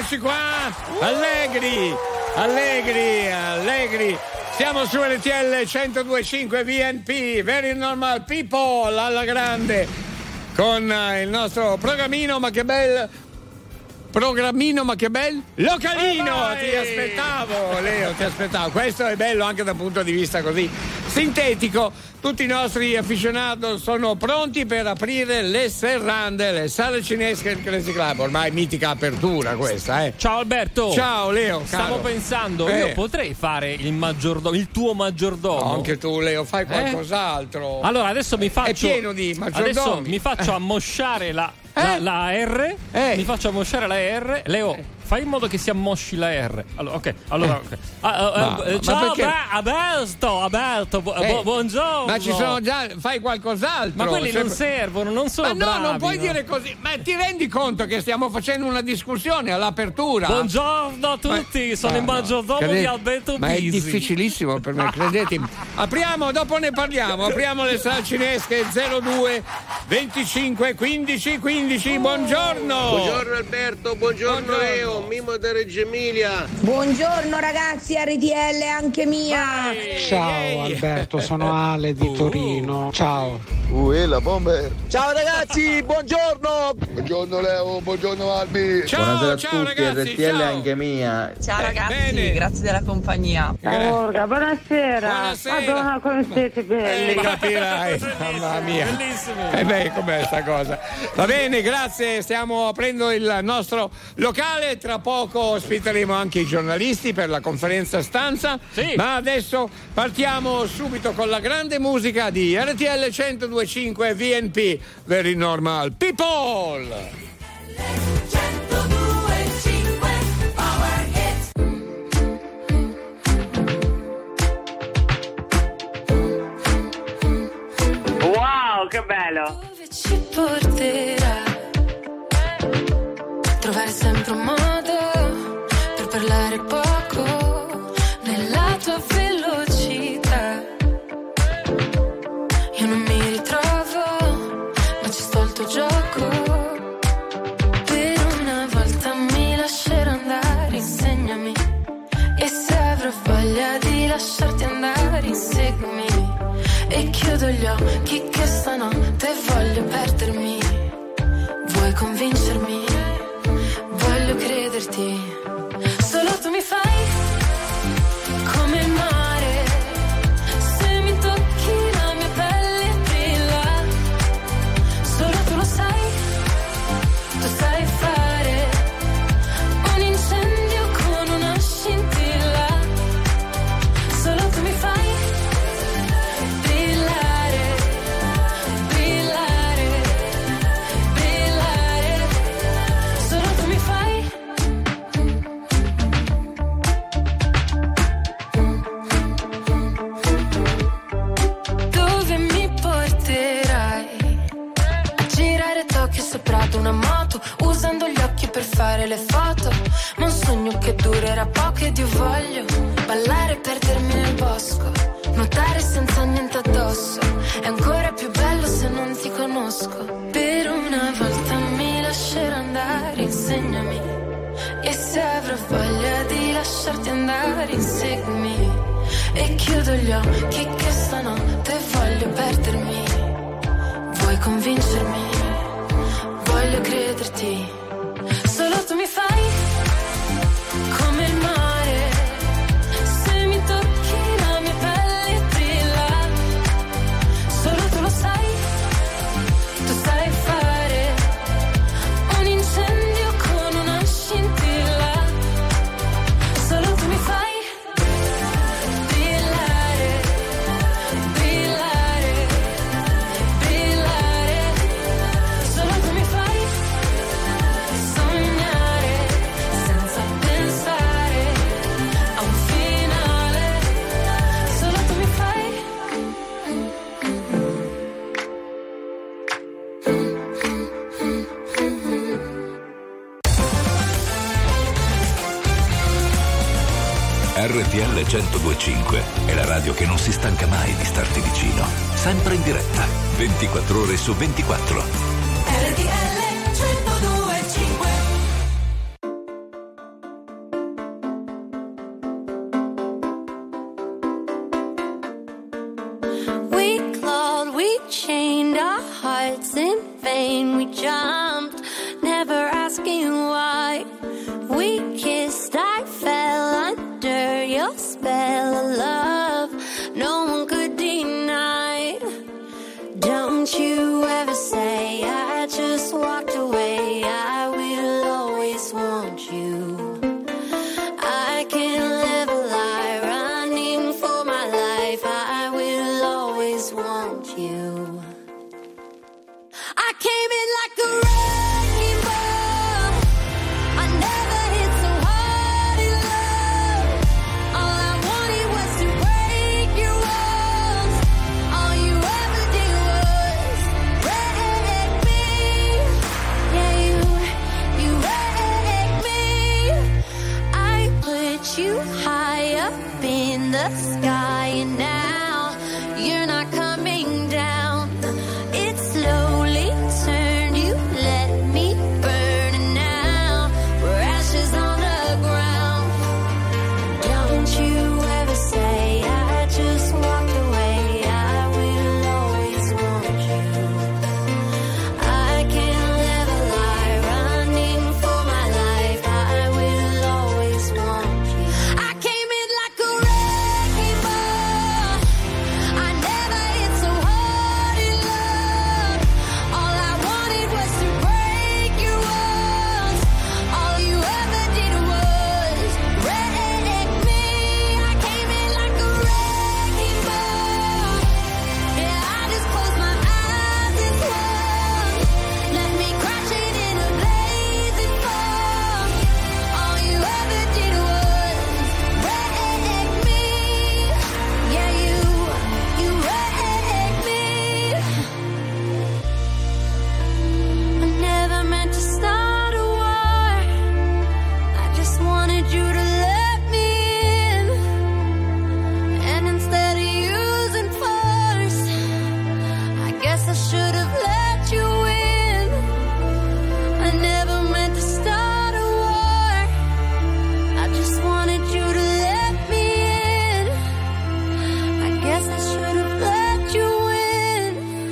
eccoci qua, allegri. Siamo su RTL 102.5 VNP, Very Normal People, alla grande, con il nostro programmino, ma che bel localino. Ti aspettavo, Leo, questo è bello anche dal punto di vista così sintetico. Tutti i nostri afficionati sono pronti per aprire le serrande, le sale cinesche del Crazy Club. Ormai mitica apertura questa, eh. Ciao Alberto. Ciao Leo, stavo pensando, io potrei fare il tuo maggiordomo. No, anche tu Leo, fai qualcos'altro. Allora adesso mi faccio, è pieno di maggiordomi. Adesso mi faccio ammosciare la R. Mi faccio ammosciare la R. Leo, fai in modo che si ammosci la R. Allora, ok. Ciao Alberto, buongiorno. Ma ci sono già, fai qualcos'altro. Ma quelli non servono, non sono bravi. No, non puoi dire così. Ma ti rendi conto che stiamo facendo una discussione all'apertura? Buongiorno a tutti, sono il maggiordomo di Alberto Pisi. Ma è difficilissimo per me, credetemi. Apriamo, dopo ne parliamo. Apriamo le sale cinesche 02 25 15 15. Buongiorno. Buongiorno Alberto, buongiorno Leo, Mimo da Reggio Emilia. Buongiorno ragazzi, RTL anche mia. Ciao Alberto, sono Ale di Torino. Ciao. La bomber. Ciao ragazzi, buongiorno. Buongiorno Leo, buongiorno Albi. Buonasera a tutti, ragazzi, RTL anche mia. Ciao ragazzi, bene. grazie della compagnia. Buonasera. Madonna, come siete belli. Capirai, mamma mia. Bellissimo. Com'è sta cosa? Va bene, grazie. Stiamo aprendo il nostro locale. Tra poco ospiteremo anche i giornalisti per la conferenza stampa. Sì. Ma adesso partiamo subito con la grande musica di RTL 102.5 VNP, Very Normal People. Wow, che bello! Dove ci porterà? Trovare sempre un modo per parlare poco nella tua velocità. Io non mi ritrovo, ma ci sto al tuo gioco. Per una volta mi lascerò andare, insegnami. E se avrò voglia di lasciarti andare, inseguimi. E chiudo gli occhi che stanotte voglio perdermi. Vuoi convincermi? Voglio crederti. Solo tu mi fai come il mare. Se mi tocchi la mia pelle brilla. Solo tu lo sai. Tu sai fare un incendio con una scintilla. Solo tu mi fai sopra ad una moto, usando gli occhi per fare le foto. Ma un sogno che durerà poco ed io voglio ballare e perdermi nel bosco, nuotare senza niente addosso. È ancora più bello se non ti conosco. Per una volta mi lascerò andare, insegnami. E se avrò voglia di lasciarti andare, inseguimi. E chiudo gli occhi che stanotte voglio perdermi. Vuoi convincermi? Voglio crederti. Solo tu mi fai come il mare. Se mi tocchi la mia pelle brilla. Solo tu lo sai. Tu sai fare un incendio con una scintilla. Solo tu mi fai RTL 102.5 è la radio che non si stanca mai di starti vicino. Sempre in diretta, 24 ore su 24. RTL 102.5. chained our hearts in vain. We jumped, never asking why. We kissed, I fell under your spell of love. No one could deny. Don't you ever say I just walked away. I will always want you. I can't live a lie, running for my life. I will always want you. I came in like a wrecking ball. I never hit so hard in love. All I wanted was to break your walls. All you ever did was wreck me. Yeah, you wrecked me. I put you high up in the sky, and now you're not coming down. It slowly turned, you let me burn, and now we're ashes on the ground. Don't you ever say I just walked away. I will always want you. I can't live a lie, running for my life. I will always want you. I came in like a wrecking ball. I never hit so hard in love. All I wanted was to break your walls. All you ever did was wreck me. I came in like a wrecking ball. Yeah, I just closed my eyes and swung. Let me crashing in a blazing fall. All you ever did was wreck me. Yeah, you wrecked me. I never meant to start a war. I just wanted you to let me in. And instead of using force, I guess I should have let you in. I never meant to start a war. I just wanted you to let me in. I guess I should have let you in.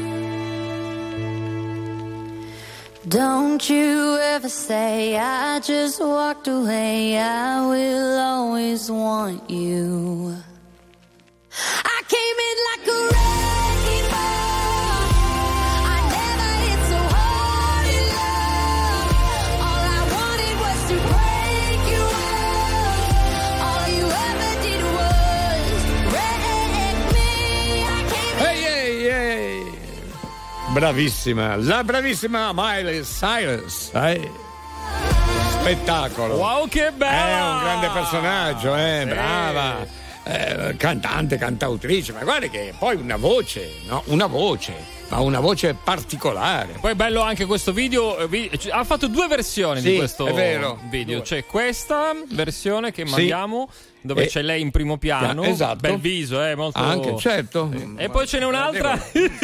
Don't you ever say I just walked away. I will always want you. I came in like a wrecking ball. I never hit so hard in love. All I wanted was to break your walls. All you ever did was wreck me. I came in. Ehi, ehi, ehi. Bravissima, la bravissima Miley Cyrus. Spettacolo. Wow, che bella! È un grande personaggio, brava. Cantante, cantautrice, ma guarda che poi una voce, no? Una voce, ma una voce particolare. Poi è bello anche questo video. Ha fatto due versioni Sì, di questo è vero. video. C'è questa versione che mandiamo, dove c'è lei in primo piano. Esatto. Bel viso, molto. Anche, certo. E poi ce n'è un'altra.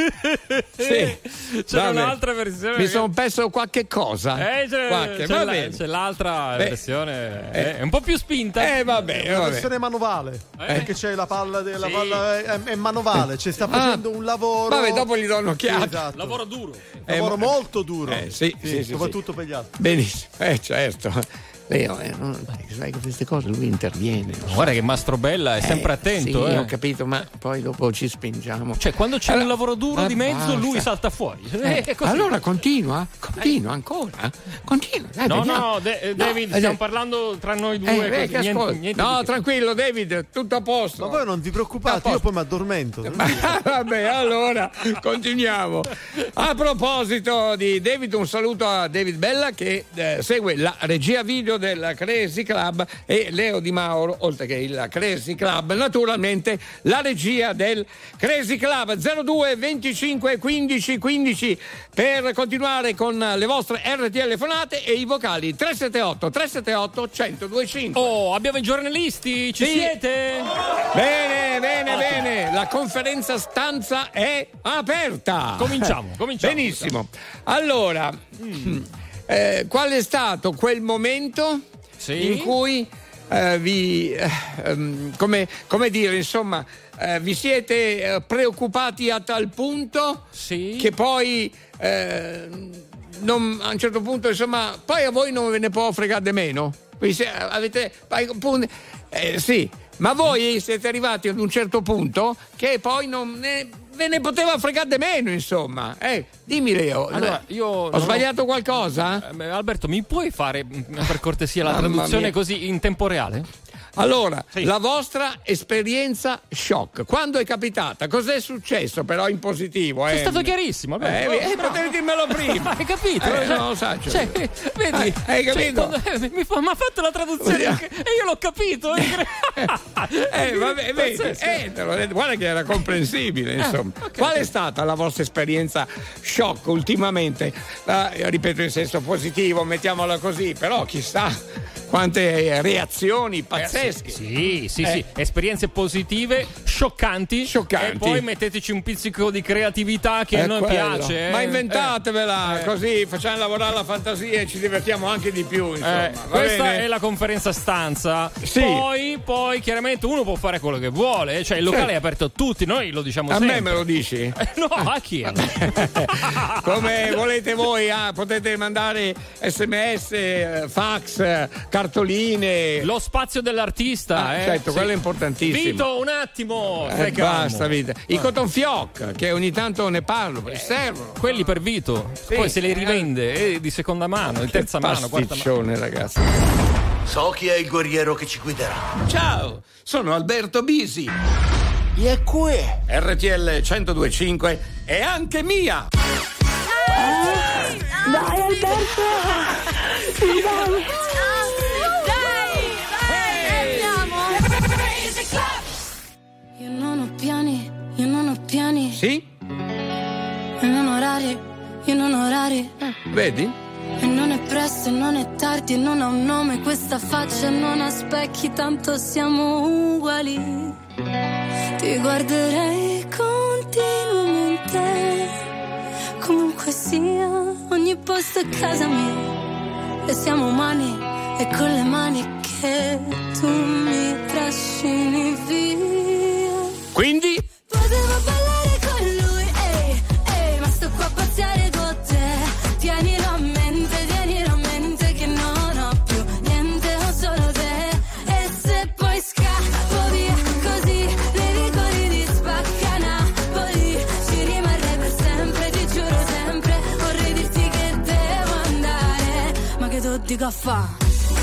Sì. C'è un'altra versione. Mi sono perso qualche cosa. C'è l'altra versione. È un po' più spinta. Vabbè. La versione manovale. Perché c'è la palla della palla è manovale, cioè sta facendo un lavoro. Vabbè, dopo gli do un'occhiata. Esatto. Lavoro duro. Lavoro molto duro. Sì, soprattutto per gli altri. Benissimo, certo. Leo, sai che queste cose lui interviene. Guarda che Mastrobella è sempre attento. Sì, ho capito, ma poi dopo ci spingiamo. Cioè, quando c'è un lavoro duro di mezzo, lui salta fuori. Allora continua ancora. Continua. Dai, no, David, stiamo parlando tra noi due. Niente tranquillo, David, tutto a posto. Ma voi non vi preoccupate, io poi mi addormento. Vabbè, allora continuiamo. A proposito di David, un saluto a David Bella che segue la regia video del Crazy Club e Leo Di Mauro, oltre che il Crazy Club, naturalmente la regia del Crazy Club. 02 25 15 15 per continuare con le vostre RTL telefonate e i vocali 378 378 1025. Oh, abbiamo i giornalisti, ci siete? Bene, la conferenza stanza è aperta. Cominciamo. Benissimo. Allora, qual è stato quel momento in cui come dire, insomma, vi siete preoccupati a tal punto che poi a un certo punto, insomma, poi a voi non ve ne può fregare di meno? Sì, ma voi siete arrivati ad un certo punto che poi ve ne poteva fregare di meno, insomma. Dimmi, Leo. Allora, io ho sbagliato qualcosa? Alberto, mi puoi fare per cortesia la traduzione così in tempo reale? Allora, la vostra esperienza shock, quando è capitata? Cos'è successo però in positivo? È stato chiarissimo. Potevi dirmelo prima. Hai capito? Non lo so. Vedi? Hai capito? Mi ha fatto la traduzione e io l'ho capito. Vabbè, vedi, guarda che era comprensibile, insomma. Okay. Qual è stata la vostra esperienza shock ultimamente? Ripeto in senso positivo, mettiamola così, però chissà quante reazioni pazzesche. Sì. Esperienze positive, scioccanti. E poi metteteci un pizzico di creatività che a noi piace. Ma inventatevela, così facciamo lavorare la fantasia e ci divertiamo anche di più. Insomma. Questa è la conferenza stanza. Sì. Poi chiaramente uno può fare quello che vuole. Cioè il locale è aperto a tutti, noi lo diciamo sempre. A me me lo dici? No, a chi? Come volete voi, potete mandare SMS, fax, cartoline. Lo spazio dell'artista, certo, quello è importantissimo. Vito, un attimo, basta, Vito. I cotton fioc, che ogni tanto ne parlo, servono. Quelli per Vito, poi se li rivende di seconda mano, di terza mano, quarta mano. Ragazzi. So chi è il guerriero che ci guiderà. Ciao, sono Alberto Bisi. E qui RTL 102.5 è anche mia. Dai Alberto! Dai, andiamo! Io non ho piani. Sì? Io non ho orari. Vedi? E non è presto e non è tardi e non ha un nome questa faccia, non ha specchi, tanto siamo uguali. Ti guarderei continuamente, comunque sia, ogni posto è casa mia. E siamo umani e con le mani che tu mi trascini via. Quindi? Potevo ballare con lui, ma sto qua a pazziare con te. Tienilo a mente che non ho più niente, ho solo te. E se poi scappo via così, nei vicoli di Spacca Napoli, ci rimarrei per sempre, ti giuro sempre. Vorrei dirti che devo andare, ma che tu dico a fa'?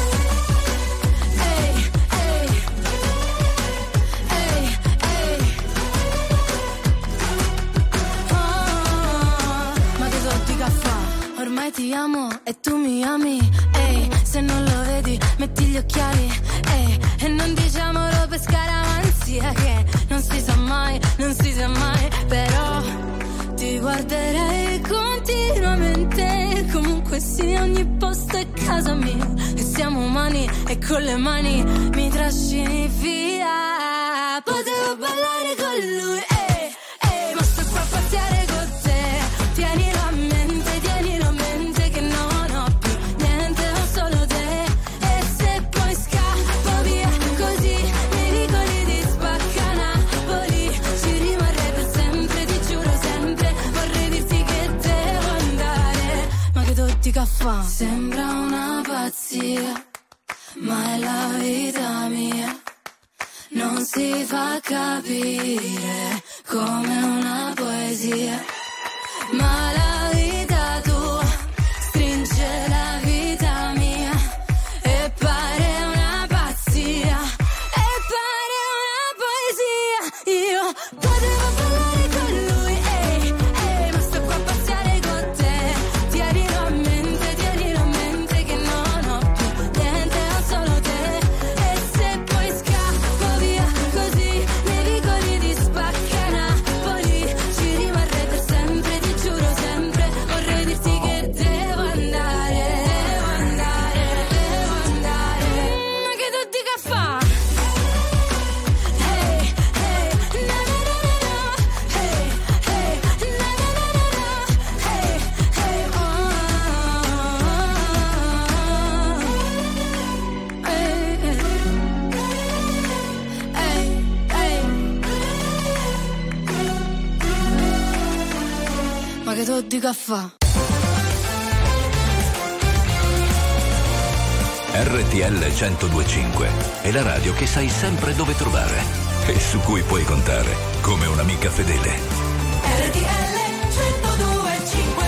Ormai ti amo e tu mi ami, se non lo vedi metti gli occhiali, e non diciamolo per scaramanzia che non si sa mai, però ti guarderei continuamente, comunque sia, ogni posto è casa mia, e siamo umani e con le mani mi trascini via. Potevo ballare con lui, ma sto qua a pazziare con te. Tienilo a mente che non ho più niente, ho solo te. E se poi scappo via così, nei vicoli di Spacca Napoli, ci rimarrei per sempre, ti giuro sempre. Vorrei dirti che devo andare, ma che tutti caffè. Sembra una pazzia, ma è la vita mia. Non si fa capire come una poesia, ma la vita tua stringe la vita mia e pare una pazzia, e pare una poesia. Io potevo ballare con lui, ma sto qua a pazziare con te. Tienilo a mente che non ho più niente, ho solo te. E se poi scappo via così, nei vicoli di Spacca Napoli, ci che tu di caffè. RTL 102.5 è la radio che sai sempre dove trovare e su cui puoi contare come un'amica fedele. RTL 102.5.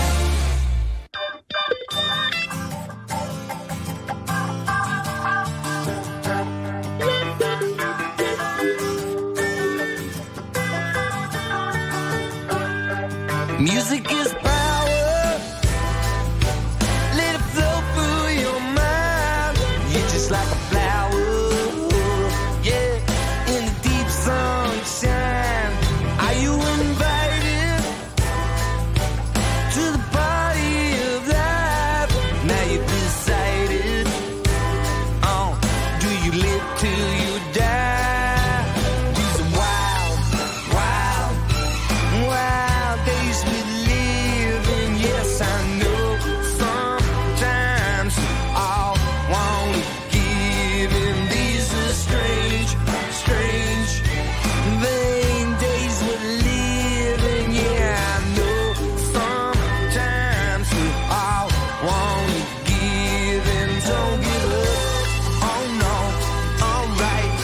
Music is power. Let it flow through your mind. You're just like a flower, yeah, in the deep sunshine. Are you invited to the party of life? Now you've decided. Oh, do you live till you die? These are wild, wild, wild days we live in. Yes, I know sometimes we all want to give in. These are strange, strange, vain days we're living. Yeah, I know sometimes we all want to give in. Don't give up, oh no, alright.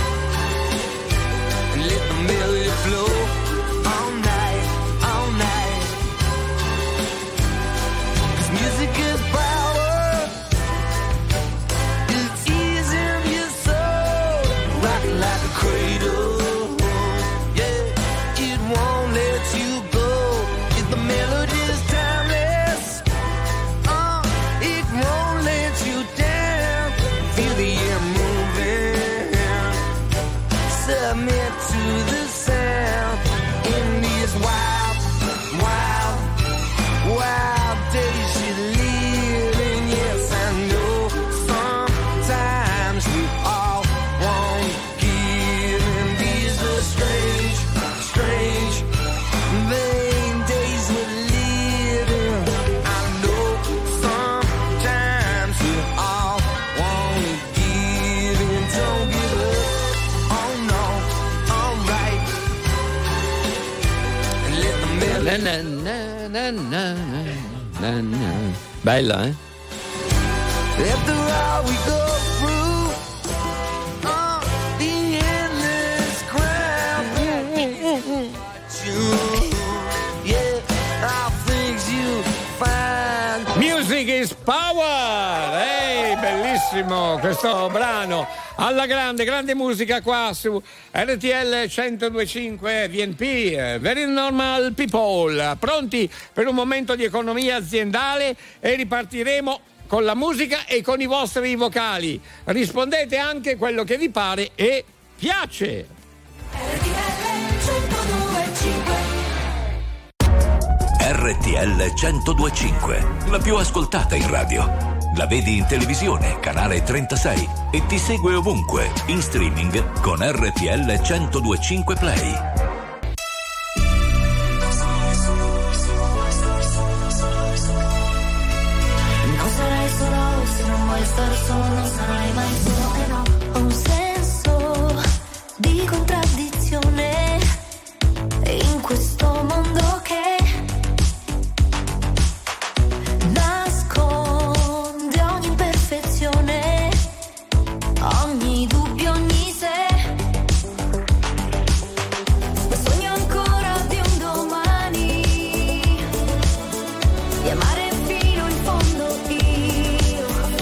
And let the melody flow all night, all night. 'Cause music is power. It's easy in your soul, rocking like a cradle. Yeah, it won't let you go. If the melody is timeless, it won't let you down. Feel the air moving. Submit to the sound in these wild, wild, wild days you're living. Yes, I know sometimes we all want to give in. These are strange, strange, vain days we're living. I know sometimes we all want to give in. Don't give up, oh no, alright. And let the melody. Bella, eh? After all we go through, the endless crowd. Yeah, all things you find. Music is power! Ehi, bellissimo questo brano. Alla grande, grande musica qua su RTL 102.5 VNP, Very Normal People. Pronti per un momento di economia aziendale e ripartiremo con la musica e con i vostri vocali. Rispondete anche quello che vi pare e piace. RTL 102.5, la più ascoltata in radio. La vedi in televisione, canale 36 e ti segue ovunque, in streaming con RTL 102.5 Play. Non sarai solo se non vuoi star solo, non sarai mai solo e no. Ho un senso di contraddizione in questo mondo che nasconde ogni imperfezione, ogni dubbio, ogni se. Ma sogno ancora di un domani, di amare fino in fondo io,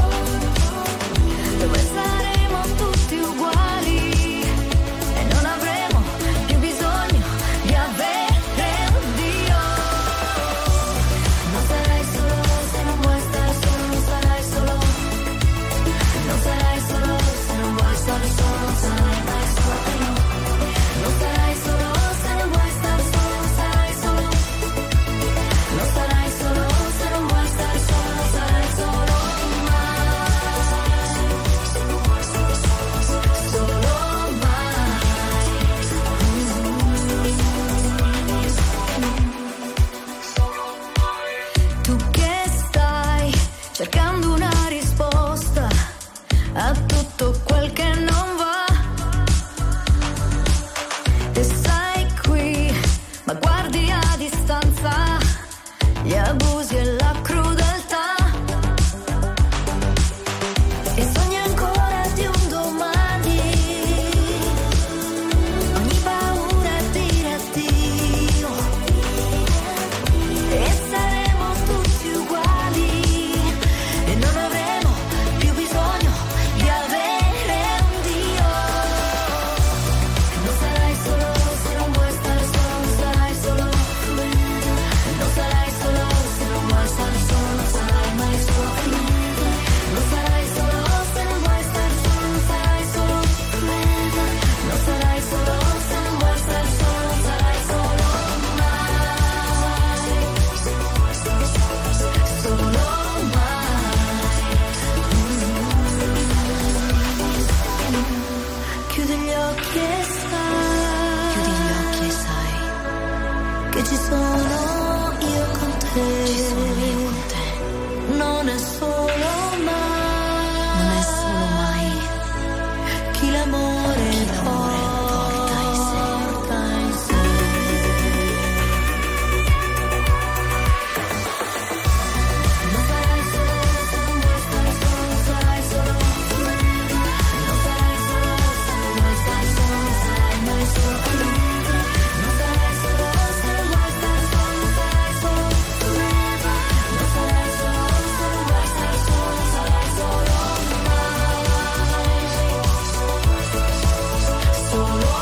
dove saremo tutti uguali e non avremo più bisogno di avere un Dio. Non sarai solo se non vuoi stare solo, non sarai solo. Non sarai solo se non vuoi stare solo, non sarai mai solo e no. Non sarai solo se non vuoi stare solo, non sarai solo. Non sarai solo se non vuoi stare solo, non sarai solo mai. Solo mai. Tu che stai cercando una risposta a tutto quel che non va, e sei qui ma guardi a distanza gli abusi e la crudeltà. E sogni ancora di un domani, ogni paura dire addio. E saremo tutti uguali e non avremo più bisogno di avere un Dio. Non sarai solo se non vuoi stare solo, non sarai solo. Non sarai solo se non vuoi stare solo, non sarai mai solo. Non sarai solo se non vuoi stare solo, non sarai solo. Non sarai solo se non vuoi stare solo, non sarai solo mai. Solo mai. Chiudi gli occhi e sai. Chiudi gli occhi e sai che ci sono io con te. Ci sono io con te. Non è solo mai. Non è solo mai. Chi l'amore porta in sé. Non sarai solo se non vuoi stare solo, non sarai solo. Non sarai solo se non vuoi stare solo, non sarai mai solo. Non sarai solo se non vuoi stare solo, non sarai solo. Non sarai solo se non vuoi stare solo, non sarai solo mai. Solo mai.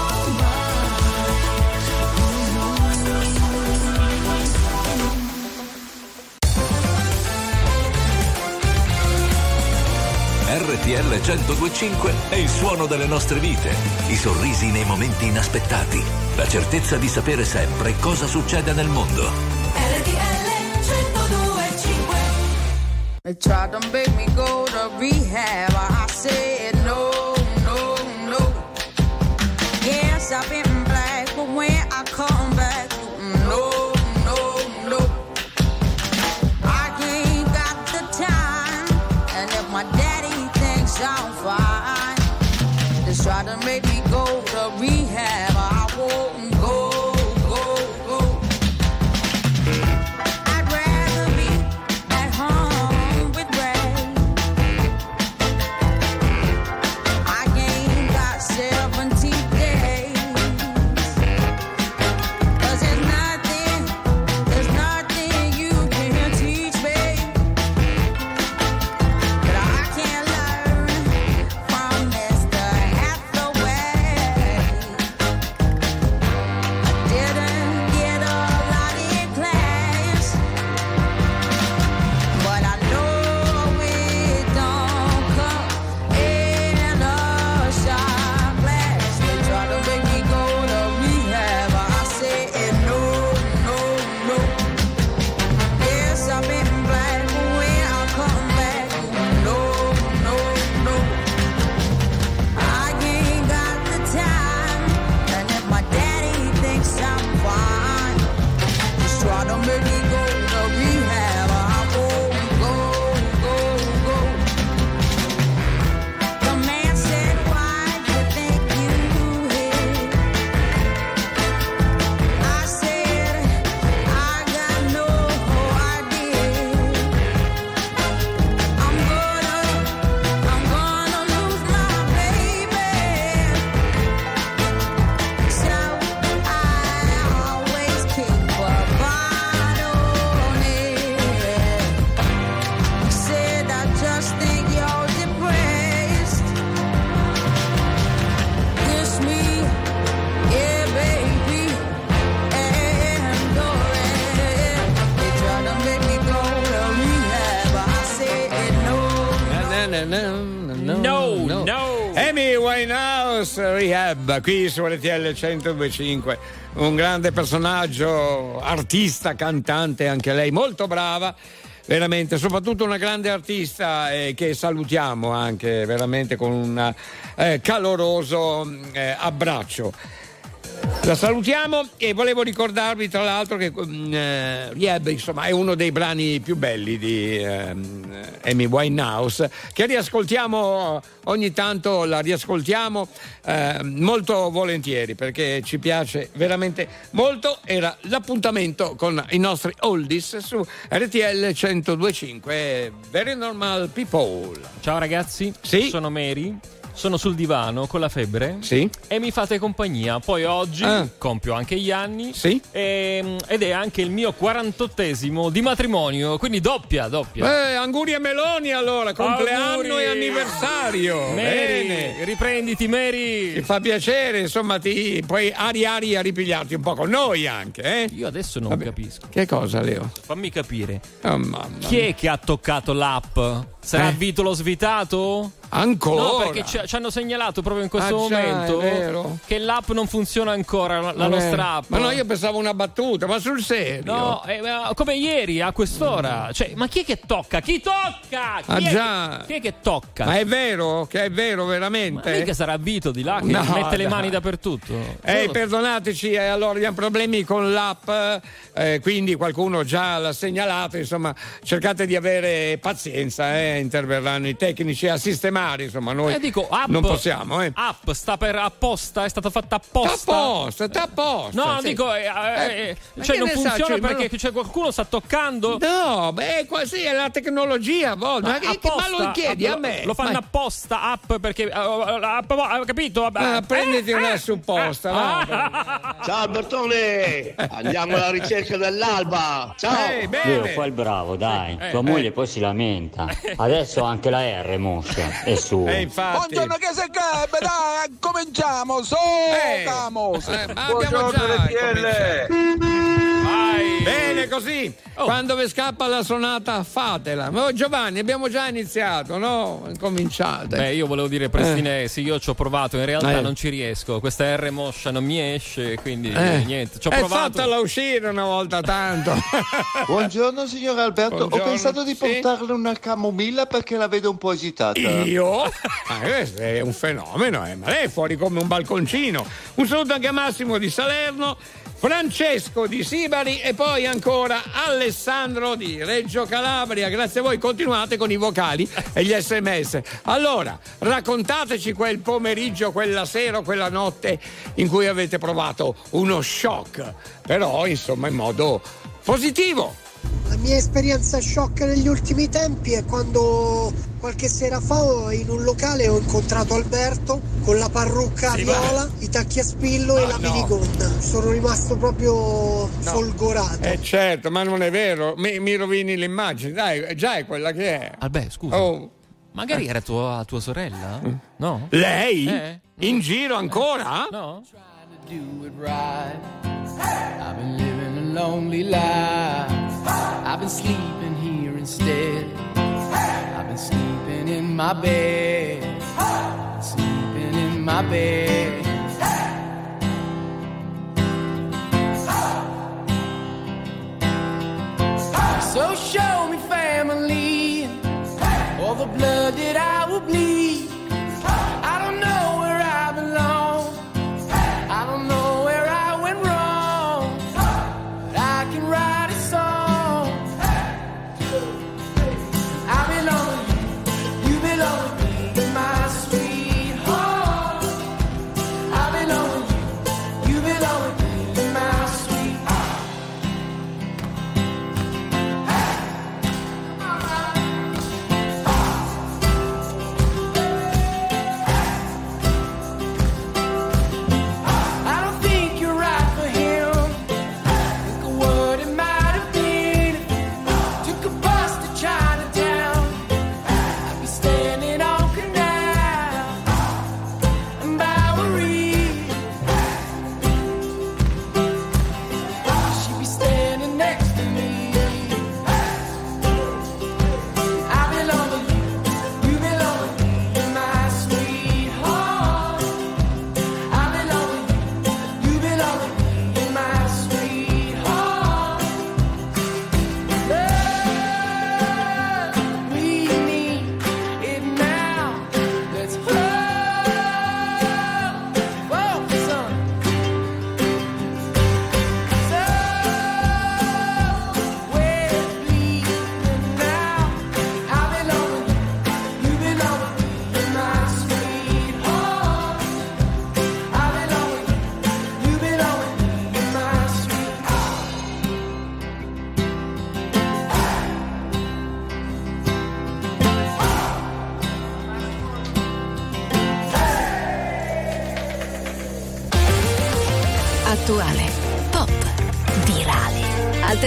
RTL 102.5 è il suono delle nostre vite, i sorrisi nei momenti inaspettati, la certezza di sapere sempre cosa succede nel mondo. RTL 102.5. They tried to make me go to rehab. I said no, no, no. Yes, I've been black, but when I come back, no, no, no. I ain't got the time, and if my daddy thinks I'm fine, they try to make me go to rehab. I won't go, go, go. I'd rather be at home with Ray. I ain't got 70 days. 'Cause there's nothing you can teach me that I can't learn from Mr. Hathaway. I didn't get a lot in class, but I know it don't come in a shot glass. They try to make me go to rehab. I said no, no, no. Yes, I've been black, but when I come back, no, no, no. I ain't got the time, and if my daddy thinks I'm fine, just try to make me go to rehab. I won't go, go, go. The man said, why do you think you hit? I said, I got no idea. I'm gonna lose my baby. So I always keep a bottle on it. Said I just think you're depressed. Kiss me, yeah, baby, and go red. They try to make me go to rehab. I said no. No. Amy Winehouse, Rehab, qui su RTL 102.5. Un grande personaggio, artista, cantante, anche lei molto brava, veramente, soprattutto una grande artista che salutiamo anche veramente con un caloroso abbraccio. La salutiamo e volevo ricordarvi tra l'altro che Rehab insomma è uno dei brani più belli di Amy Winehouse, che riascoltiamo ogni tanto, la riascoltiamo molto volentieri perché ci piace veramente molto. Era l'appuntamento con i nostri oldies su RTL 102.5. Very Normal People. Ciao ragazzi, sì? Sono Mary. Sono sul divano con la febbre, sì, e mi fate compagnia. Poi oggi compio anche gli anni, sì, ed è anche il mio 48esimo di matrimonio, quindi doppia. Auguri a Meloni allora, compleanno auguri. E anniversario. Mary, bene, riprenditi Mary. Ti fa piacere, insomma, ti puoi a ripigliarti un po' con noi anche, Io adesso non capisco. Che cosa, Leo? Fammi capire. Oh, mamma. Chi è che ha toccato l'app? Sarà Vito lo svitato? Ancora? No, perché ci hanno segnalato proprio in questo momento che l'app non funziona ancora, la nostra app. Ma no, io pensavo una battuta, ma sul serio? No, come ieri a quest'ora. Cioè, ma chi è che tocca? Chi tocca? Chi è che tocca? Ma è vero? Che è vero veramente? Ma mica sarà Vito di là che mette le mani dappertutto. Perdonateci, allora abbiamo problemi con l'app, quindi qualcuno già l'ha segnalato, insomma, cercate di avere pazienza, interverranno i tecnici a sistemare. Insomma, noi app, non possiamo. App sta per apposta, è stata fatta apposta. Sta apposta. No, sì. dico, cioè non funziona perché c'è qualcuno sta toccando. No, quasi è la tecnologia a volte. Ma lo chiedi a me? Lo fanno apposta app perché capito? Prenditi una supposta. Ciao Albertone, andiamo alla ricerca dell'alba. Ciao. Io fai il bravo, dai. Tua moglie poi si lamenta. Adesso anche la R moscia. Su. Buongiorno che se cabbe, dai, cominciamo, Buongiorno RTL. Bene così, quando vi scappa la sonata fatela. Ma Giovanni, abbiamo già iniziato, no? Cominciate. Io volevo dire Prestinesi, io ci ho provato, in realtà non ci riesco, questa R moscia non mi esce, quindi niente, ci ho provato. Fatela uscire una volta tanto. Buongiorno signor Alberto, ho pensato di portarle una camomilla perché la vedo un po' esitata. Io? Questo è un fenomeno, ma lei è fuori come un balconcino. Un saluto anche a Massimo di Salerno, Francesco di Sibari e poi ancora Alessandro di Reggio Calabria. Grazie a voi, continuate con i vocali e gli SMS. Allora, raccontateci quel pomeriggio, quella sera, quella notte in cui avete provato uno shock, però insomma in modo positivo. La mia esperienza shock negli ultimi tempi è quando qualche sera fa in un locale ho incontrato Alberto con la parrucca viola, i tacchi a spillo e la minigonna. Sono rimasto proprio folgorato. Certo, ma non è vero, mi rovini l'immagine, dai, già è quella che è. Albè, scusa. Magari era tua sorella? No? Lei? In giro ancora? No. I've been living a lonely life. I've been sleeping here instead. I've been sleeping in my bed. Sleeping in my bed. So show me family, all the blood that I will bleed. I don't know where I belong. I don't know where I went wrong, but I can write a song. I belong to you, you belong to me, my sweetheart. I belong to you, you belong to me, my sweetheart.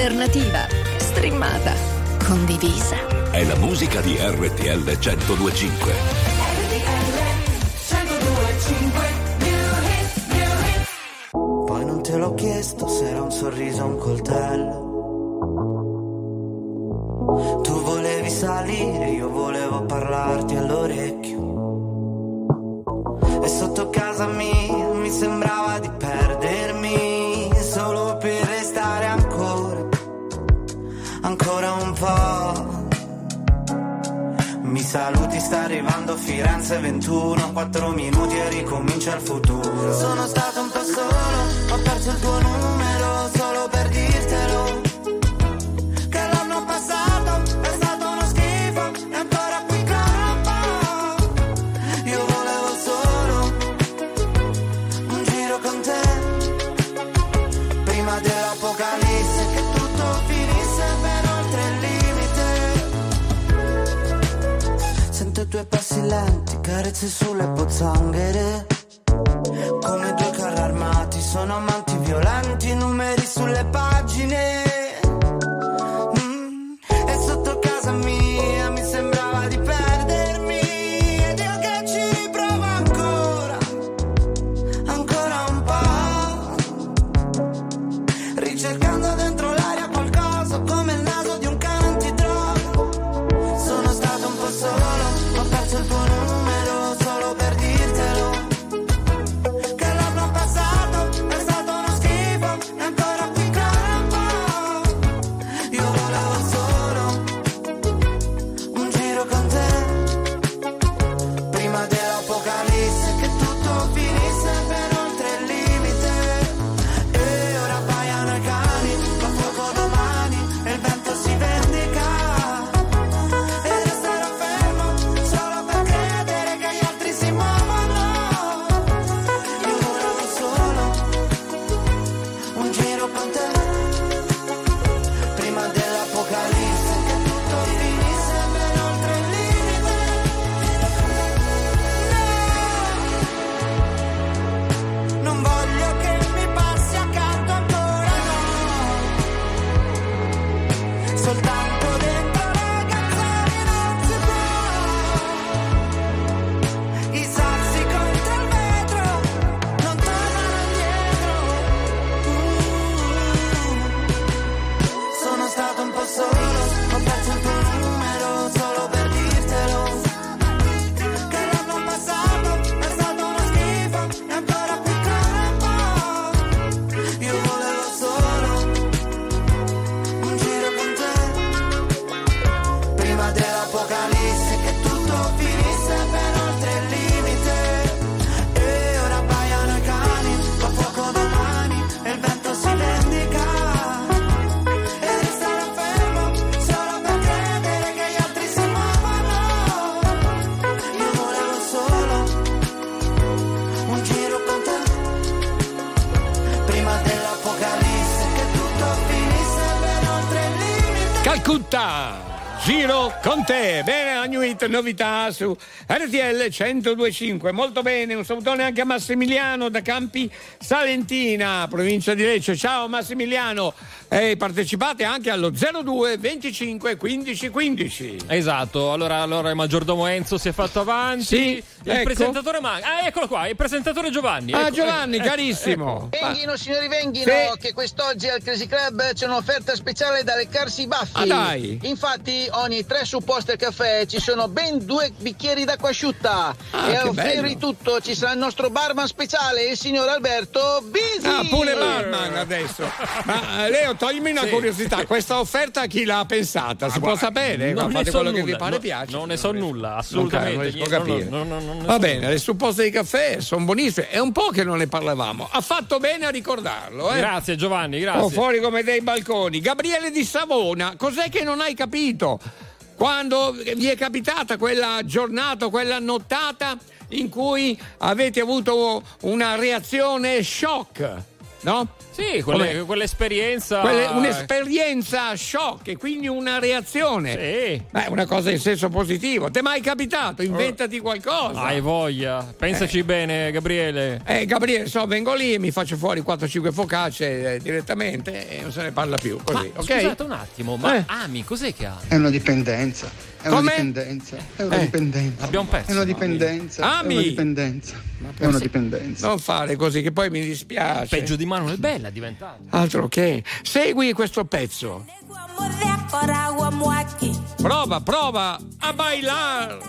alternativa, streamata, condivisa. È la musica di RTL 102.5. Poi non te l'ho chiesto se era un sorriso o un coltello. Tu volevi salire, io volevo parlarti all'orecchio. E sotto casa mia mi sembrava di perdermi, solo per restare ancora un po'. Mi saluti, sta arrivando Firenze 21, 4 minuti e ricomincia il futuro. Sono stato un po' solo, ho perso il tuo numero solo per dirtelo. Che l'anno passato è stato uno schifo e ancora qui campo. Io volevo solo un giro con te, prima dell'apocalisse, che tutto finisse ben oltre il limite. Sento i tuoi passi lenti, carezze sulle pozzanghere, come due carri armati, sono amanti violenti, numeri sulle pagine. E sotto casa mia mi sembrava di perdermi, ed io che ci riprovo ancora un po', ricercando dentro l'aria qualcosa come il naso di un cane antidroga. Sono stato un po' solo, ho perso il tuo numero solo per dirtelo. Che l'anno passato è stato uno schifo e ancora qui campo. Io volevo solo un giro con te, prima dell'apocalisse, che tutto finisse ben oltre il limite. E ora baiano i cani, fa fuoco domani e il vento si vendica. E resterò fermo solo per credere che gli altri si muovono. Io volevo solo un giro con te, prima dell'apocalisse, che tutto finisse ben oltre il limite. No, non voglio che mi passi accanto ancora, no. Soltanto dentro le canzoni non si può. I sassi contro il vetro non tornano indietro. Sono stato un po' solo, ho perso il tuo numero solo per dirtelo. Che l'anno passato è stato uno schifo e ancora qui campo. Io volevo solo un giro con te, prima dell'apocalisse, che tutto finisse ben oltre il limite. E ora baiano i cani, fa fuoco domani e il vento si vendica. E resterò fermo solo per credere che gli altri si muovono. Io volevo solo un giro con te, prima dell'apocalisse, che tutto finisse ben oltre il limite. Calcutta, giro con te. Bene, la new hit, novità su RTL 102.5. Molto bene, un salutone anche a Massimiliano da Campi Salentina, provincia di Lecce. Ciao Massimiliano, partecipate anche allo 02 25 15 15. Esatto, allora il maggiordomo Enzo si è fatto avanti. Sì, il presentatore eccolo qua, il presentatore Giovanni. Ah, Ecco. Giovanni, carissimo. Venghino signori, venghino, Sì. che quest'oggi al Crazy Club c'è un'offerta speciale da leccarsi i baffi. Ah, dai. Infatti ogni 3 supposte al caffè ci sono ben 2 bicchieri d'acqua asciutta. Ah, E che a offrirvi bello. tutto ci sarà il nostro barman speciale, il signor Alberto Bisi. Ah, pure barman adesso. Ma Leo, toglimi una curiosità, questa offerta chi l'ha pensata? Si può sapere? Non Fate ne so quello che vi nulla, pare no, piace. non ne so nulla, Non assolutamente. riesco a capire. Non ne Va so bene, nulla. le supposte di caffè sono buonissime. È un po' che non ne parlavamo. Ha fatto bene a ricordarlo. Grazie Giovanni, grazie. Fuori come dei balconi. Gabriele di Savona, cos'è che non hai capito? Quando vi è capitata quella giornata, quella nottata in cui avete avuto una reazione shock? no? Sì, quell'esperienza. Un'esperienza shock e quindi una reazione. Sì. Beh, una cosa in senso positivo. Ti è mai capitato? Inventati qualcosa. Hai voglia. Pensaci bene, Gabriele. Gabriele, vengo lì e mi faccio fuori 4-5 focacce direttamente e non se ne parla più. Così, ma, ok? Scusate un attimo, ma Ami, cos'è che ha? È una dipendenza. È una dipendenza. È una dipendenza. Abbiamo perso. È una dipendenza. Ami. È una dipendenza. È una dipendenza. Non fare così che poi mi dispiace. Peggio di Manuel Bella è diventato. Altro che. Segui questo pezzo. Prova a bailar.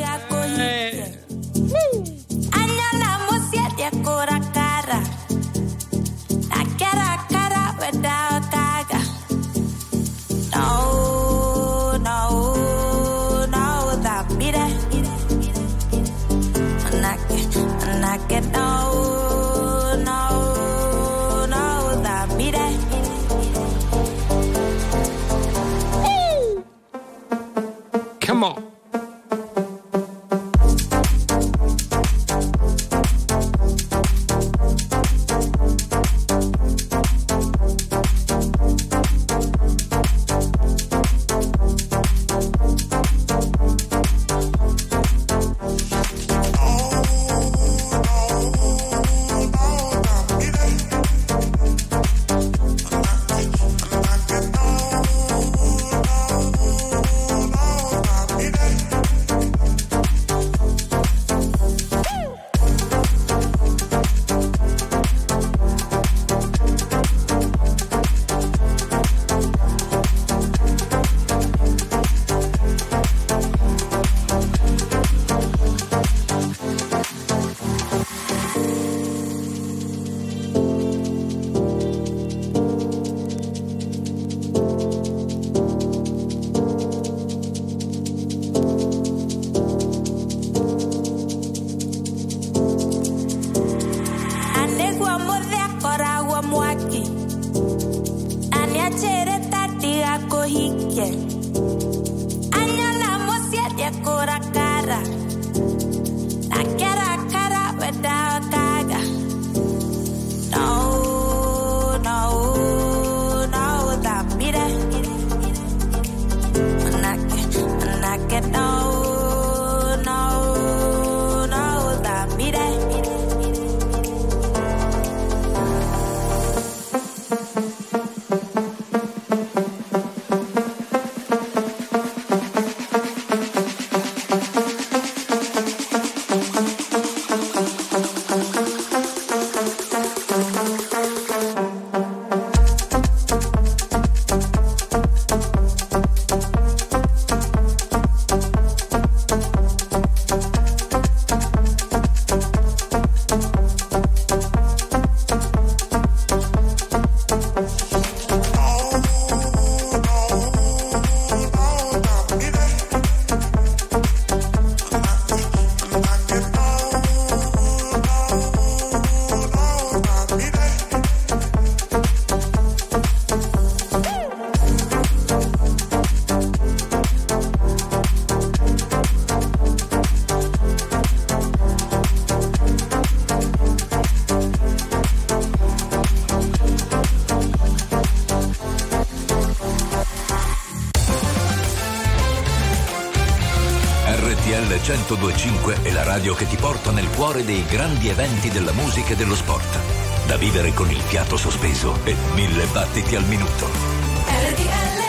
Come on. RTL 102.5 è la radio che ti porta nel cuore dei grandi eventi della musica e dello sport. Da vivere con il fiato sospeso e 1000 battiti al minuto. RTL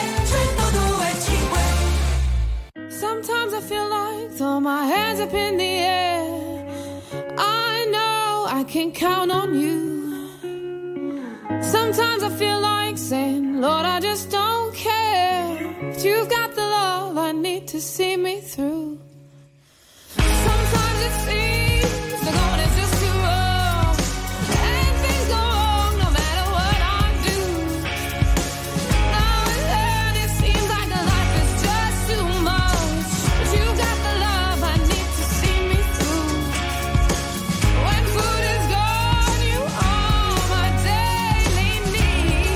102.5. Sometimes I feel like throw my hands up in the air. I know I can count on you. Sometimes I feel like saying, Lord, I just don't care. But you've got the love I need to see me through. Sometimes it seems the going is just too wrong, and things go wrong no matter what I do. Now and then it seems like life is just too much, but you got the love I need to see me through. When food is gone, you are my daily need.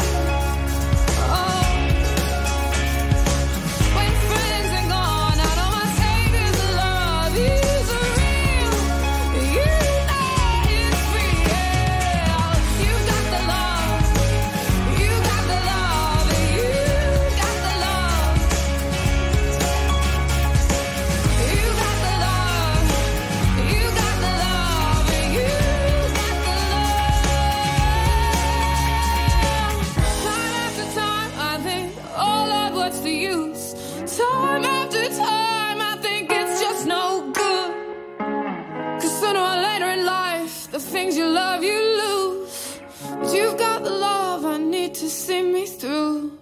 Oh, when friends are gone, out of my say. what's the use? Time after time, I think it's just no good. 'Cause sooner or later in life, the things you love, you lose. But you've got the love I need to see me through.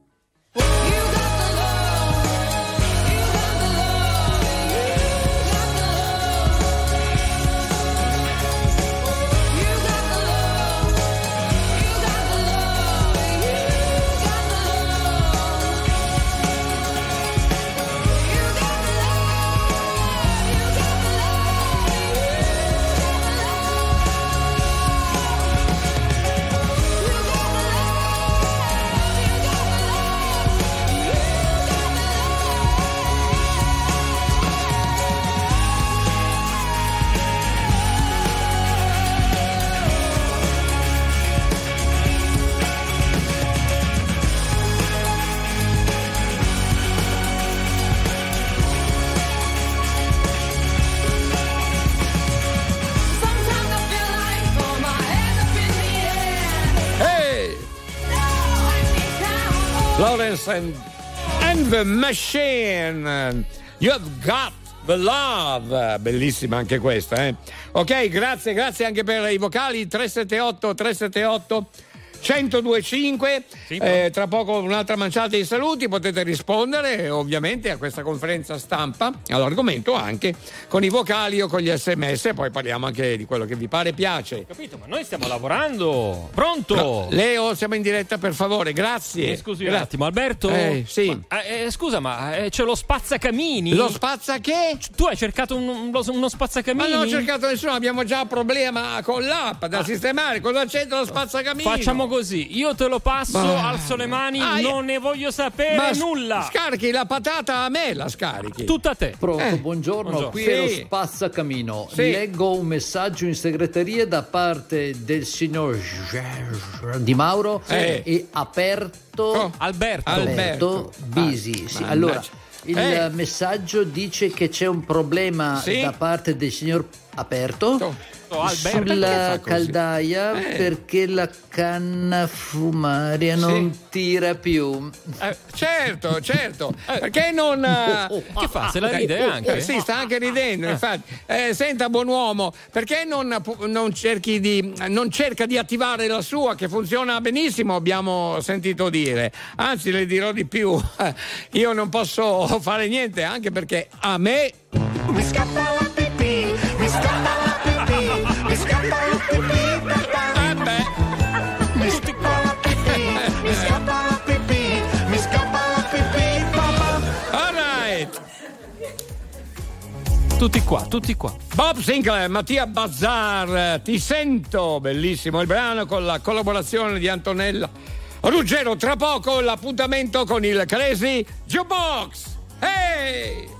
Florence and the Machine, You've Got the Love, bellissima anche questa, eh? Ok, grazie anche per i vocali. 378 1025. Sì, tra poco un'altra manciata di saluti, potete rispondere ovviamente a questa conferenza stampa all'argomento anche con i vocali o con gli SMS, poi parliamo anche di quello che vi pare e piace. Capito, ma noi stiamo lavorando. Pronto? No, Leo, siamo in diretta, per favore, grazie. Mi scusi un attimo, Alberto. Sì. Scusa, ma c'è lo spazzacamini? Lo spazza che? Tu hai cercato uno spazzacamini? Ma non ho cercato nessuno, abbiamo già un problema con l'app da sistemare. Cosa c'entra lo spazzacamino? Facciamo così, io te lo passo, alzo le mani, non ne voglio sapere nulla. Scarichi la patata, a me la scarichi. Tutta a te. Pronto, buongiorno. Qui è lo spazzacamino. Leggo un messaggio in segreteria da parte del signor Di Mauro e Alberto Bisi. Sì, allora, il messaggio dice che c'è un problema da parte del signor Aperto sulla caldaia perché la canna fumaria non tira più. Certo. Perché non che fa? Se la ride anche? Sì, sta anche ridendo, infatti. Senta, buon uomo, perché non cerca di attivare la sua, che funziona benissimo, abbiamo sentito dire. Anzi, le dirò di più. Io non posso fare niente, anche perché a me mi scappa la pipì, mi scappa la pipì, mi scappa la pipì, papà. Mi scappa la pipì, mi scappa la pipì, mi scappa la pipì, papà. All right. Tutti qua. Bob Sinclair, Mattia Bazzar, Ti sento, bellissimo il brano con la collaborazione di Antonella Ruggero. Tra poco l'appuntamento con il Crazy Jukebox. Hey!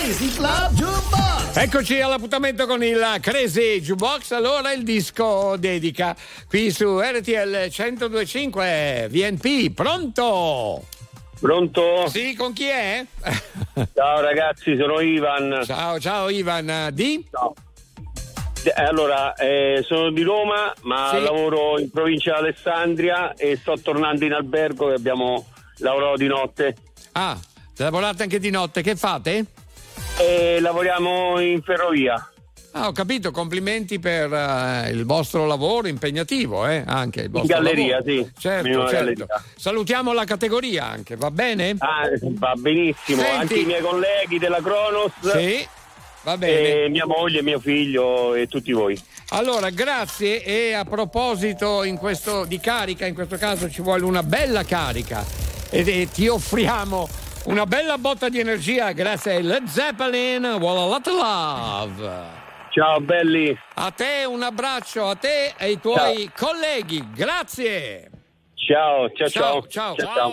Crazy Club Jukebox. Eccoci all'appuntamento con il Crazy Jukebox. Allora il disco dedica qui su RTL 102.5. VNP, pronto? Pronto? Sì, con chi è? Ciao ragazzi, sono Ivan. Ciao Ivan, di? Ciao. Allora, sono di Roma, ma Sì. lavoro in provincia di Alessandria e sto tornando in albergo che abbiamo lavorato di notte. Ah, lavorate anche di notte, che fate? Lavoriamo in ferrovia. Ah, ho capito, complimenti per il vostro lavoro impegnativo, anche il vostro galleria, lavoro. sì. Certo. Galleria. Salutiamo la categoria anche, va bene? Va benissimo, Senti. anche i miei colleghi della Cronos. Sì, va bene. E mia moglie, mio figlio e tutti voi. Allora, grazie. E a proposito di carica, in questo caso ci vuole una bella carica e ti offriamo una bella botta di energia grazie a Led Zeppelin, Wall a Lot of Love. Ciao belli. A te un abbraccio, a te e ai tuoi colleghi, grazie. Ciao. Ciao.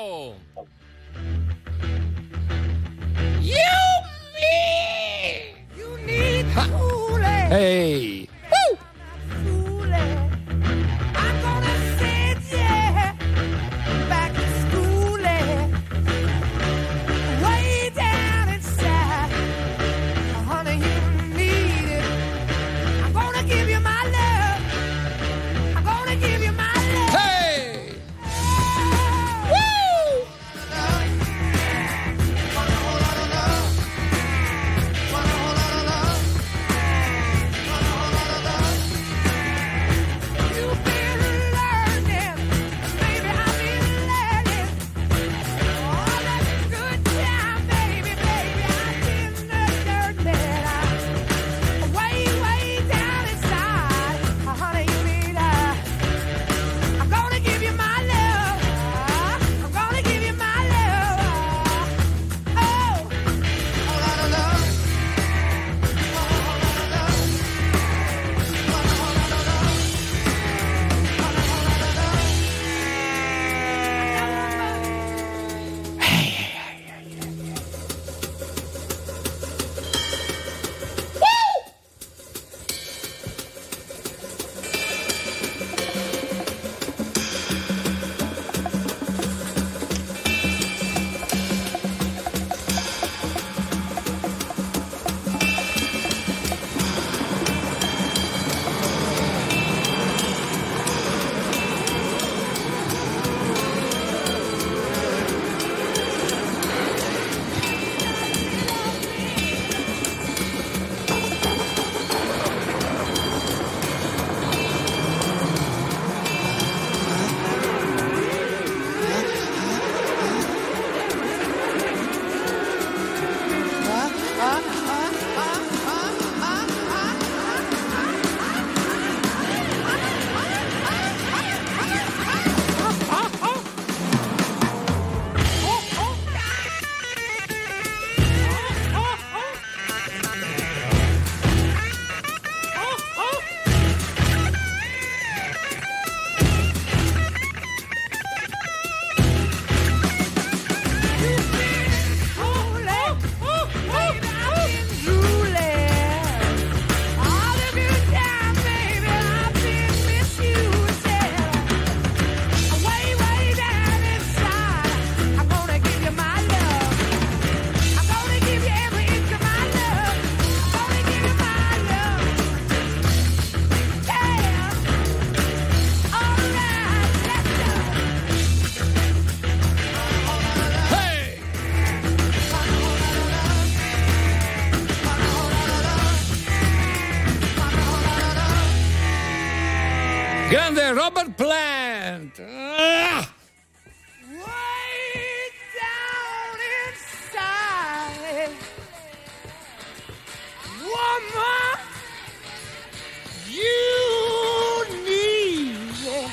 You need fooling. Ehi. I'm gonna send you back to school, way down inside. Honey, you need it. I'm gonna give you my love. I'm gonna give you my love. Hey! Woo! You've been learning, baby, I've been learning. All that good time, baby, I've been learning. Way down inside, honey, you need I'm gonna give you my love. I'm gonna give you my love. Oh, a lot of love. Grande Robert Plant. Ah! Way down inside, woman, you need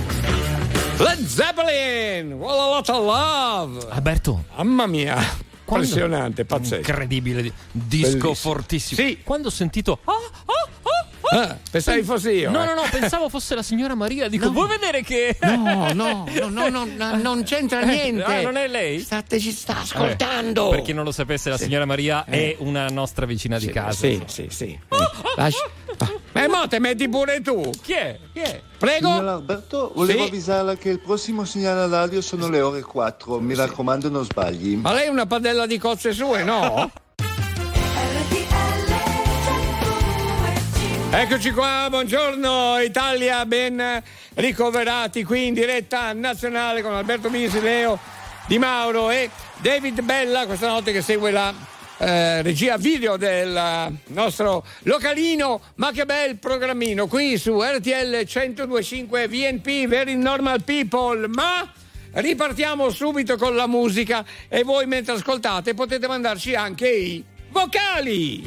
Led Zeppelin, What a Lot of Love. Alberto, Mamma mia. impressionante, pazzesco, incredibile, disco bellissimo, fortissimo. Sì. Quando ho sentito pensavi fossi io? No, pensavo fosse la signora Maria. Dico, vuoi vedere che non c'entra niente. Non è lei? Ci sta ascoltando. Per chi non lo sapesse, la signora Maria è una nostra vicina di casa. Sì. Mo te metti pure tu. Chi è? Prego. Signor Alberto, volevo avvisarla che il prossimo segnale radio sono le ore 4. Mi raccomando, non sbagli. Ma lei è una padella di cozze sue, no? Eccoci qua, buongiorno Italia, ben ricoverati qui in diretta nazionale con Alberto Misi, Leo Di Mauro e David Bella, questa notte che segue la regia video del nostro localino, ma che bel programmino qui su RTL 102.5 VNP, Very Normal People. Ma ripartiamo subito con la musica e voi mentre ascoltate potete mandarci anche i vocali.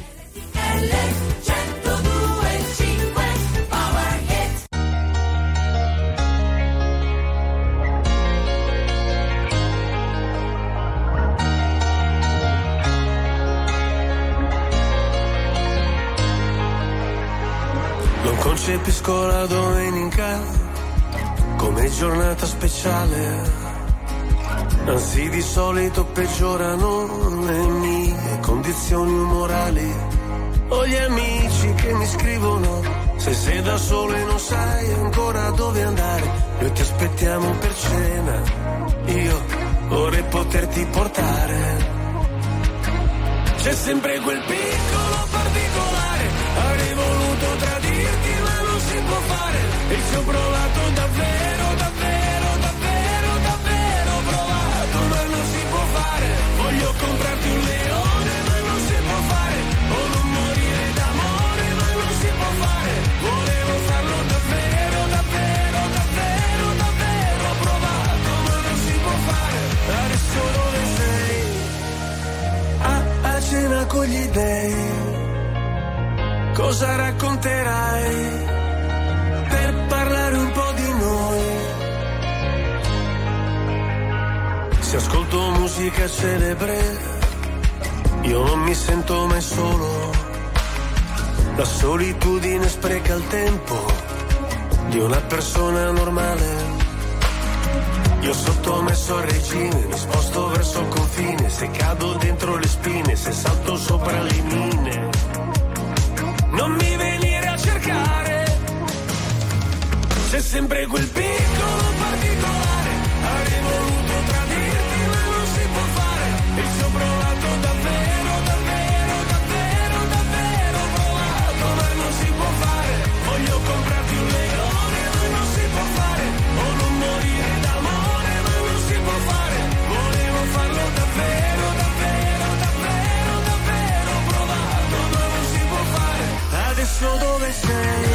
Non concepisco la domenica come giornata speciale, anzi di solito peggiorano le mie condizioni umorali. Ho gli amici che mi scrivono: se sei da solo e non sai ancora dove andare, noi ti aspettiamo per cena, io vorrei poterti portare. C'è sempre quel piccolo particolare, avrei voluto tradirti ma non si può fare, e ci ho provato davvero provato, ma non si può fare. Voglio comprarti un leone ma non si può fare, o non morire d'amore ma non si può fare. Volevo farlo davvero provato, ma non si può fare. Adesso dove sei? A cena con gli dèi, cosa racconterai per parlare un po' di noi? Se ascolto musica celebre, io non mi sento mai solo. La solitudine spreca il tempo di una persona normale. Io sottomesso al regime, mi sposto verso il confine, se cado dentro le spine, se salto sopra le mine. Non mi venire a cercare, c'è sempre quel piccolo particolare, avrei voluto tradirti ma non si può fare, e ci ho provato davvero provato, ma non si può fare. Voglio comprarti un leone ma non si può fare, o non morire d'amore ma non si può fare. Volevo farlo davvero provato, ma non si può fare. Adesso dove sei?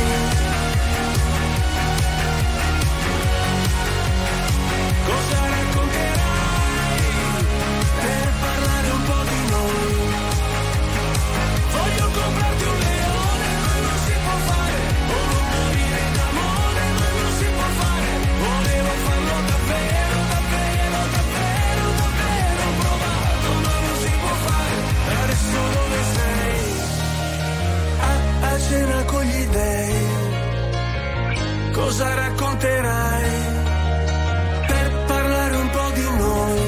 Cosa racconterai per parlare un po' di noi? Voglio comprarti un leone ma non si può fare, o non morire d'amore ma non si può fare. Volevo farlo davvero provato, ma non si può fare. Adesso dove sei? A cena con gli dèi, cosa racconterai per parlare un po' di noi?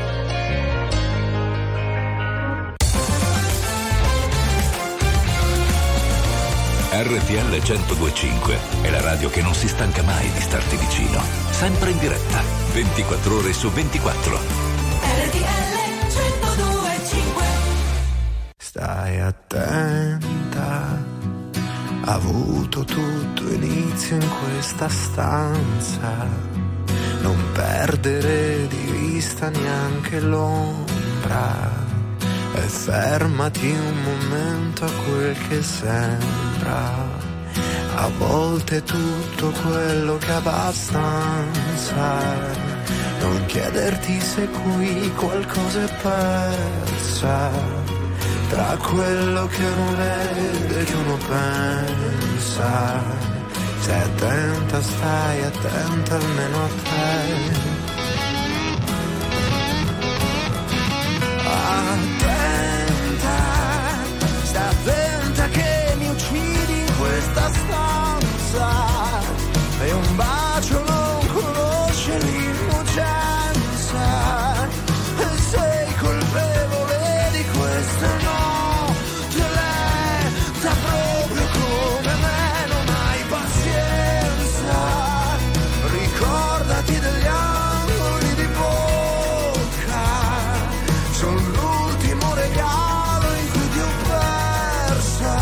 RTL 102.5 è la radio che non si stanca mai di starti vicino, sempre in diretta, 24 ore su 24. RTL 102.5. Stai attenta, ha avuto tutto inizio in questa stanza, non perdere di vista neanche l'ombra, e fermati un momento a quel che sembra, a volte è tutto quello che è abbastanza, non chiederti se qui qualcosa è persa, tra quello che uno vede e che uno pensa. Stai attenta, stai attenta almeno a te. se no ti lenta proprio come me, non hai pazienza. Ricordati degli angoli di bocca, sono l'ultimo regalo in cui ti ho persa.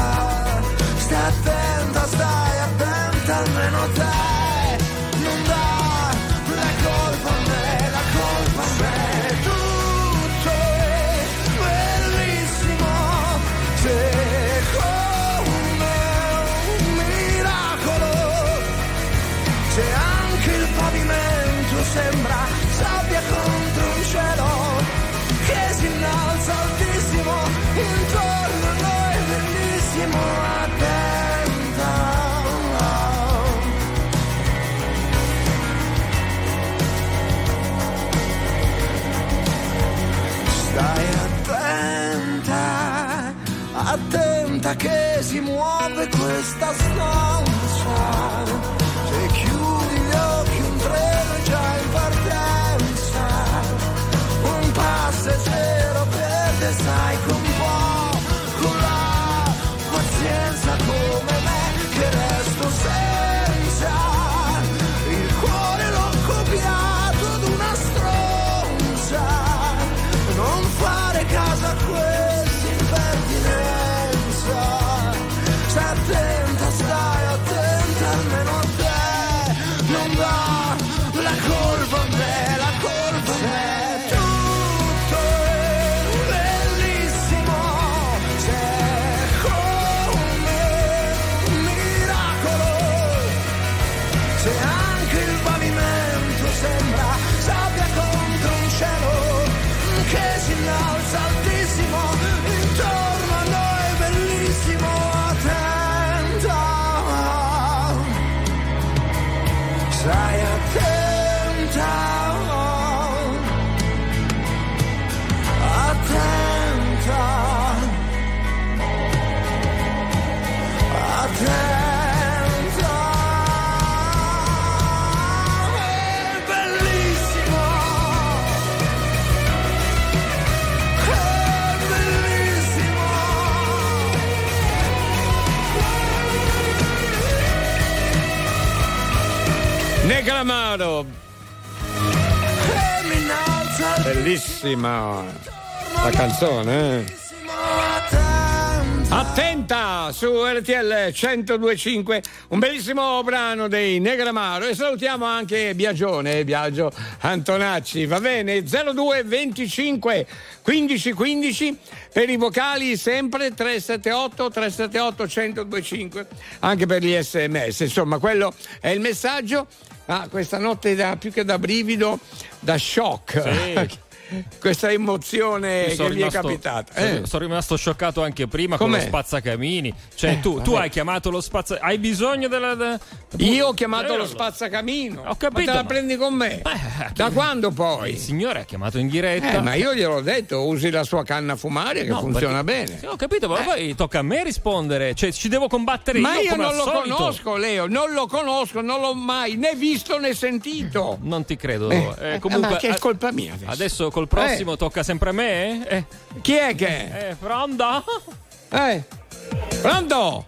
Stai attenta, almeno te. Non dà la colpa a me, la colpa a me. Tutto è bellissimo, se come un miracolo. Se anche il pavimento sembra sabbia contro un cielo che si innalza altissimo, intorno a noi è bellissimo. Attenta. Stai attenta, attenta che si muove questa stanza. Se chiudi gli occhi un treno è già in partenza. Un passeggero per te, sai, con un po', con la pazienza come me che resto senza. Il cuore l'ho copiato ad una stronza. Non fare caso a questa impertinenza. Stai attenta, almeno a te. Non dà la colpa a me, la colpa a me. Tutto è bellissimo, c'è come un miracolo. Se anche il pavimento sembra sabbia contro un cielo che si innalza altissimo, intorno a noi è bellissimo. Attenta, stai attenta, attenta, attenta. È bellissimo, è bellissimo. Negramaro, bellissima la canzone, Attenta su RTL 102.5, un bellissimo brano dei Negramaro. E salutiamo anche Biagione, Biagio Antonacci, va bene? 02 25 15 15 per i vocali, sempre 378 1025, anche per gli SMS. Insomma, quello è il messaggio. Questa notte più che da brivido, da shock. Sì. Questa emozione che mi è capitata. Sono rimasto scioccato anche prima. Com'è? Con lo spazzacamini. Cioè, tu hai chiamato lo spazzacamino. Hai bisogno della. Io ho chiamato lo spazzacamino. Ho capito. Ma te la prendi con me? Da quando poi? Il signore ha chiamato in diretta. Ma io gliel'ho detto, usi la sua canna a fumare che funziona bene. Ho capito, ma poi tocca a me rispondere. Cioè, ci devo combattere ma io. Ma io non lo conosco, Leo. Non lo conosco, non l'ho mai né visto né sentito. Non ti credo. Comunque, ma che è colpa mia adesso col prossimo tocca sempre a me? Chi è che? Pronto? Pronto?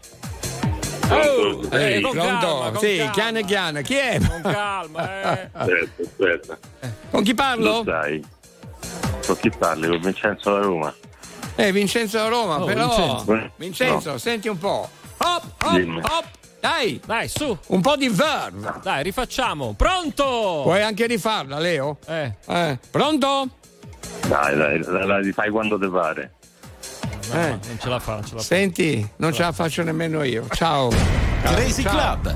Con pronto? Calma, sì, chiana. Chi è? Con calma, Aspetta. Con chi parlo? Lo sai. Con chi parli? Con Vincenzo da Roma. Vincenzo da Roma, però. Vincenzo, no. Senti un po'. Hop. Dai, su. Un po' di verve. Dai, rifacciamo. Pronto? Puoi anche rifarla, Leo? Pronto? Dai, la rifai quando te pare. Non ce la fa. Senti, non ce la faccio nemmeno io. Ciao. Crazy Club.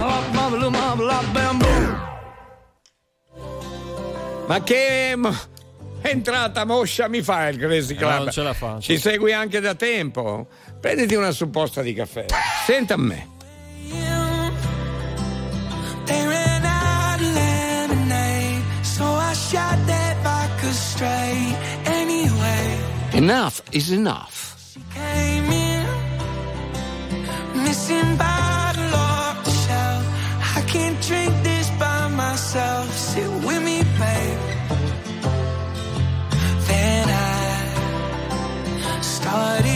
Ma che entrata moscia mi fa il Crazy Club? Non ce la fa. Ci segui anche da tempo. Prenditi una supposta di caffè. Senta a me. They ran out of lemonade, so I shot that vodka straight. Anyway, enough is enough. She came in, missing bottle off the shelf. I can't drink this by myself. Sit with me, babe. Then I started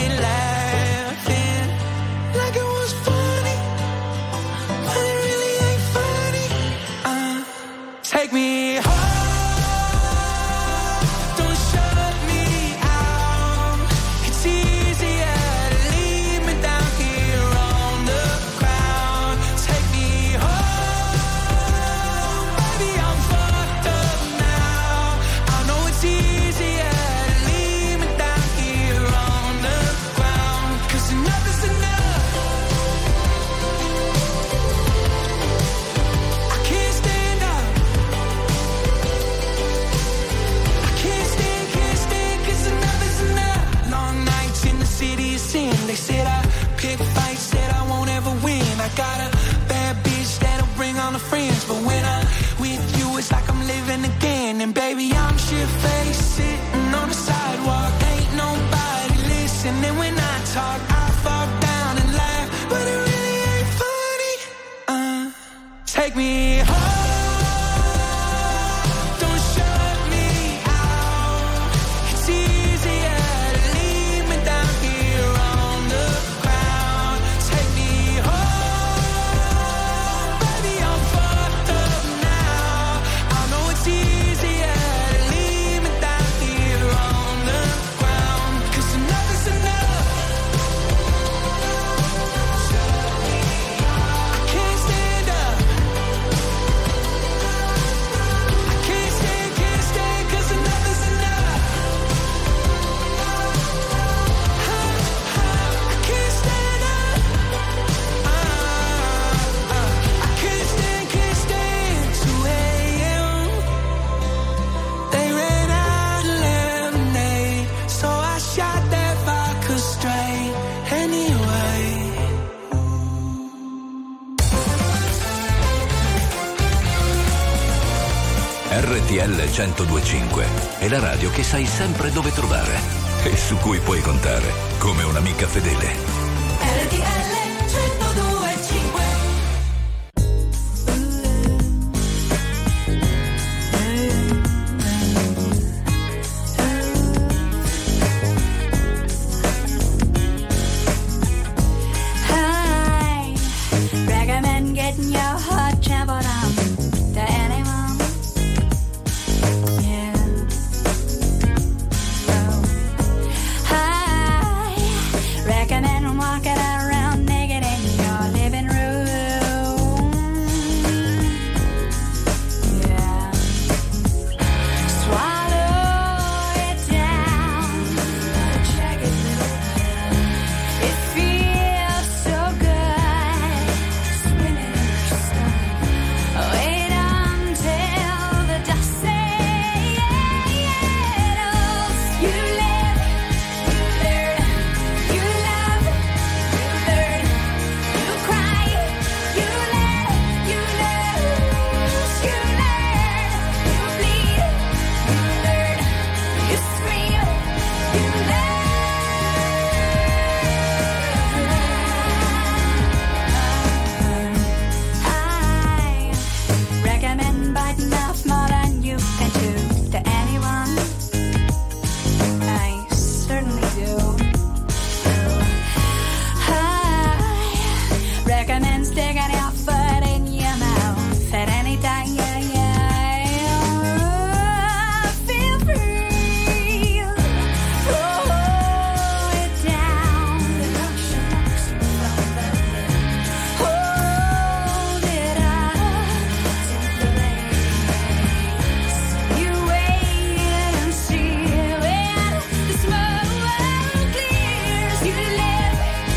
sin. They said I pick fights, said I won't ever win. I got a bad bitch that'll bring on the friends, but when I'm with you, it's like I'm living again. And baby, I'm shit-faced, sitting on the sidewalk. Ain't nobody listening when I talk. I fall down and laugh, but it really ain't funny. Take me home. RTL 102.5 è la radio che sai sempre dove trovare e su cui puoi contare come un'amica fedele. RTL 102.5. Hi, recommend getting your heart trampled on to anyone. Walking around naked in your living room. Yeah. Swallow it down. Check it out. It feels so good. Spinning in your stomach. Wait until the dust settles. You live, you learn, you love. Recommend sticking your foot in your mouth at any time. Feel free. Roll it down. Hold it up. You wait and see when the smoke clears. You live.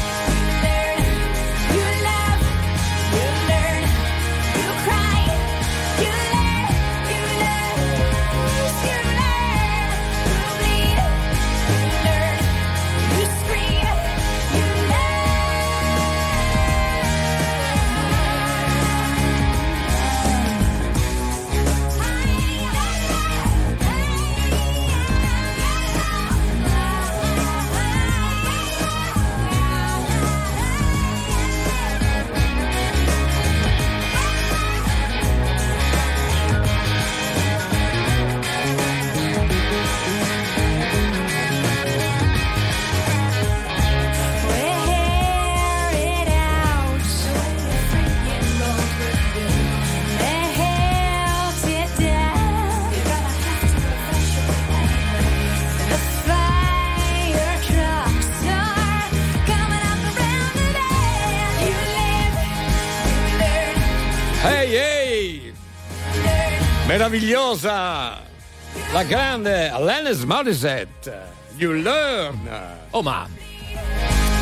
Meravigliosa, la grande Alanis Morissette, You Learn. Oh, ma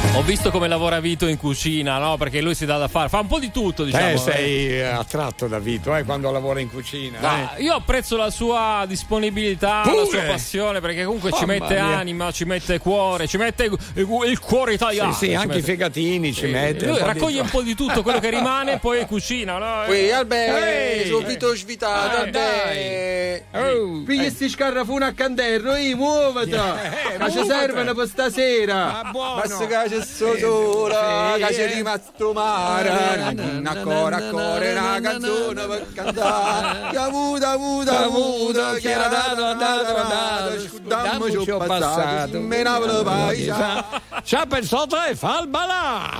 Ho visto come lavora Vito in cucina, no? Perché lui si dà da fare, fa un po' di tutto, diciamo. Sei attratto da Vito, quando lavora in cucina. No, io apprezzo la sua disponibilità, la sua passione, perché comunque ci mette anima, ci mette cuore, ci mette il cuore italiano. Sì, anche i fegatini ci mette. Lui raccoglie un po' di tutto quello che rimane, poi cucina, no? Sono Vito svitato, dai. Pigli sti scarrafuni a canderno, muoviti. Ma ci servono per stasera. Basta che c'è sola, che c'è rimasto mare. Ancora una canzone per cantare. Che muta, che era andato, scudammo ci ho passato. Menavo paisa. C'ha pensato e fa il balà.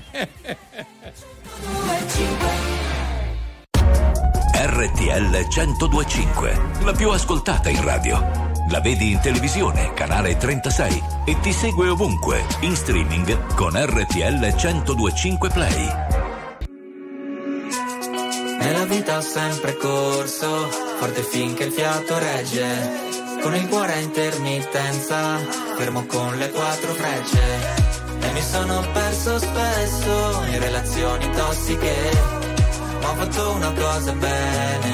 RTL 1025, la più ascoltata in radio. La vedi in televisione, canale 36 e ti segue ovunque, in streaming con RTL 1025 Play. Nella vita ho sempre corso, forte finché il fiato regge. Con il cuore a intermittenza, fermo con le 4 frecce. E mi sono perso spesso in relazioni tossiche. Ma ho fatto una cosa bene,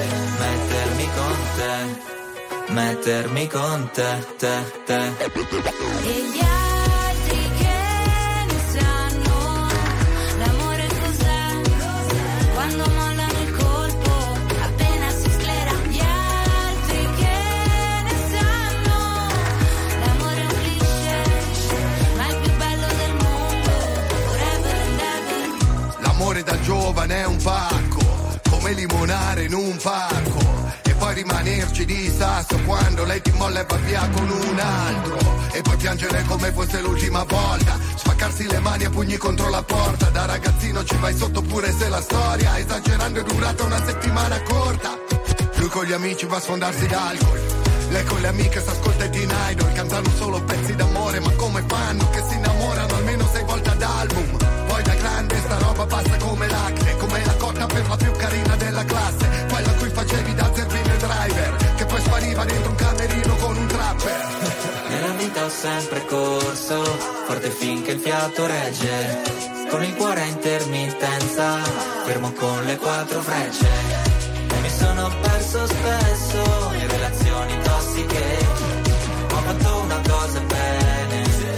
mettermi con te. E gli altri che ne sanno, l'amore cos'è? Quando mollano il colpo, appena si sclera. Gli altri che ne sanno, l'amore è un cliché, ma il più bello del mondo, forever and ever. L'amore da giovane è un pacco, come limonare in un parco. Poi rimanerci di sasso quando lei ti molla e va via con un altro. E poi piangere come fosse l'ultima volta, spaccarsi le mani a pugni contro la porta. Da ragazzino ci vai sotto pure se la storia, esagerando, è durata una settimana corta. Lui con gli amici va a sfondarsi d'alcol, lei con le amiche s'ascolta i Teen Idol. Cantano solo pezzi d'amore, ma come fanno che si innamorano almeno 6 volte ad album. Poi da grande sta roba passa come l'acne, come la cotta per la più carina della classe, quella a cui facevi da zerbino e driver, che poi spariva dentro un camerino con un trapper. Nella vita ho sempre corso, forte finché il fiato regge. Con il cuore a intermittenza, fermo con le 4 frecce. E mi sono perso spesso in relazioni tossiche. Ho fatto una cosa bene,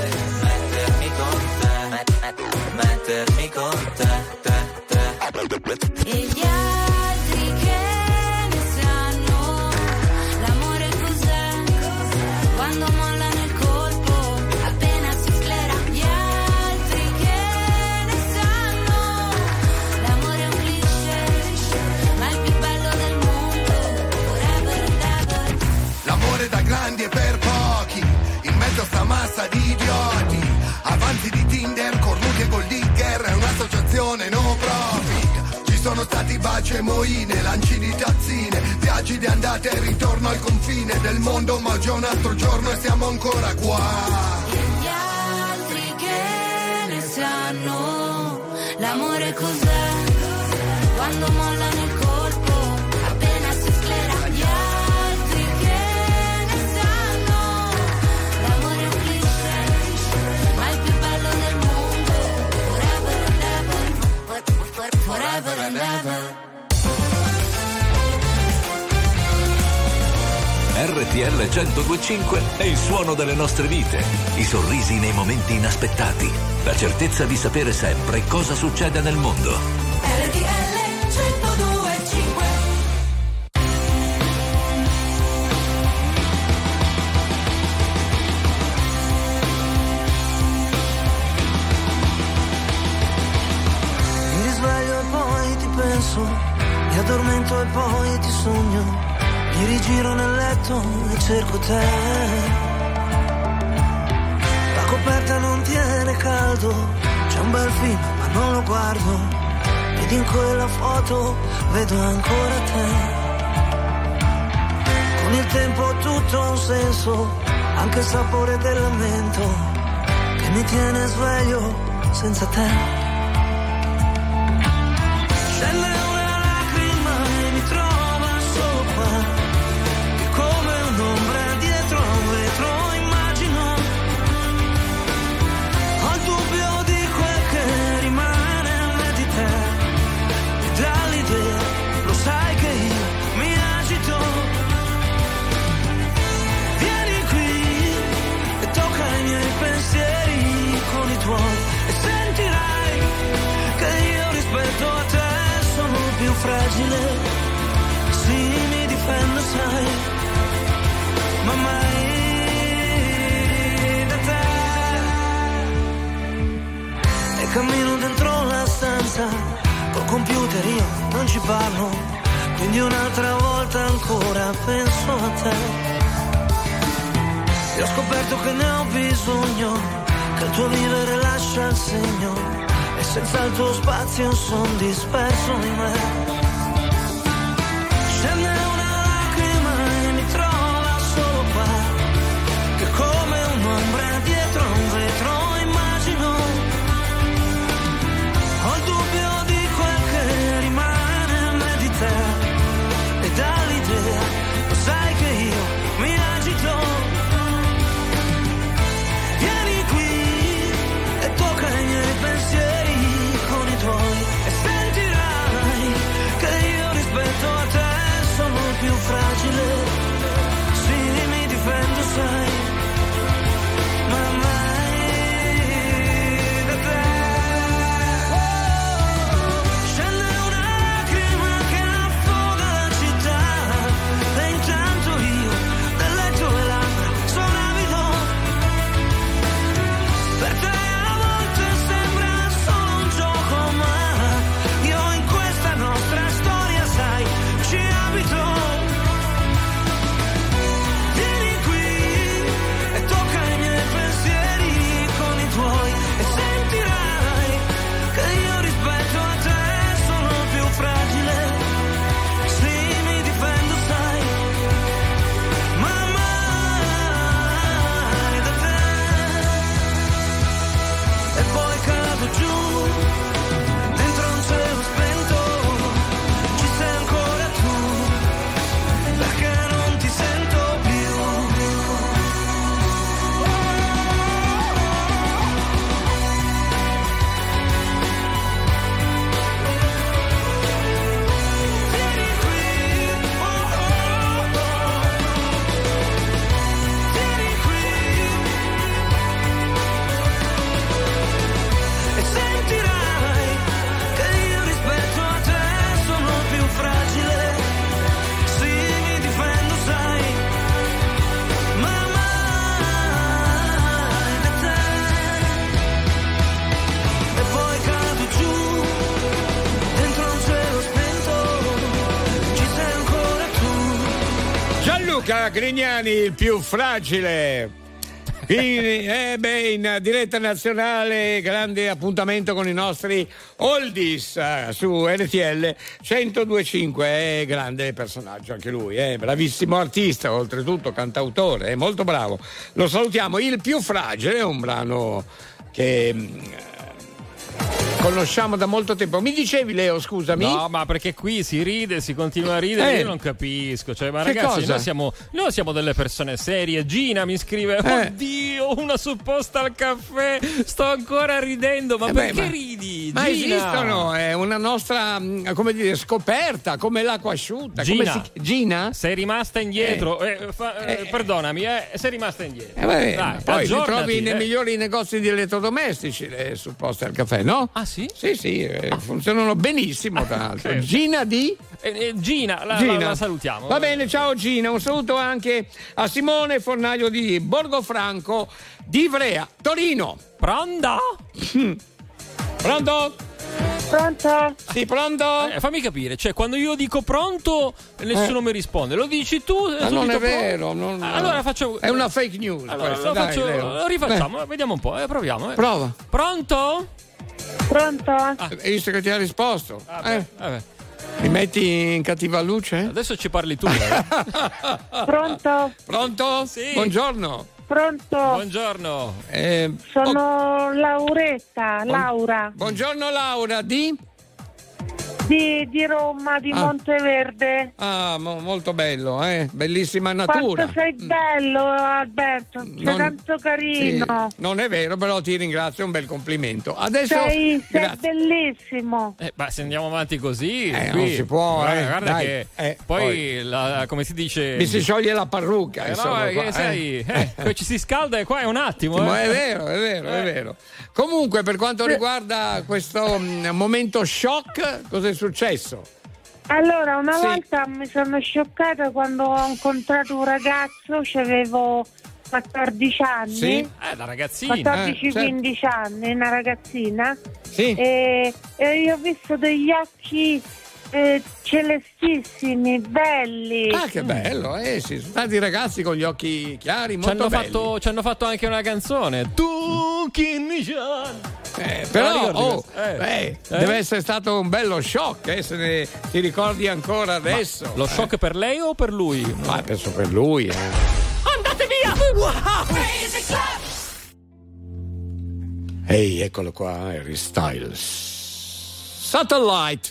mettermi con te. E gli altri che ne sanno, l'amore cos'è? Quando mollano il colpo, appena si sclera. Gli altri che ne sanno, l'amore è un cliché, ma il più bello del mondo, forever and ever. L'amore da grandi e per pochi, in mezzo a sta massa di idioti. Avanti di Tinder, cornuti e gold digger, è un'associazione no profit. Ci sono stati baci e moine, lanci di tazzine, viaggi di andata e ritorno al confine del mondo, ma già un altro giorno e siamo ancora qua. E gli altri che ne sanno, l'amore cos'è? Quando mollano il colpo, appena si sclera. Gli altri che ne sanno, l'amore è un cliché, ma il più bello del mondo, forever and ever, forever and ever. RTL 1025 è il suono delle nostre vite, i sorrisi nei momenti inaspettati, la certezza di sapere sempre cosa succede nel mondo. RTL 1025. Mi risveglio e poi ti penso, mi addormento e poi ti sogno. Mi rigiro nel letto e cerco te. La coperta non tiene caldo, c'è un bel film ma non lo guardo. Ed in quella foto vedo ancora te. Con il tempo tutto ha un senso, anche il sapore del lamento che mi tiene sveglio senza te. Dubbio Cammino dentro la stanza, col computer io non ci parlo, quindi un'altra volta ancora penso a te. E ho scoperto che ne ho bisogno, che il tuo vivere lascia il segno, e senza il tuo spazio son disperso in me. Scende una lacrima e mi trova solo qua, che come un'ombra dietro un vetro immagino. Ho il dubbio di quel che rimane a me di te, e dall'idea lo sai che io mi agito. Vieni qui e tocca i miei pensieri con i tuoi, e sentirai che io rispetto a te sono più fragile. Sì, mi difendo, sai, ma mai da te. Scende una lacrima che affoga la città, e intanto io delle tue labbra sono avido. Per te a volte sembra solo un gioco, ma io in questa nostra storia, sai, ci abito. Vieni qui e tocca i miei pensieri con i tuoi, e sentirai che io rispetto a te sono più fragile. Sì, mi difendo, sai, ma mai da te. E poi cado giù dentro un cielo spento, ci sei ancora tu, perché non ti sento più. Vieni qui, vieni qui, e sentirai che io rispetto a te sono più fragile. Sì, mi difendo, sai, ma mai da te. E poi cado giù dentro un cielo spento, ci sei ancora tu. Gianluca Grignani, il più fragile. In diretta nazionale, grande appuntamento con i nostri oldies su RTL 102.5. Grande personaggio anche lui, bravissimo artista, oltretutto cantautore, è molto bravo. Lo salutiamo. Il più fragile è un brano che conosciamo da molto tempo. Mi dicevi, Leo, scusami? No, ma perché qui si ride, si continua a ridere, io non capisco. Cioè, ma Che ragazzi, cosa? noi siamo delle persone serie. Gina mi scrive: oddio, una supposta al caffè. Sto ancora ridendo, ma perché ridi? Ma Gina? esistono, è una nostra, come dire, scoperta, come l'acqua asciutta. Gina, Gina? sei rimasta indietro. Perdonami, sei rimasta indietro. Dai, poi li aggiornati, trovi nei migliori negozi di elettrodomestici, le supposte al caffè, no? Ah, sì? Sì, funzionano benissimo, tra l'altro. Certo. Gina di? Gina, la salutiamo. Va bene, ciao Gina. Un saluto anche a Simone Fornaglio di Borgofranco di Ivrea, Torino. Pronto? Pronto? Pronto? Sì, pronto? Fammi capire, cioè quando io dico pronto nessuno mi risponde, lo dici tu? Ma non è vero, allora faccio... È una fake news. Allora, questa, lo rifacciamo, vediamo un po', proviamo. Prova. Pronto? Pronto? Hai visto che ti ha risposto? Vabbè. Mi metti in cattiva luce? Adesso ci parli tu. Pronto? Pronto? Sì. Buongiorno. Pronto? Buongiorno. Sono Laura. Buongiorno Laura, di Roma, di Monteverde. Ah, molto bello, bellissima natura. Quanto sei bello, Alberto, sei tanto carino. Sì, non è vero, però ti ringrazio, è un bel complimento. Adesso sei bellissimo. Ma se andiamo avanti così non si può, guarda dai, che poi come si dice, mi si scioglie la parrucca, insomma, no, sai, ci si scalda e qua è un attimo. Ma è vero. Comunque, per quanto riguarda questo momento shock, cosa è successo? Allora, una volta mi sono scioccata quando ho incontrato un ragazzo, avevo 14 anni. Sì? La ragazzina. 14-15 anni, una ragazzina. Sì. E io ho visto degli occhi celestissimi, belli. Ah, che bello, sì, sono stati ragazzi con gli occhi chiari, molto belli. Ci hanno fatto anche una canzone. Tu chi mi però deve essere stato un bello shock, se ne ti ricordi ancora adesso. Lo shock per lei o per lui? Penso per lui. Andate via! Wow! Ehi, eccolo qua, Harry Styles. Satellite.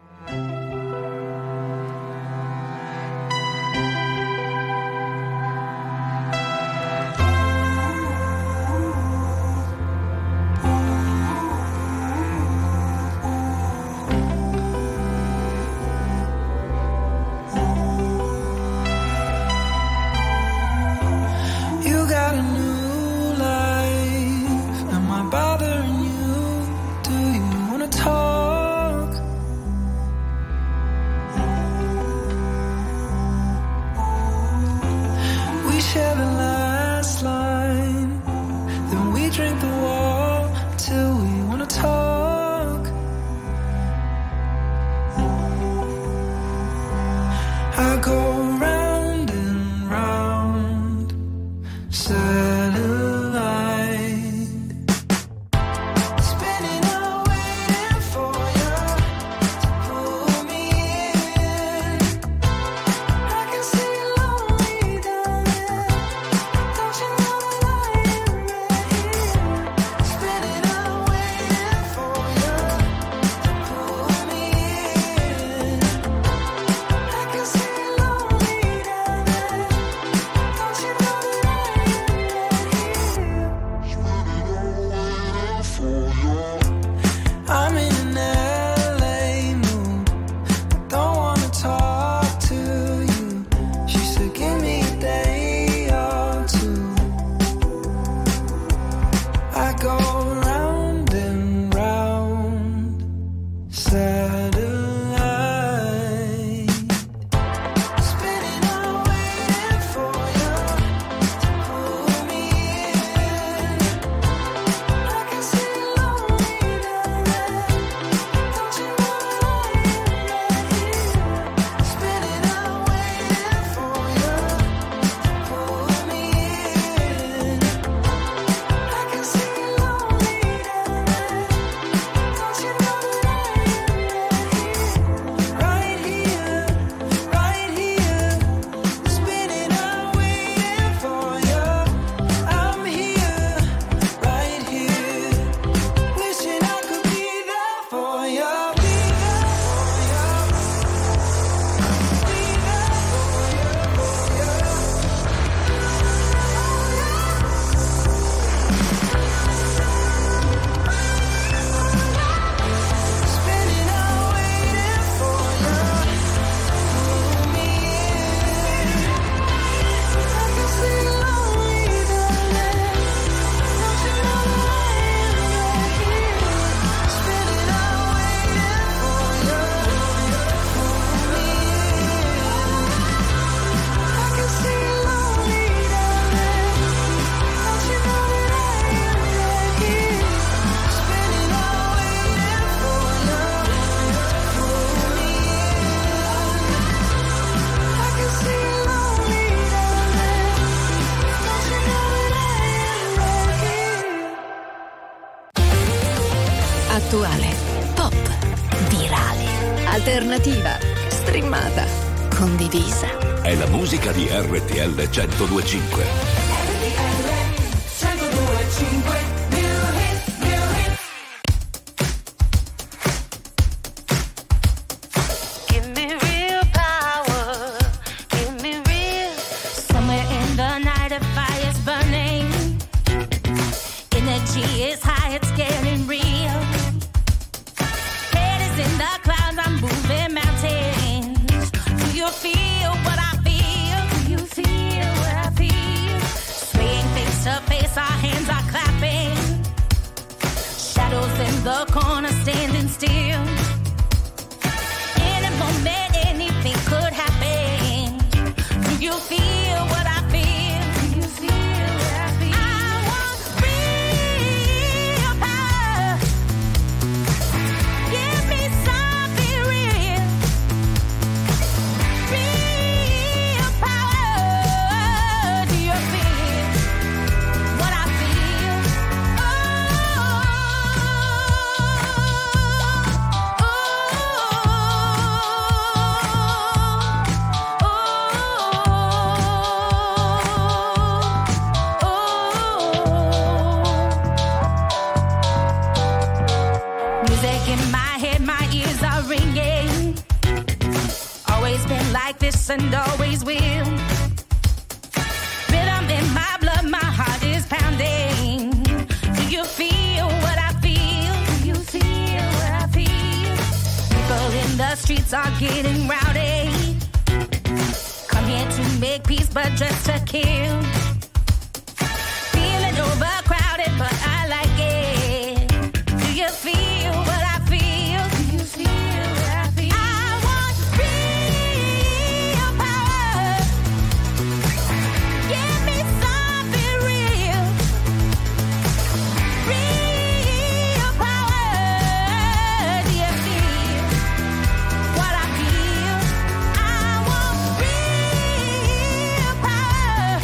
Attuale, pop, virale, alternativa, streamata, condivisa. È la musica di RTL 102.5. RTL 102.5. The corner standing still. Any moment, anything could happen. Do you feel what I feel? Do you feel once and always will. Rhythm in my blood, my heart is pounding. Do you feel what I feel? Do you feel what I feel? People in the streets are getting rowdy. Come here to make peace, but just to kill. Feeling overcrowded, but I like it. Do you feel what I feel? Do you feel what I feel? I want real power. Give me something real. Real power. Do you feel what I feel? I want real power.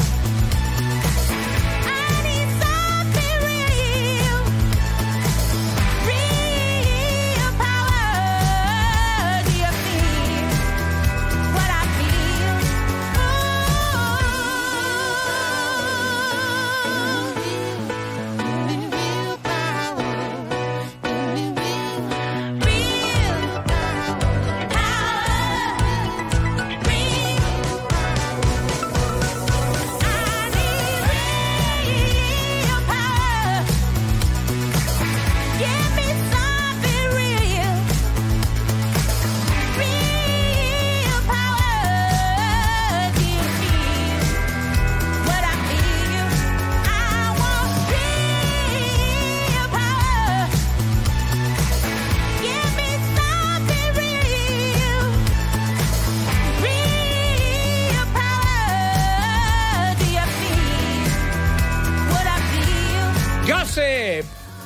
I need something real. Real power. Do you feel what I feel? Real power. Give me something real. Real power. Do you feel what I feel? I want real power. Give me something real. Real power. Do you feel what I feel? Gossip!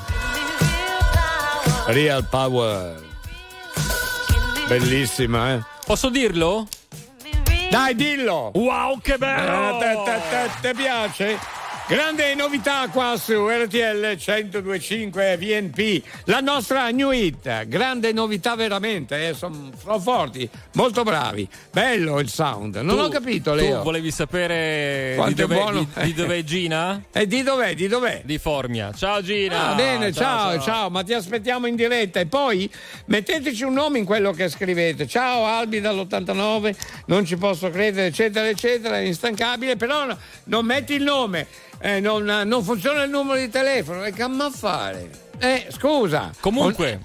Real Power. Bellissima, eh? Posso dirlo? Dai, dillo! Wow, che bello! Te piace? Grande novità qua su RTL 102.5 VNP, la nostra new hit, grande novità veramente, sono forti, molto bravi, bello il sound, non ho capito Leo. Tu volevi sapere quanto è buono? Di dov'è Gina? Di dov'è? Di Formia. Ciao Gina! Bene, ciao, ma ti aspettiamo in diretta e poi metteteci un nome in quello che scrivete. Ciao Albi dall'89, non ci posso credere, eccetera, eccetera, è instancabile, però non metti il nome. Non funziona il numero di telefono, che a fare? Scusa. Comunque,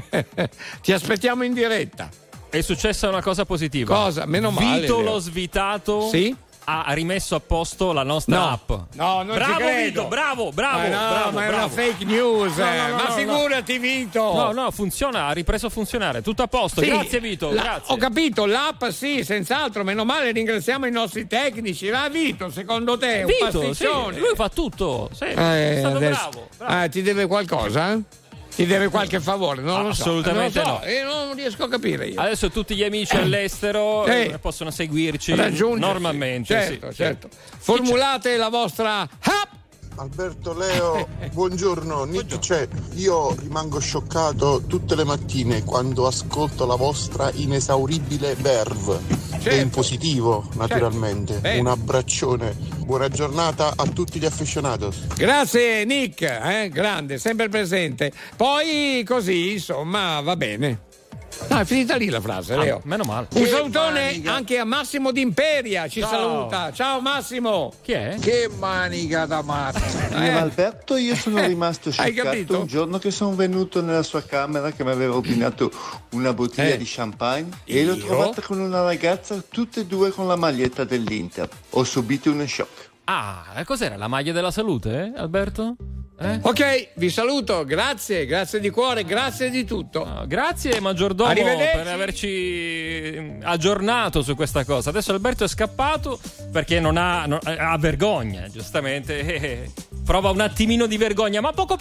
ti aspettiamo in diretta. È successa una cosa positiva. Cosa? Meno male. Vito lo svitato. Sì? Ha rimesso a posto la nostra app. No, non bravo ci credo. Vito, bravo. Ma è una fake news. Ma figurati Vito. No, funziona, ha ripreso a funzionare. Tutto a posto. Sì, grazie Vito, grazie. Ho capito, l'app sì, senz'altro, meno male, ringraziamo i nostri tecnici. Ma Vito, secondo te è un pasticcione? Sì, lui fa tutto. Sì, è stato bravo. Ti deve qualcosa? Ti deve qualche favore? Non lo so. Assolutamente no. Non riesco a capire io. Adesso tutti gli amici all'estero possono seguirci normalmente. Certo. Formulate la vostra Alberto, Leo, buongiorno. Nick c'è. Io rimango scioccato tutte le mattine quando ascolto la vostra inesauribile verve. E in positivo, naturalmente. Un abbraccione. Buona giornata a tutti gli affezionatos. Grazie Nick, grande, sempre presente. Poi così, insomma, va bene. No, è finita lì la frase, Leo. Meno male. Un salutone anche a Massimo d'Imperia, ci saluta. Ciao Massimo. Chi è? Che manica da matto. Alberto, io sono rimasto scioccato un giorno che sono venuto nella sua camera che mi aveva ordinato una bottiglia di champagne e l'ho trovata con una ragazza, tutte e due con la maglietta dell'Inter. Ho subito uno shock. Cos'era? La maglia della salute, Alberto? Ok, vi saluto, grazie di cuore, grazie di tutto. Grazie maggiordomo per averci aggiornato su questa cosa. Adesso Alberto è scappato perché ha vergogna, giustamente. Prova un attimino di vergogna, ma poco.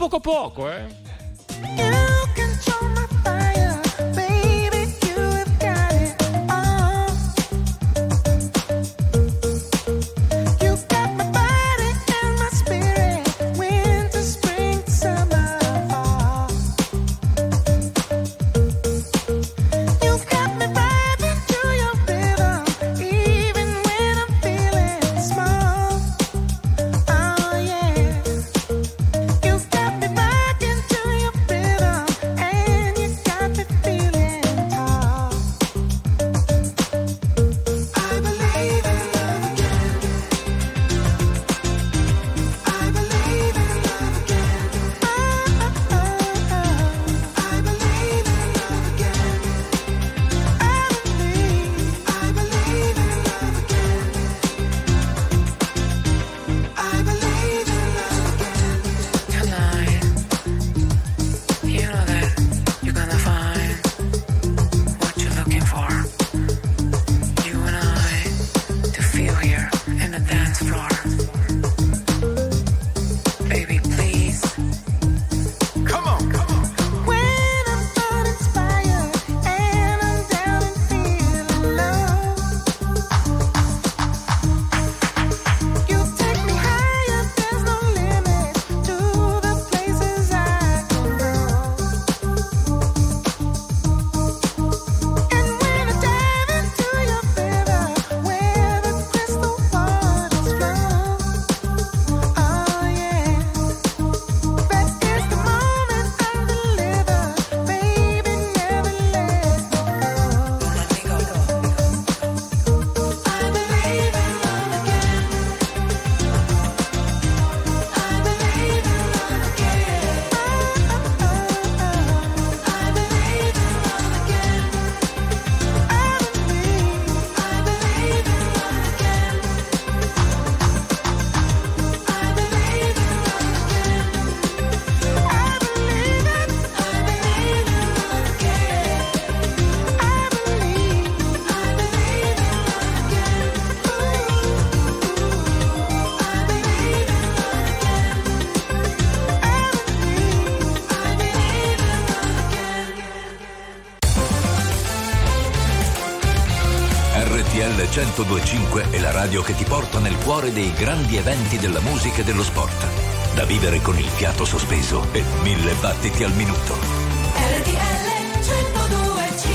102.5 è la radio che ti porta nel cuore dei grandi eventi della musica e dello sport. Da vivere con il fiato sospeso e 1000 battiti al minuto. RTL 102.5.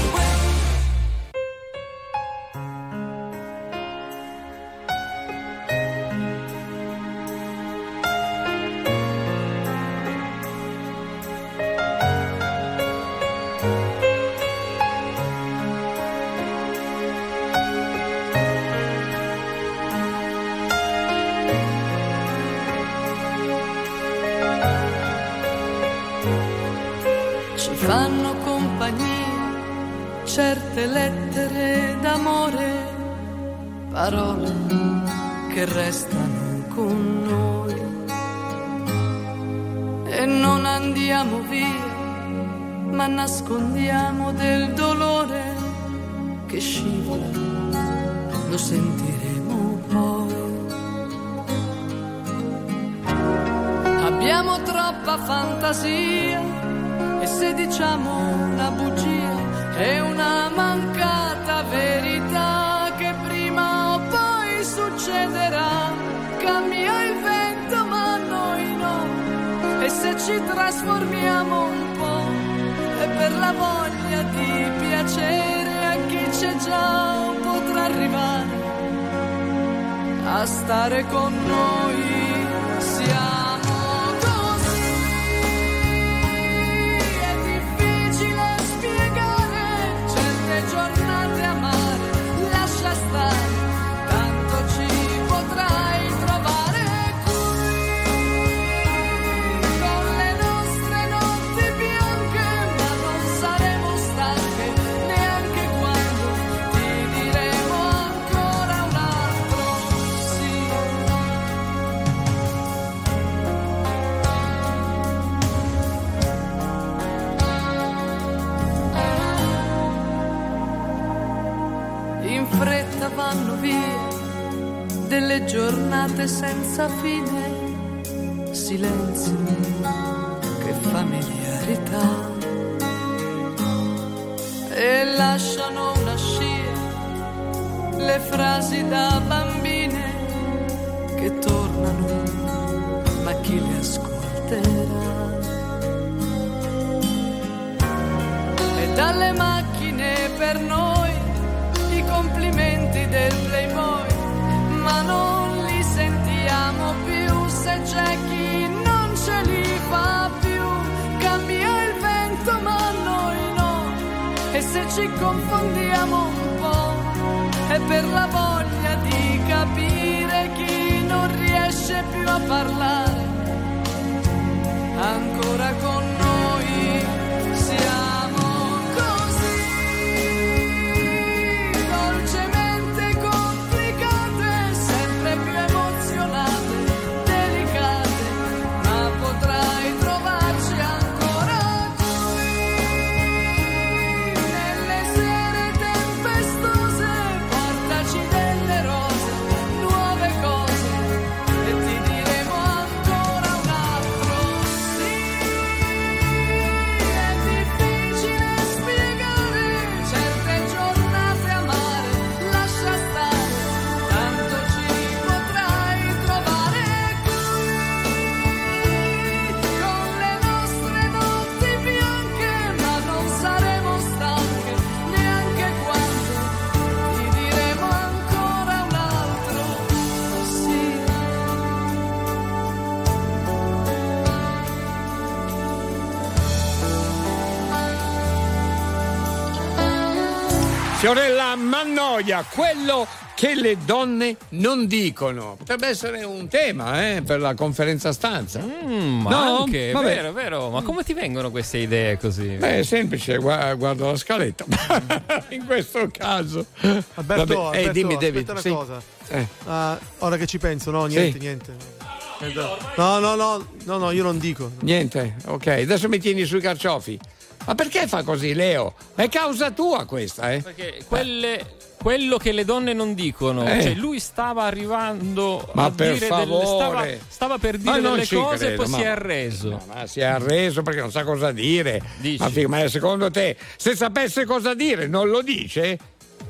Fanno compagnia certe lettere d'amore, parole che restano con noi e non andiamo via, ma nascondiamo del dolore che scivola, lo sentiremo poi. Abbiamo troppa fantasia e se diciamo una bugia è una mancata verità che prima o poi succederà. Cambia il vento ma noi no, e se ci trasformiamo un po' è per la voglia di piacere a chi c'è già, potrà arrivare a stare con noi. Siamo giornate amare, lascia stare, tanto ci potrai trovare qui, con le nostre notti bianche, ma non saremo stanche neanche quando ti diremo ancora un altro sì. In fretta vanno via delle giornate senza fine, silenzio, che familiarità, e lasciano una scia le frasi da bambine che tornano, ma chi le ascolterà? E dalle macchine per noi i complimenti del Playboy, ma non li sentiamo più se c'è chi non ce li fa più. Cambia il vento ma noi no, e se ci confondiamo un po' è per la voglia di capire chi non riesce più a parlare ancora con noi. Siamo Fiorella Mannoia, quello che le donne non dicono. Potrebbe essere un tema per la conferenza stampa. Ma no? Anche, vabbè. Vero. Ma come ti vengono queste idee così? È semplice, guardo la scaletta. In questo caso. Alberto, dimmi David. Aspetta una cosa. Ora che ci penso, no, niente. No, io non dico. Niente, ok. Adesso mi tieni sui carciofi. Ma perché fa così, Leo? È causa tua questa, Perché quello che le donne non dicono, cioè lui stava arrivando ma a per dire favore. stava per dire delle cose e poi si è arreso. Ma si è arreso perché non sa cosa dire. Dici? Ma secondo te, se sapesse cosa dire, non lo dice?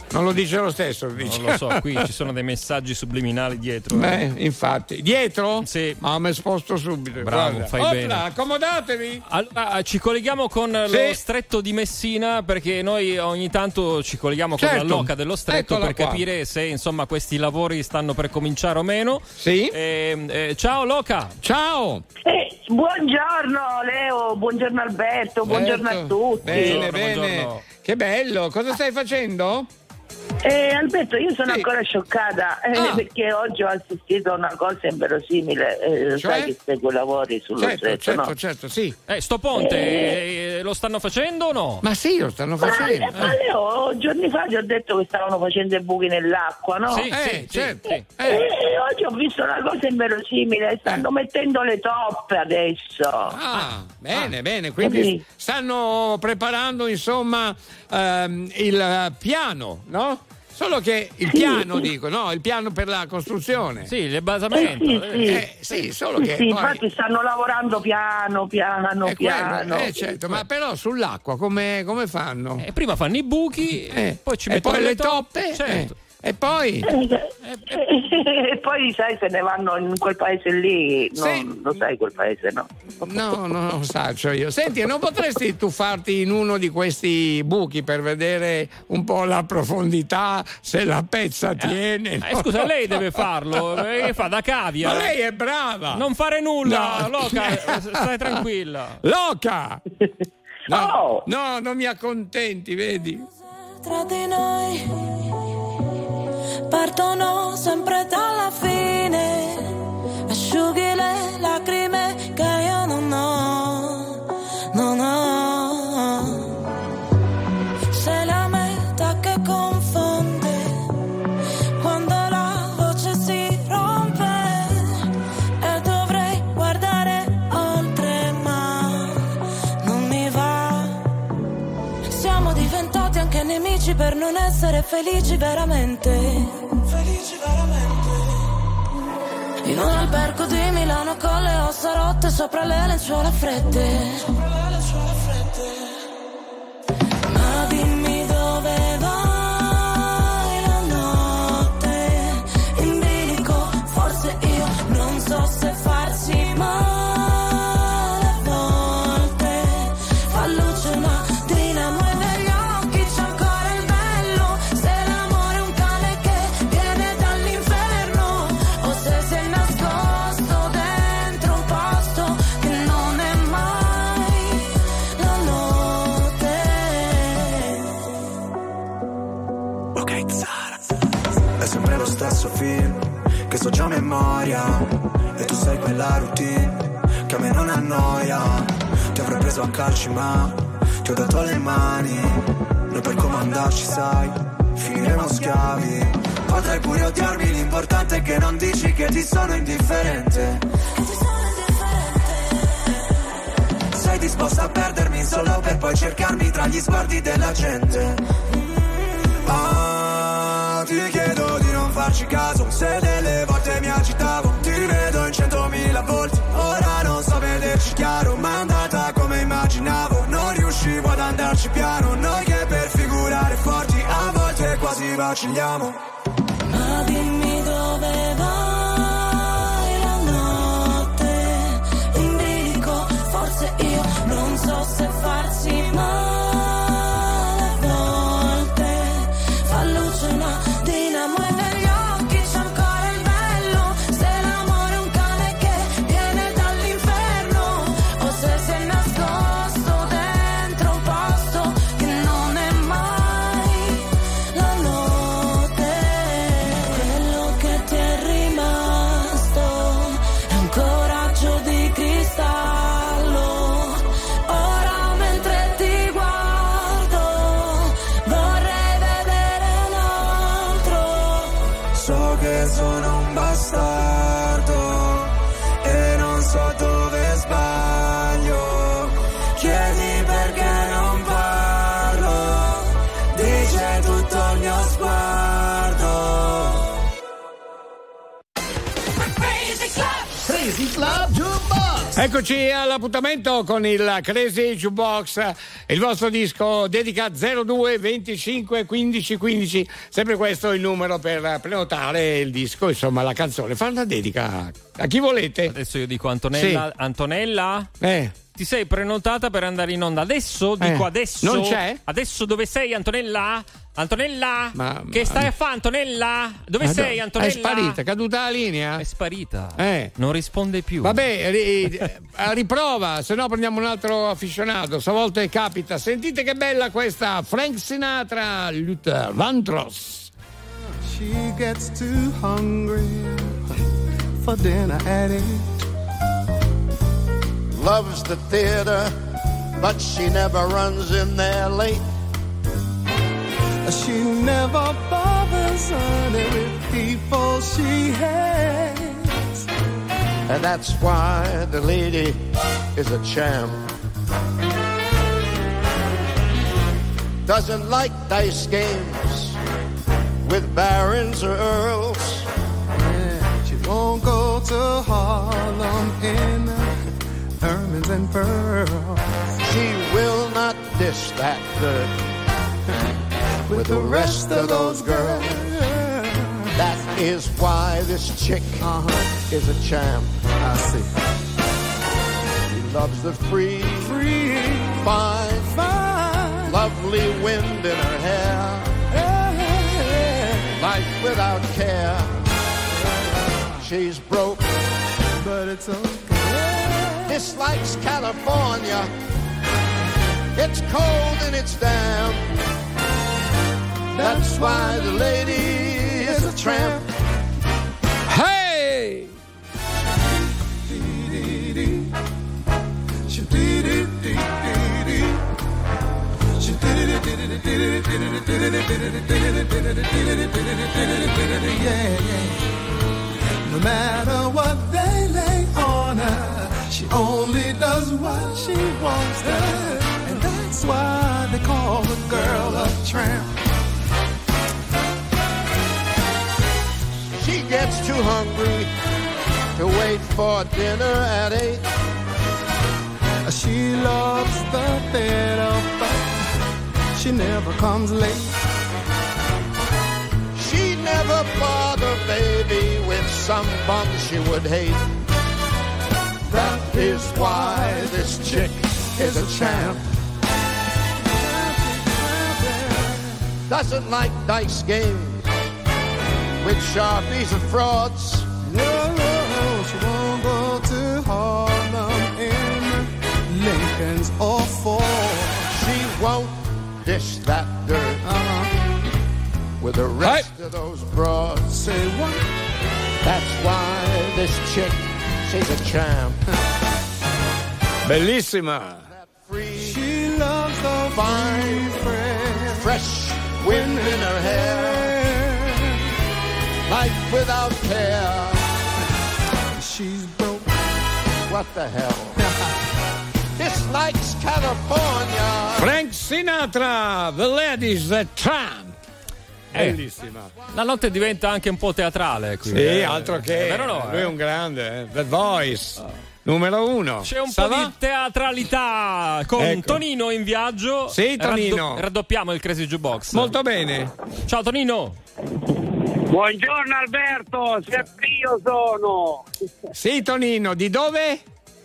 Non lo dice lo stesso, lo dice. Non lo so, qui ci sono dei messaggi subliminali dietro. Beh, infatti. Dietro? Sì. Ma mi sposto subito. Bravo, guarda. fai bene. Accomodatevi. Allora, ci colleghiamo con lo stretto di Messina, perché noi ogni tanto ci colleghiamo con la loca dello stretto. Eccola per capire se insomma questi lavori stanno per cominciare o meno. Sì. Ciao Loca. Ciao. Buongiorno Leo, buongiorno Alberto, buongiorno a tutti. Bene, buongiorno. Che bello, cosa stai facendo? Alberto, io sono ancora scioccata perché oggi ho assistito a una cosa inverosimile. Sai che seguo lavori sullo stretto, no? Certo, sì. Sto ponte lo stanno facendo o no? Ma sì, lo stanno facendo. Ma Leo, giorni fa ti ho detto che stavano facendo i buchi nell'acqua, no? Sì, certo. E oggi ho visto una cosa inverosimile, stanno mettendo le toppe adesso. Bene, quindi stanno preparando insomma il piano, no? Solo che il piano, dico, no? Il piano per la costruzione. Sì, il basamento. Solo che. Sì, infatti stanno lavorando piano. Certo, ma però sull'acqua come fanno? Prima fanno i buchi, poi ci mettono le toppe. Certo. E poi? E poi sai, se ne vanno in quel paese lì, lo sai quel paese, no? No, non lo saccio io. Senti, non potresti tuffarti in uno di questi buchi per vedere un po' la profondità, se la pezza tiene? Scusa, lei deve farlo, fa da cavia. Ma lei è brava. Non fare nulla, Loca, stai tranquilla. Loca! No, non mi accontenti, vedi? Tra di noi partono sempre dalla fine, asciughi le lacrime che io non ho. Sei la meta che confonde quando la voce si rompe e dovrei guardare oltre ma non mi va. Siamo diventati anche nemici per non essere felici veramente. In un albergo di Milano con le ossa rotte sopra le lenzuola fredde. Ma dimmi dove vai la notte in bilico, forse io non so se farsi male a volte. Fa luce una dinamo e negli occhi c'è ancora il bello. Se l'amore è un cane che viene dall'inferno o se si è nascosto dentro un posto che non è mai la notte. Ok, Zara. È sempre lo stesso film che so già a memoria e tu sei quella routine che a me non annoia. Ti avrei preso a calci ma ti ho dato le mani. Noi per comandarci sai finiremo schiavi. Potrai pure odiarmi, l'importante è che non dici che ti sono indifferente. Sei disposta a perdermi solo per poi cercarmi tra gli sguardi della gente. Ti chiedo di non farci caso, se delle volte mi agitavo. Ti rivedo in 100.000 volte, ora non so vederci chiaro. Ma è andata come immaginavo, non riuscivo ad andarci piano. Noi che per figurare forti a volte quasi vacilliamo. Ma dimmi dove vai la notte in bilico, forse io non so se farsi male a volte. Fa luce una dinamo e negli occhi c'è ancora il bello. Se l'amore è un cane che viene dall'inferno o se si è nascosto dentro un posto che non è mai la notte. Quello che ti è rimasto è un coraggio di cristallo. Ora mentre ti guardo vorrei vedere un altro. So che sono un bastardo e non so dove sbaglio. Chiedi perché non parlo, dice tutto il mio sguardo. Crazy Club Jukebox. Eccoci all'appuntamento con il Crazy Jukebox, il vostro disco dedica 02 25 15 15, sempre questo è il numero per prenotare il disco, insomma la canzone. Fare una dedica a chi volete. Adesso io dico Antonella. Sì. Antonella? Ti sei prenotata per andare in onda adesso? Dico adesso. Non c'è? Adesso dove sei, Antonella? Antonella? Che stai a fare, Antonella? Dove sei, Antonella? È sparita, è caduta la linea? È sparita. Non risponde più. Vabbè, riprova, se no prendiamo un altro afficionato. Stavolta capita. Sentite che bella questa Frank Sinatra, Luther Vandross. She gets too hungry for dinner at 8. Loves the theater, but she never runs in there late. She never bothers honey with people she hates. And that's why the lady is a champ. Doesn't like dice games with barons or earls. Yeah, she won't go to Harlem in ermines and pearls. She will not dish that dirt with the rest of those girls. That is why this chick is a champ. I see. She loves the free, fine, lovely wind in her hair. Life without care. She's broke, but it's okay. Dislikes California. It's cold and it's damp. That's why the lady is a tramp. Hey! No matter what they lay on her, she only does what she wants to. And that's why they call the girl a tramp. She gets too hungry to wait for dinner at 8. She loves the theater, but she never comes late. She never bother baby with some bum she would hate. That is why this chick is a champ. Doesn't like dice games with sharpies and frauds. No, she won't go to Harlem in Lincoln's or Ford. She won't dish that dirt with the rest of those broads. Say what? That's why this chick, she's a champ. Bellissima. She loves the fine, fresh wind in her hair. Life without care. She's broke. What the hell? Dislikes California. Frank Sinatra, The Ladies, The Tramp. Bellissima. La notte diventa anche un po' teatrale qui. Sì, altro che. Vero no? Lui è un grande, The Voice. Numero 1. C'è un po' di teatralità con Tonino in viaggio. Sì, Tonino. Raddoppiamo il Crazy Jukebox. Molto bene. Ciao Tonino. Buongiorno Alberto, sempre io sono. Sì, Tonino, di dove?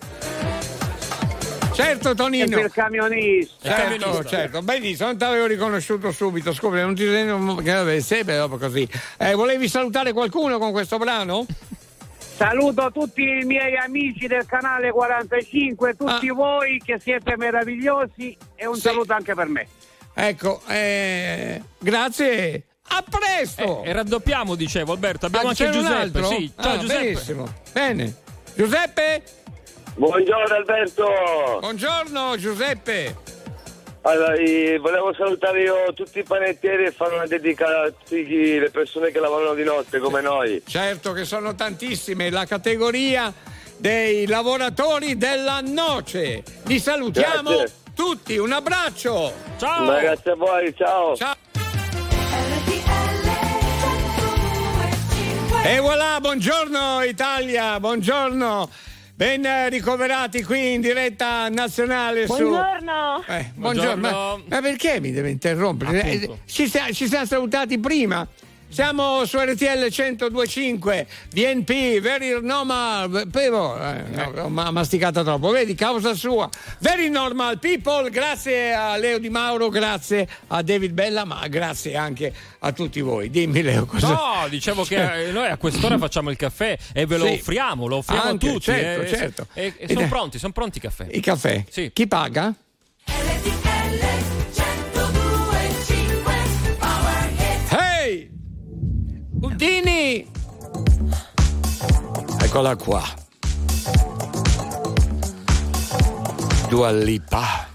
Certo, Tonino. Il camionista. Certo. Benissimo, non ti avevo riconosciuto subito. Scusa, non ti sento che deve essere dopo così. Volevi salutare qualcuno con questo brano? Saluto tutti i miei amici del canale 45, tutti voi che siete meravigliosi e un saluto anche per me. Ecco, grazie. A presto! E raddoppiamo, dicevo, Alberto. Abbiamo anche Giuseppe. Sì. Ciao Giuseppe. Benissimo. Bene. Giuseppe? Buongiorno Alberto. Buongiorno Giuseppe. Allora, volevo salutare io tutti i panettieri e fare una dedica a tutte le persone che lavorano di notte come noi. Certo che sono tantissime, la categoria dei lavoratori della noce. Li salutiamo tutti, un abbraccio. Ciao. Grazie a voi, ciao. Ciao. E voilà, buongiorno Italia, buongiorno. Ben ricoverati qui in diretta nazionale. Buongiorno. Buongiorno. Ma perché mi deve interrompere? Ci siamo salutati prima. Siamo su RTL 102.5 DNP, Very Normal, ma masticata troppo, vedi, causa sua. Very Normal People, grazie a Leo Di Mauro, grazie a David Bella, ma grazie anche a tutti voi. Dimmi Leo cosa. No, dicevo che noi a quest'ora facciamo il caffè e ve lo offriamo anche, a tutti. Certo. E sono pronti i caffè. I caffè? Sì. Chi paga? Hey! Udini! Eccola qua. Dua Lipa.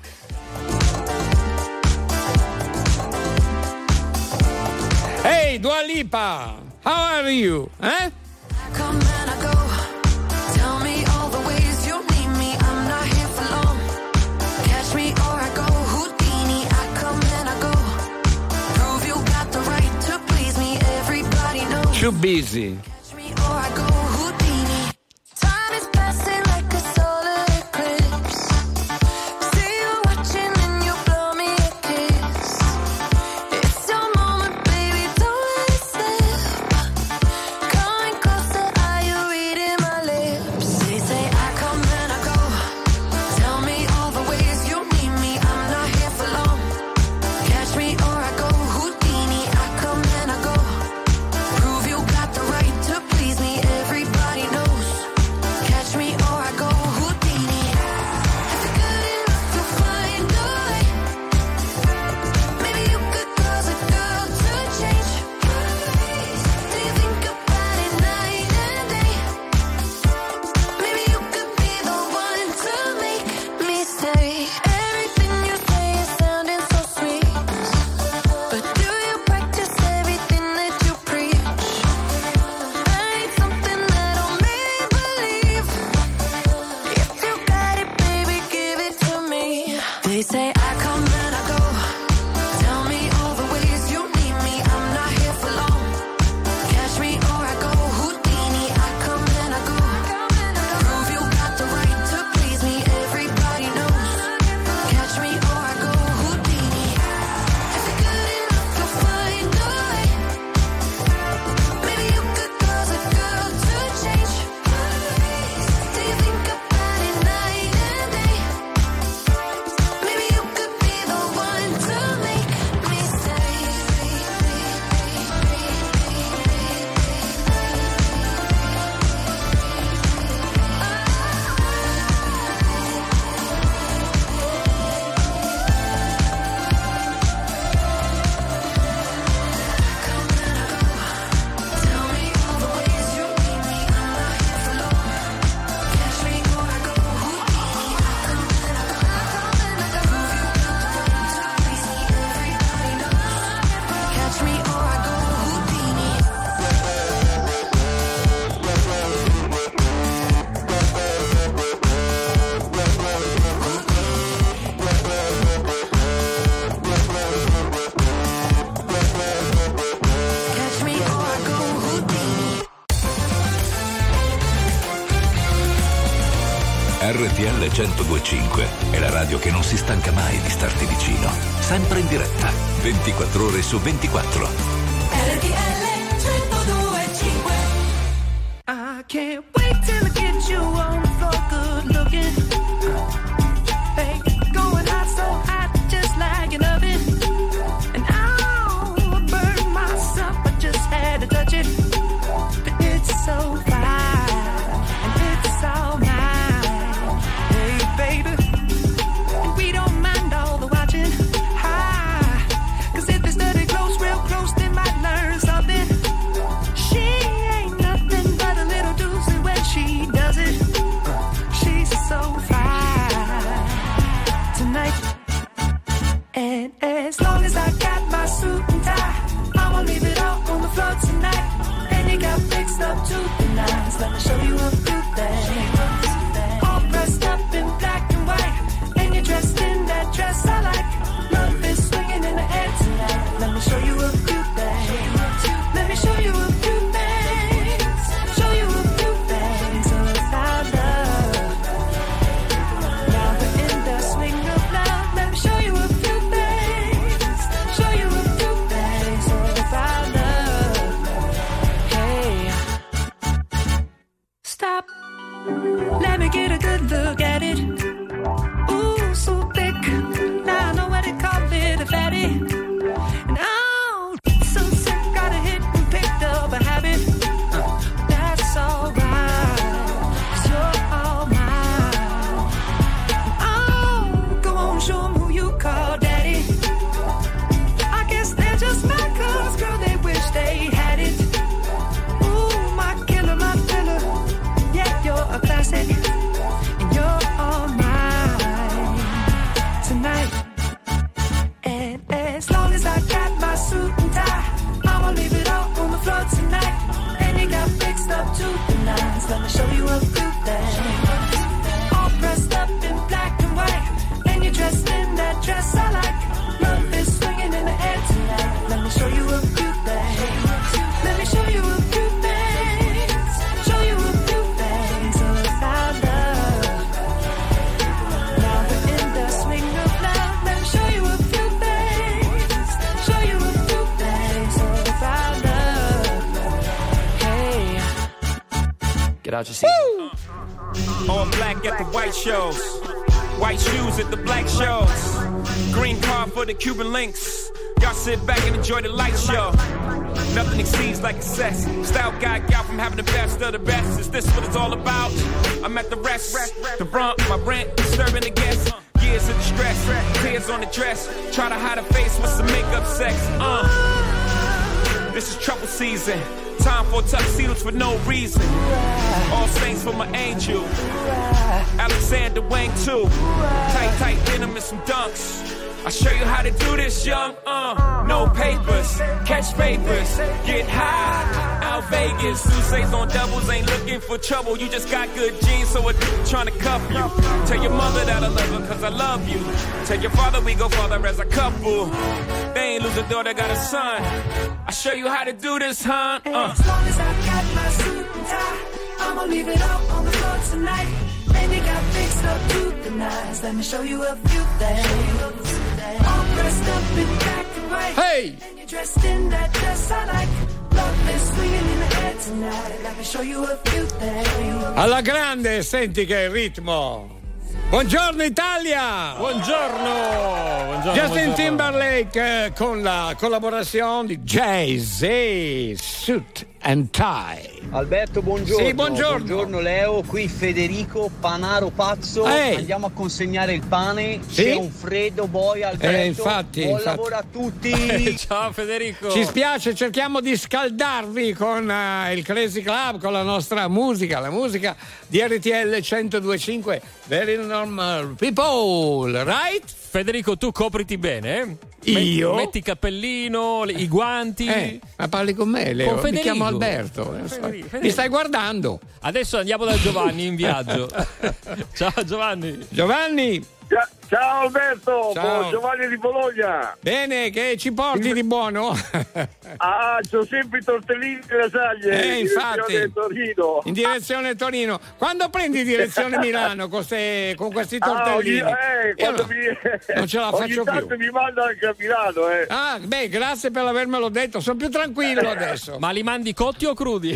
Hey, Dua Lipa! How are you? Eh? Too busy. RTL 102.5 è la radio che non si stanca mai di starti vicino. Sempre in diretta, 24 ore su 24. RTL 102.5. I can't wait till I get you on the floor, good looking. Hey, going hot, so hot, just like an oven. And I'll burn myself, I just had to touch it. But it's so fine, and it's all mine. Hey, baby, and we don't mind all the watching. Cause if they study close, real close, they might learn something. She ain't nothing but a little doozy when she does it. She's so fine tonight. And as long as I got my suit and tie, I'ma leave it all on the floor tonight. And you got fixed up to the nines. Let me show you a few things. All dressed up in black and white, and you're dressed in that dress I like. Love is swinging in the air tonight. Let me show you a few things. Let me show you a few things. Show you a few things about love. show you a few things. All dressed up in black and white, and you're dressed in that dress I like. Love is swinging in the air tonight. Let me show you a few things. Let me show you a few things. Show you a few things about love. Now we're in the swing of love. Let me show you a few things. Show you a few things about love. Hey. Get out your seat. All black at the white shows. White shoes at the black shows. Green card for the Cuban links. Y'all sit back and enjoy the light show. Nothing exceeds like excess. Style guy gal from having the best of the best. Is this what it's all about? I'm at the rest. The brunt, my rent, disturbing the guests. Years of distress, tears on the dress. Try to hide a face with some makeup sex. This is trouble season. Time for tuxedos for no reason. All saints for my angel. Alexander Wang too. Tight denim and some dunks. I'll show you how to do this, young. No papers, catch papers, get high. Out Vegas, Sousa's on doubles, ain't looking for trouble. You just got good genes, so I'm trying to cuff you. Tell your mother that I love her, cause I love you. Tell your father we go farther as a couple. They ain't lose a daughter, got a son. I'll show you how to do this, huh? As long as I got my suit and tie, I'ma leave it all on the floor tonight. And you got fixed up to the nines. Let me show you a few things. All dressed up in black and white. Hey! And you're dressed in that dress I like. Love is swinging in the air tonight. Let me show you a few things. Alla grande, senti che ritmo. Buongiorno Italia! Buongiorno! Justin Timberlake con la collaborazione di Jay-Z, Suit and Tie. Alberto, buongiorno. Sì, buongiorno. Buongiorno Leo, qui Federico, panaro pazzo. Andiamo a consegnare il pane. Sì? C'è un freddo, boia, Alberto. Infatti. Buon lavoro a tutti. Ciao Federico. Ci spiace, cerchiamo di scaldarvi con il Crazy Club, con la nostra musica, la musica di RTL 102.5. Very normal people, right? Federico, tu copriti bene, Io? Metti cappellino, i guanti. Ma parli con me, Leo? Con Federico. Mi chiamo Alberto. Federico. Mi stai guardando? Adesso andiamo da Giovanni in viaggio. Ciao Giovanni. Giovanni. Ciao Alberto, Ciao. Giovanni di Bologna. Bene, che ci porti di buono? C'ho sempre i tortellini e lasagne in direzione Torino. In direzione Torino. Quando prendi direzione Milano con questi tortellini? Non ce la faccio più. Ogni tanto mi manda anche a Milano. Grazie per avermelo detto, sono più tranquillo adesso. Ma li mandi cotti o crudi?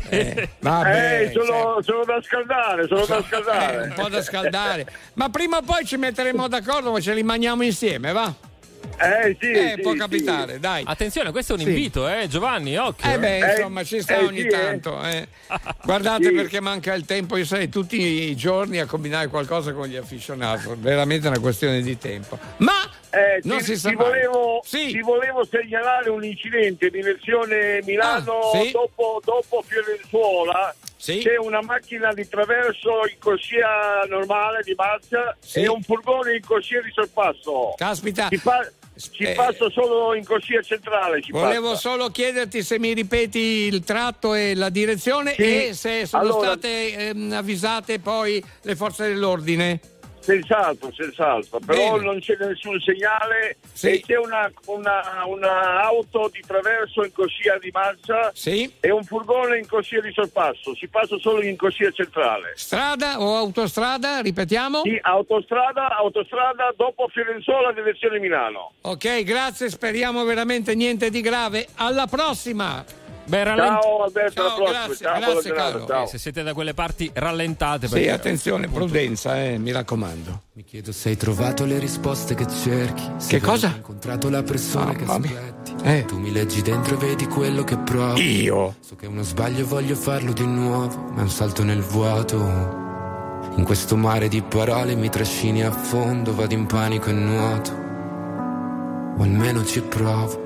Sono da scaldare, un po' da scaldare. Ma prima o poi ci metteremo d'accordo, ma ce li mangiamo insieme, va? Può capitare, dai. Attenzione, questo è un invito, Giovanni, occhio. Insomma, ci sta ogni tanto. Guardate perché manca il tempo, io sarei tutti i giorni a combinare qualcosa con gli aficionati, veramente è una questione di tempo. Ma non si sa mai. Ti volevo segnalare un incidente in direzione Milano dopo Fiorenzuola. C'è una macchina di traverso in corsia normale di marcia e un furgone in corsia di sorpasso. Caspita. Ci passo solo in corsia centrale. Volevo solo chiederti se mi ripeti il tratto e la direzione e se sono state avvisate poi le forze dell'ordine. Senz'altro, però non c'è nessun segnale e c'è una auto di traverso in corsia di marcia e un furgone in corsia di sorpasso. Si passa solo in corsia centrale. Strada o autostrada? Ripetiamo? Sì, autostrada dopo Fiorenzuola, direzione Milano. Ok, grazie, speriamo veramente niente di grave. Alla prossima! Ciao Alberto, alla prossima. Grazie caro. Ciao. Se siete da quelle parti rallentate. Sì, attenzione, prudenza, mi raccomando. Mi chiedo se hai trovato le risposte che cerchi. Che cosa? Hai incontrato la persona che aspetti. Tu mi leggi dentro e vedi quello che provo. Io? So che è uno sbaglio e voglio farlo di nuovo, ma è un salto nel vuoto. In questo mare di parole mi trascini a fondo, vado in panico e nuoto. O almeno ci provo.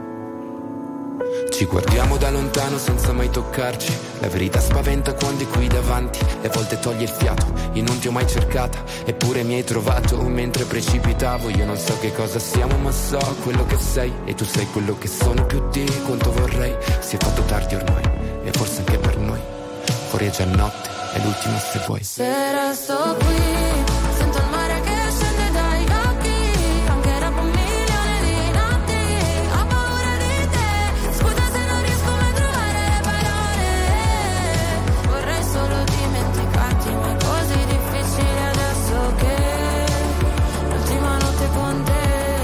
Ci guardiamo da lontano senza mai toccarci. La verità spaventa quando è qui davanti. E a volte toglie il fiato. Io non ti ho mai cercata, eppure mi hai trovato mentre precipitavo. Io non so che cosa siamo, ma so quello che sei. E tu sei quello che sono più di quanto vorrei. Si è fatto tardi ormai, e forse anche per noi. Fuori è già notte è l'ultima se vuoi. Se resto qui, sento il mare che scende dai occhi, anche dopo un milione di notti, ho paura di te, scusa se non riesco mai a trovare le parole, vorrei solo dimenticarti, ma è così difficile adesso che l'ultima notte con te.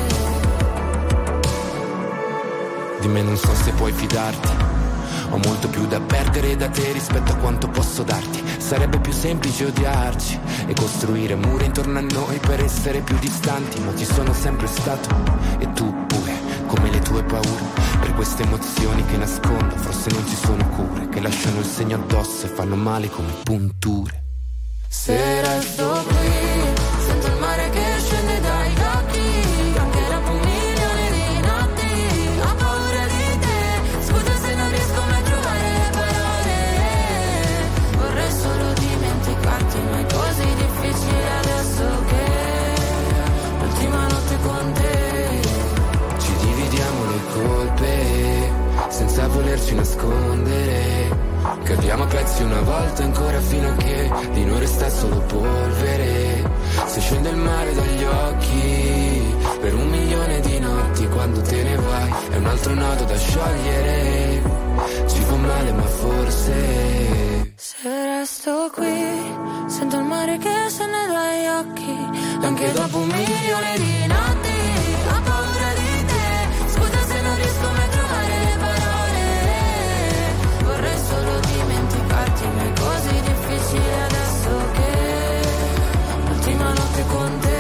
Di me non so se puoi fidarti, ho molto più da perdere da te rispetto a quanto posso darti. Sarebbe più semplice odiarci e costruire mura intorno a noi per essere più distanti, ma ci sono sempre stato e tu pure, come le tue paure, per queste emozioni che nascondo. Forse non ci sono cure, che lasciano il segno addosso e fanno male come punture. Se resto qui, sento il mare che scende dai occhi, anche dopo un milione di notti, ho paura di te, scusa se non riesco mai a trovare le parole, vorrei solo dimenticarti, ma è così difficile adesso che l'ultima notte con te. Ci dividiamo le colpe senza volerci nascondere, cadiamo a pezzi una volta ancora fino a che di noi resta solo polvere. Se scende il mare dagli occhi per un milione di notti, quando te ne vai è un altro nodo da sciogliere. Ci fa male ma forse se resto qui, sento il mare che scende dagli occhi, anche dopo un milione di notti, ho paura di te, scusa se non riesco mai a trovare le parole, vorrei solo dimenticarti, ma è così difficile adesso che l'ultima notte con te.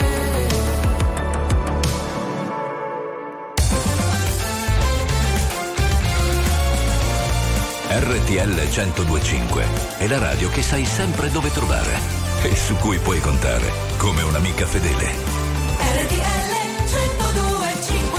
RTL 1025 è la radio che sai sempre dove trovare e su cui puoi contare come un'amica fedele. RTL 1025.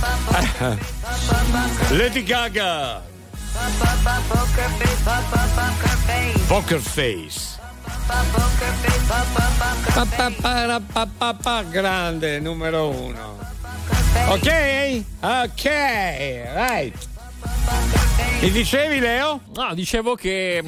Lady Gaga. Poker Face. Grande, numero 1. Ok, right. Mi dicevi, Leo? No, dicevo che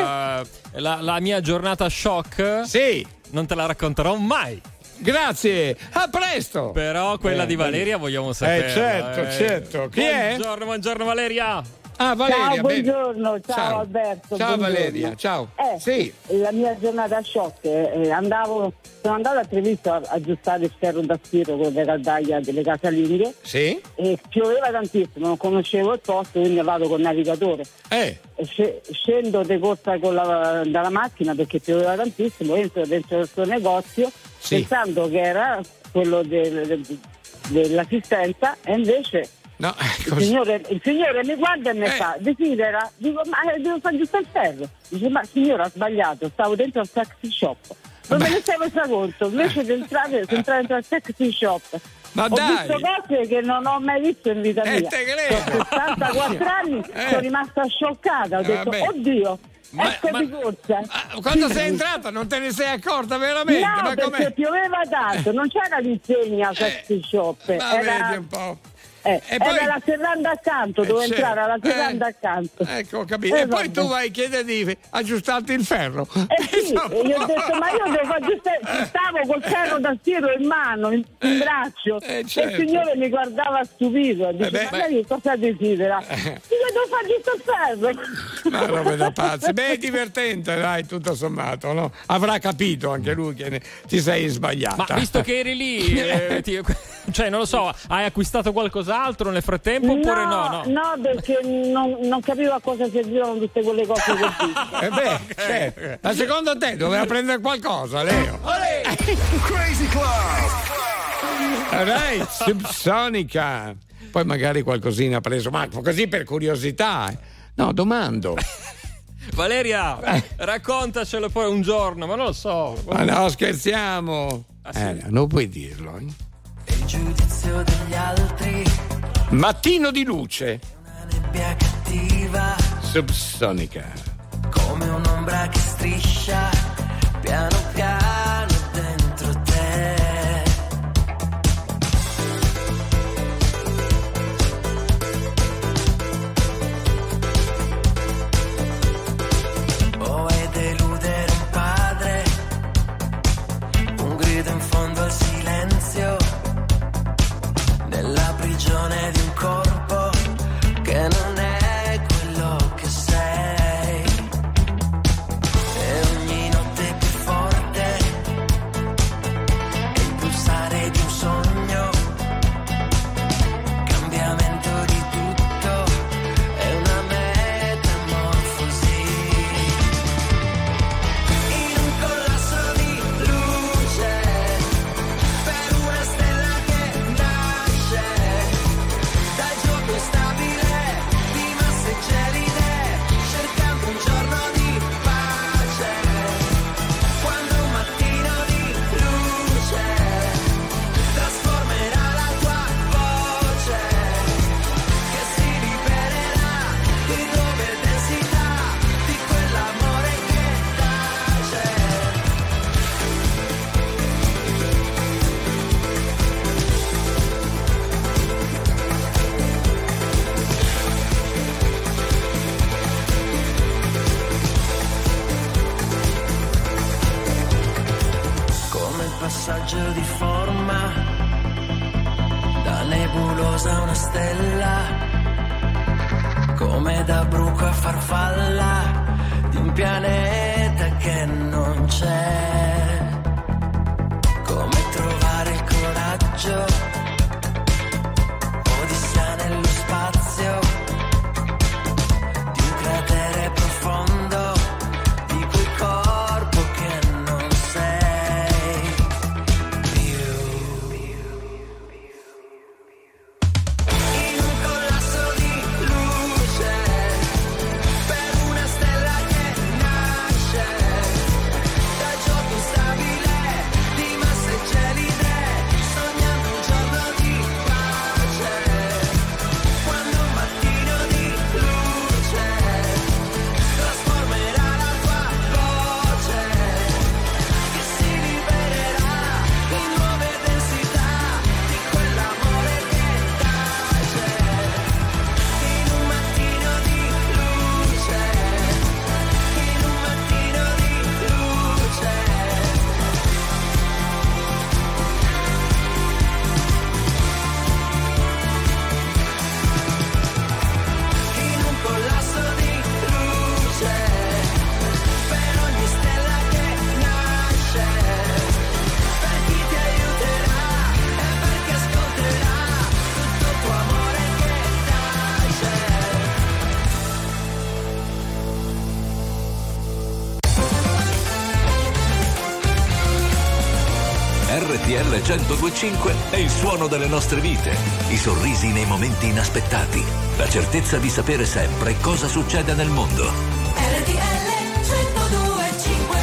la mia giornata shock. Sì. Non te la racconterò mai. Grazie, a presto. Però quella di Valeria vogliamo sapere. Certo. Chi è? Buongiorno Valeria. Ah, Valeria, ciao, buongiorno, ciao Alberto. Ciao buongiorno. Valeria, ciao. Sì. La mia giornata shock, sono andata a Treviso a aggiustare il ferro da stiro con le caldaie delle casalinghe. Sì. E pioveva tantissimo, non conoscevo il posto, quindi vado col navigatore. E scendo di corsa dalla macchina perché pioveva tantissimo, entro dentro il suo negozio pensando che era quello dell'assistenza e invece... No, il signore mi guarda e mi fa desidera, dico ma devo fare giusto il ferro, dice ma signora ha sbagliato, stavo dentro al taxi shop, non me ne stavo resa conto, invece di entrare dentro al taxi shop ma ho visto cose che non ho mai visto in vita mia. Ho 64 anni, sono rimasta scioccata, ho detto oddio. Ecco di corsa. Quando sei entrata non te ne sei accorta veramente? No, ma perché pioveva tanto, non c'era l'insegna taxi shop, era un po'. E poi la serranda accanto, devo entrare alla serranda accanto. Ecco, ho capito. E poi tu vai a chiedere di aggiustarti il ferro. Sì, e gli ho detto, ma io devo aggiustare, stavo col ferro da stiro in mano, in braccio, e il signore mi guardava stupito, dice, ma lei cosa desidera? Io devo fare giusto il ferro. Ma roba da pazzi. Beh, è divertente, dai, tutto sommato, no? Avrà capito anche lui che ti sei sbagliata. Ma visto che eri lì, cioè, non lo so, hai acquistato qualcos'altro nel frattempo oppure no? No, perché non capivo a cosa servivano tutte quelle cose così. Ma secondo te doveva prendere qualcosa, Leo? Crazy Club. Right, Subsonica. Poi magari qualcosina ha preso, ma così per curiosità. No, domando. Valeria, raccontacelo poi un giorno, ma non lo so. Ma no, scherziamo. Non puoi dirlo, Il giudizio degli altri. Mattino di luce. Una nebbia cattiva. Subsonica. Come un'ombra che striscia piano piano dentro te. Vuoi deludere un padre? Un grido in fondo al silenzio. Nella prigione di un corpo che non è quello che sei. E ogni notte più forte è il pulsare di un sogno. Cambiamento di tutto è una metamorfosi. In un collasso di luce per una stella che nasce dal gioco instabile di masse gelide, cercando un giorno di pace. Quando un mattino di luce trasformerà la tua voce, che si libererà di nuove densità di quell'amore che tace. Come il passaggio di forma da nebulosa a una stella, come da bruco a farfalla di un pianeta che non c'è. Come trovare il coraggio, odissea nello spazio di un cratere profondo di quel corpo che non sei più. In un collasso di luce per una stella che nasce dal gioco instabile di masse gelide, sognando un giorno RTL 102.5 è il suono delle nostre vite, i sorrisi nei momenti inaspettati, la certezza di sapere sempre cosa succede nel mondo. RTL 102.5.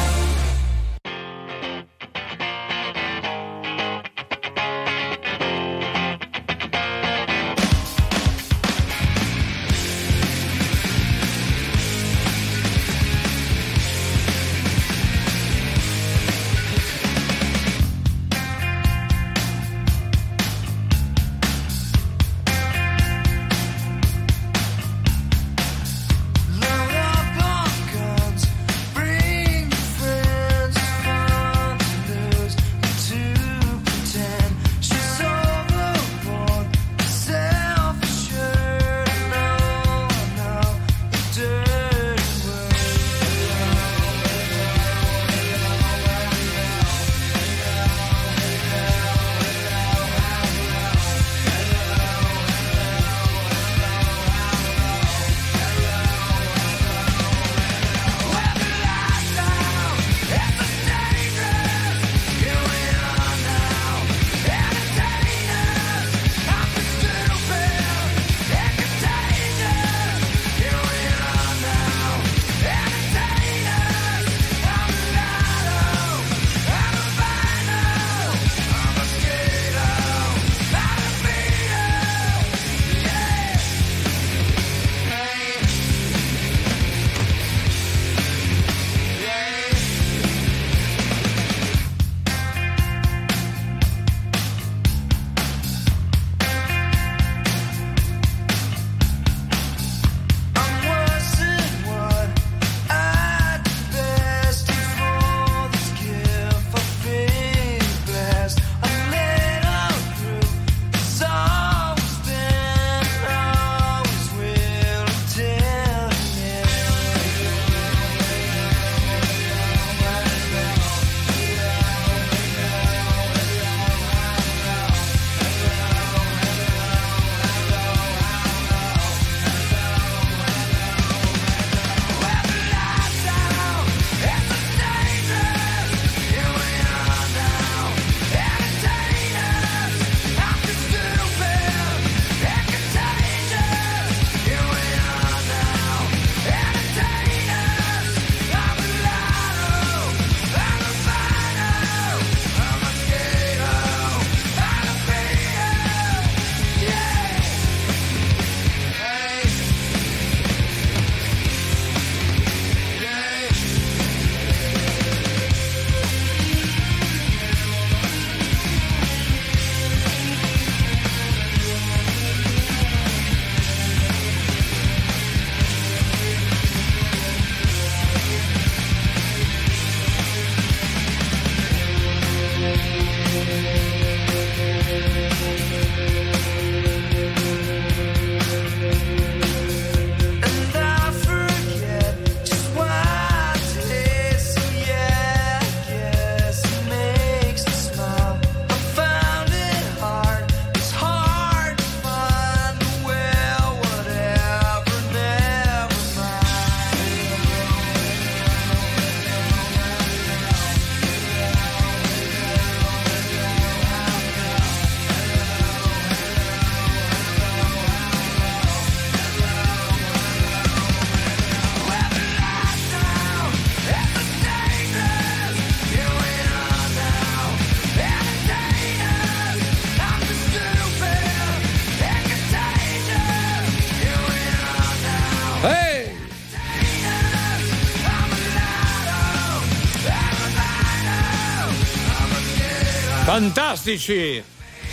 Fantastici!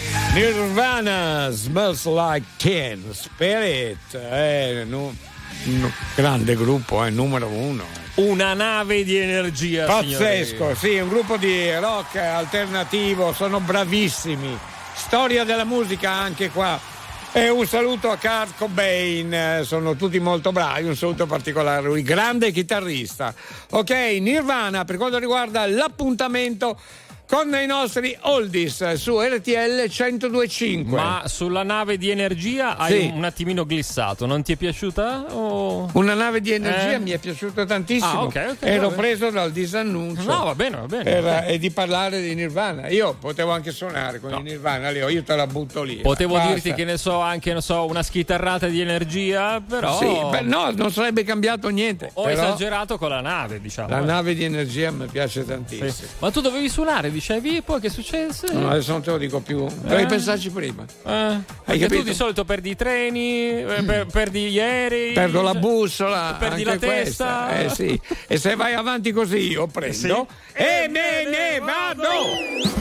Nirvana, Smells Like Teen Spirit, grande gruppo, numero 1. Una nave di energia, pazzesco, signori. Sì, un gruppo di rock alternativo, sono bravissimi. Storia della musica anche qua. E un saluto a Kurt Cobain, sono tutti molto bravi, un saluto particolare a lui, grande chitarrista. Ok, Nirvana, per quanto riguarda l'appuntamento con i nostri oldies su RTL 102.5. Ma sulla nave di energia hai un attimino glissato, non ti è piaciuta? O... Una nave di energia mi è piaciuta tantissimo. Okay, ero preso dal disannuncio. No, va bene. E di parlare di Nirvana. Io potevo anche suonare con i Nirvana, Leo, io te la butto lì. Potevo dirti che ne so, anche una schitarrata di energia, però. Sì, no, non sarebbe cambiato niente. Ho esagerato con la nave, diciamo. La nave di energia mi piace tantissimo. Sì. Ma tu dovevi suonare, dicevi, e poi che successe? No, adesso non te lo dico più. Dovevi pensarci prima. Perché tu di solito perdi i treni, perdi gli aerei. Perdo la bussola. Perdi la testa. Sì. E se vai avanti così io prendo e me ne vado.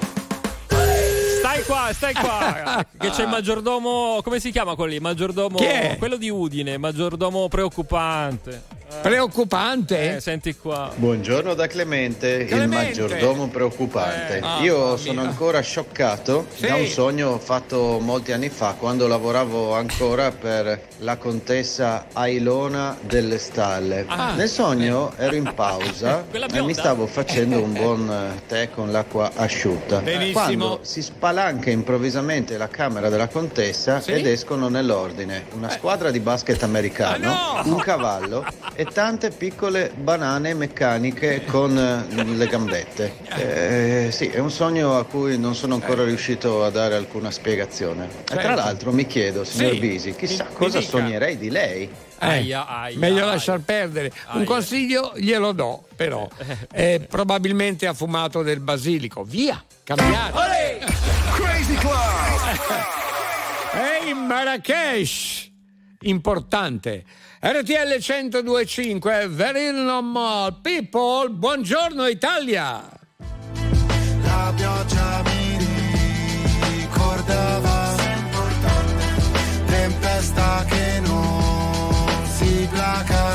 Stai qua, che c'è il maggiordomo, come si chiama quello lì? Maggiordomo, chi è? Quello di Udine, maggiordomo preoccupante. Preoccupante? Senti qua. Buongiorno da Clemente, il maggiordomo preoccupante. Io sono ancora scioccato da un sogno fatto molti anni fa, quando lavoravo ancora per la contessa Ailona delle Stalle. Nel sogno ero in pausa e mi stavo facendo un buon tè con l'acqua asciutta. Benissimo. Quando si spalanca improvvisamente la camera della contessa ed escono nell'ordine una squadra di basket americano, un cavallo e tante piccole banane meccaniche con le gambette. Sì, è un sogno a cui non sono ancora riuscito a dare alcuna spiegazione. E tra l'altro mi chiedo, signor Bisi, chissà cosa sognerei di lei. Meglio lasciar perdere. Un consiglio glielo do, però. Probabilmente ha fumato del basilico. Via, cambiate. Crazy Club. Ehi, Marrakesh, importante. RTL 102.5, Very Normal People, buongiorno Italia. La pioggia mi ricordava, tempesta che non si placa,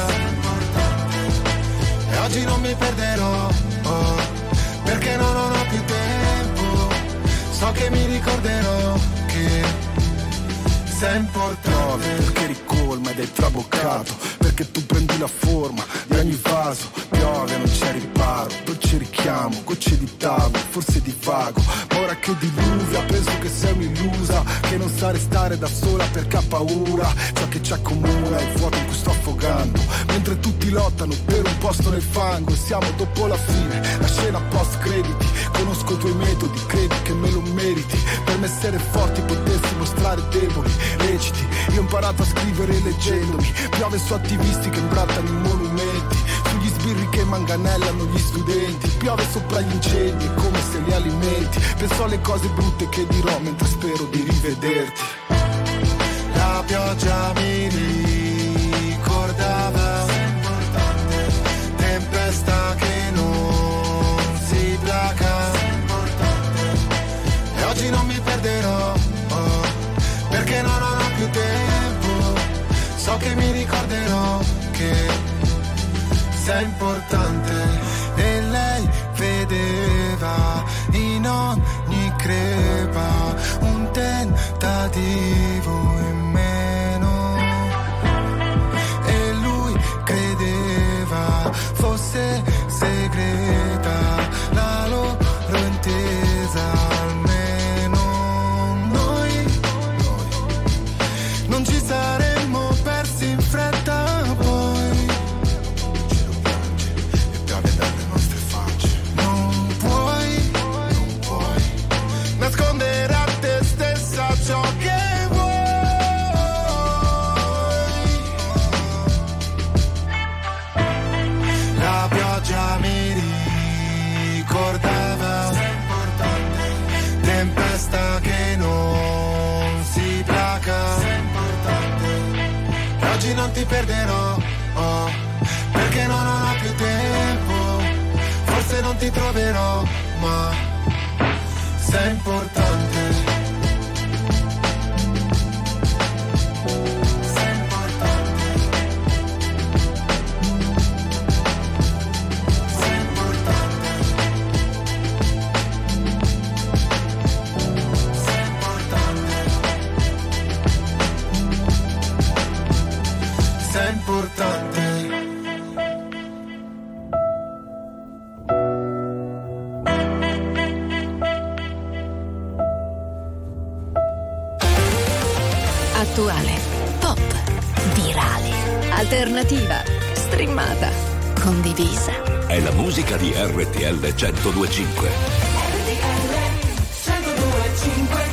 e oggi non mi perderò, perché non ho più tempo, so che mi ricorderò che sei importante, perché ricolma ed è traboccato, perché tu prendi la forma di ogni vaso, piove non c'è riparo, dolce richiamo, gocce di tavolo, forse di vago, ma ora che diluvia penso che sei un'illusa, che non sa restare da sola perché ha paura, ciò che ci accomuna è il vuoto in cui sto affogando, mentre tutti lottano per un posto nel fango, e siamo dopo la fine, la scena post crediti, conosco i tuoi metodi, credi che me lo meriti, per me essere forti potessi mostrare deboli, reciti, io ho imparato a scrivere leggendomi, piove su attivisti che imbrattano i monumenti, sugli sbirri che manganellano gli studenti, piove sopra gli incendi, è come se li alimenti, penso alle cose brutte che dirò mentre spero di rivederti. La pioggia mi ricordava, tempesta che non si placa, e oggi non mi perderò, perché non ho più tempo, so che mi ricorderò che sei importante, e lei vedeva in ogni crepa un tentativo in meno, e lui credeva fosse segreta la loro intesa. Non ci saremmo persi in fretta poi, e piove dalle nostre facce. Non puoi nascondere a te stessa ciò che vuoi. La pioggia mi ricordava, tempesta che non si placa, oggi non ti perderò, perché non ho più tempo, forse non ti troverò, ma sei importante. Sei importante. Sei importante. Sei importante. Sei importante. attuale, pop, virale, alternativa, streamata, condivisa. È la musica di RTL 102.5. RTL 102.5.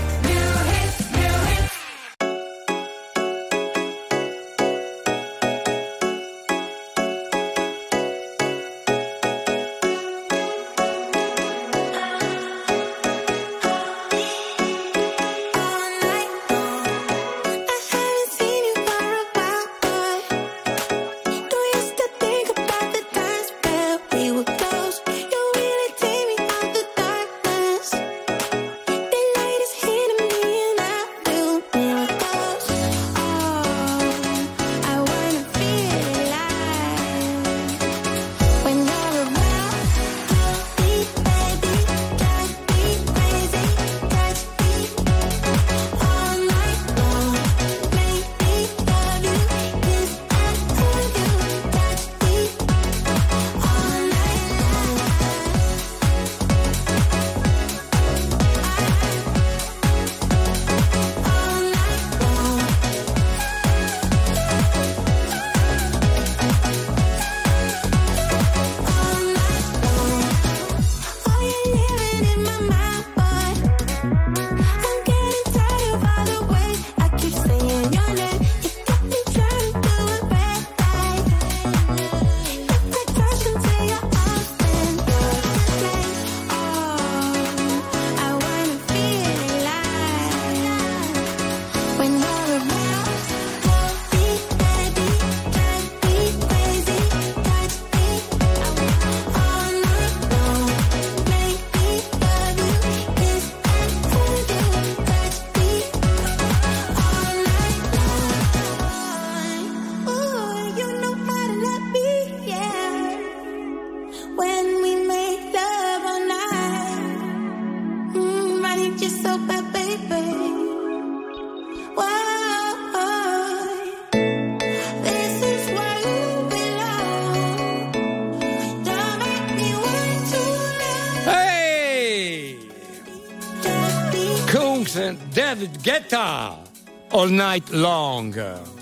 David Guetta, All Night Long.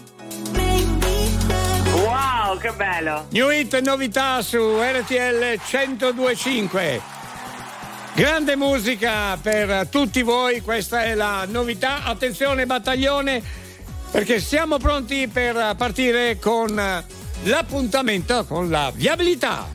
Wow, che bello! New hit, novità su RTL 102.5. Grande musica per tutti voi, questa è la novità. Attenzione battaglione, perché siamo pronti per partire con l'appuntamento con la viabilità.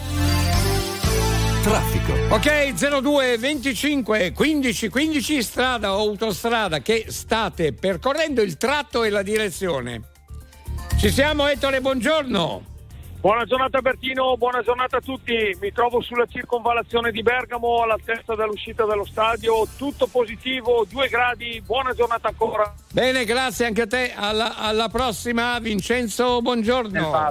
Traffico. Ok, 02 25 15 15, strada o autostrada che state percorrendo, il tratto e la direzione. Ci siamo, Ettore, buongiorno. Buona giornata Bertino, buona giornata a tutti. Mi trovo sulla circonvallazione di Bergamo, all'altezza dell'uscita dello stadio, tutto positivo, 2 gradi, buona giornata ancora. Bene, grazie anche a te, alla prossima. Vincenzo, buongiorno.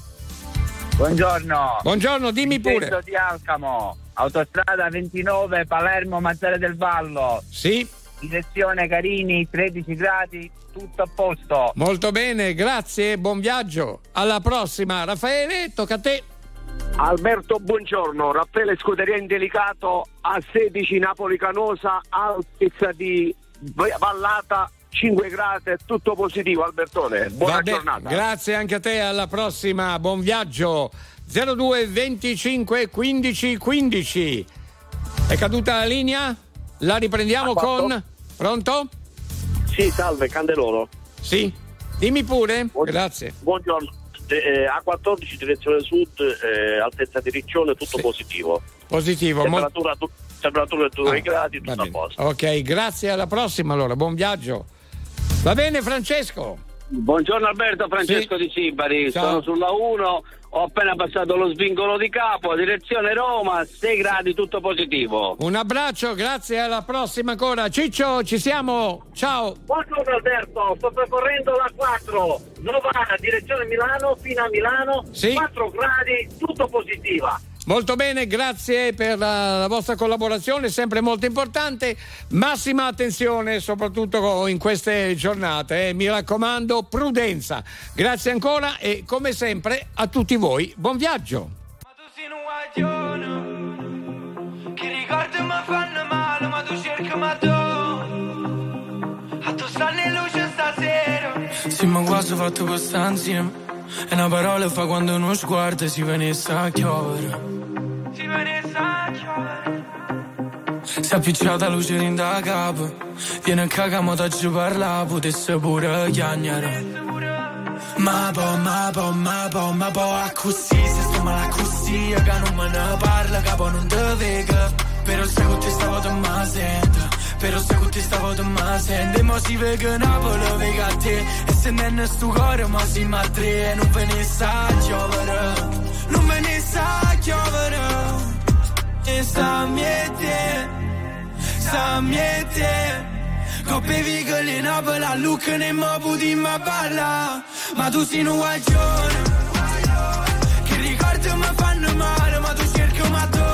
Buongiorno. Buongiorno, dimmi pure. Vincenzo di Alcamo, autostrada 29, Palermo, Mazzara del Vallo. Sì. Direzione Carini, 13 gradi, tutto a posto. Molto bene, grazie, buon viaggio. Alla prossima. Raffaele, tocca a te. Alberto, buongiorno. Raffaele, Scuderia Indelicato, A16 Napoli Canosa, altezza di Vallata, 5 gradi, tutto positivo, Albertone. Buona giornata. Grazie anche a te, alla prossima, buon viaggio. 02 25 15 15. È caduta la linea? La riprendiamo con... Pronto? Sì, salve, Candeloro. Sì, dimmi pure. Grazie. Buongiorno. A14 direzione sud, altezza di Riccione, tutto positivo. Positivo. Temperatura 2 gradi, tutto a posto. Ok, grazie, alla prossima allora, buon viaggio. Va bene, Francesco. Buongiorno Alberto, Francesco di Cibari. Ciao. Sono sulla 1, ho appena passato lo svincolo di Capo, direzione Roma, 6 gradi, tutto positivo. Un abbraccio, grazie, alla prossima ancora. Ciccio, ci siamo, ciao. Buongiorno Alberto, sto percorrendo la 4, Novara, direzione Milano, fino a Milano, 4 gradi, tutto positiva. Molto bene, grazie per la vostra collaborazione, sempre molto importante. Massima attenzione, soprattutto in queste giornate. Mi raccomando, prudenza. Grazie ancora e come sempre a tutti voi, buon viaggio. Ma tu sei un guaglione, che ricordi mi fanno male, ma tu cerchi ma tu. A tu stanno in luce stasera. abbiamo quasi fatto questa insieme. E una parola fa quando uno sguardo si venisse a chiovere. Si venisse a chiovere. Si è appicciata luce in da capo. Viene a cagamo da giù parla. Potesse pure chiagnare. Ma po' a così. Se sto male così che non me ne parla, capo non te vega. Però se con te stavo te ma sento. Però se con te stavo te ma sento. E mo si vega Napoli, vega a te. E se non è sto cuore ma si ma tre. E non ve ne sa chiovere. Non ve ne sa chiovere. E sta miete. Sta miete. Coppe vigole in Napoli, a Lucca ne mo puti ma balla. Ma tu sei un guaglione. Che ricordi mi fanno male, ma tu cerchi ma tu.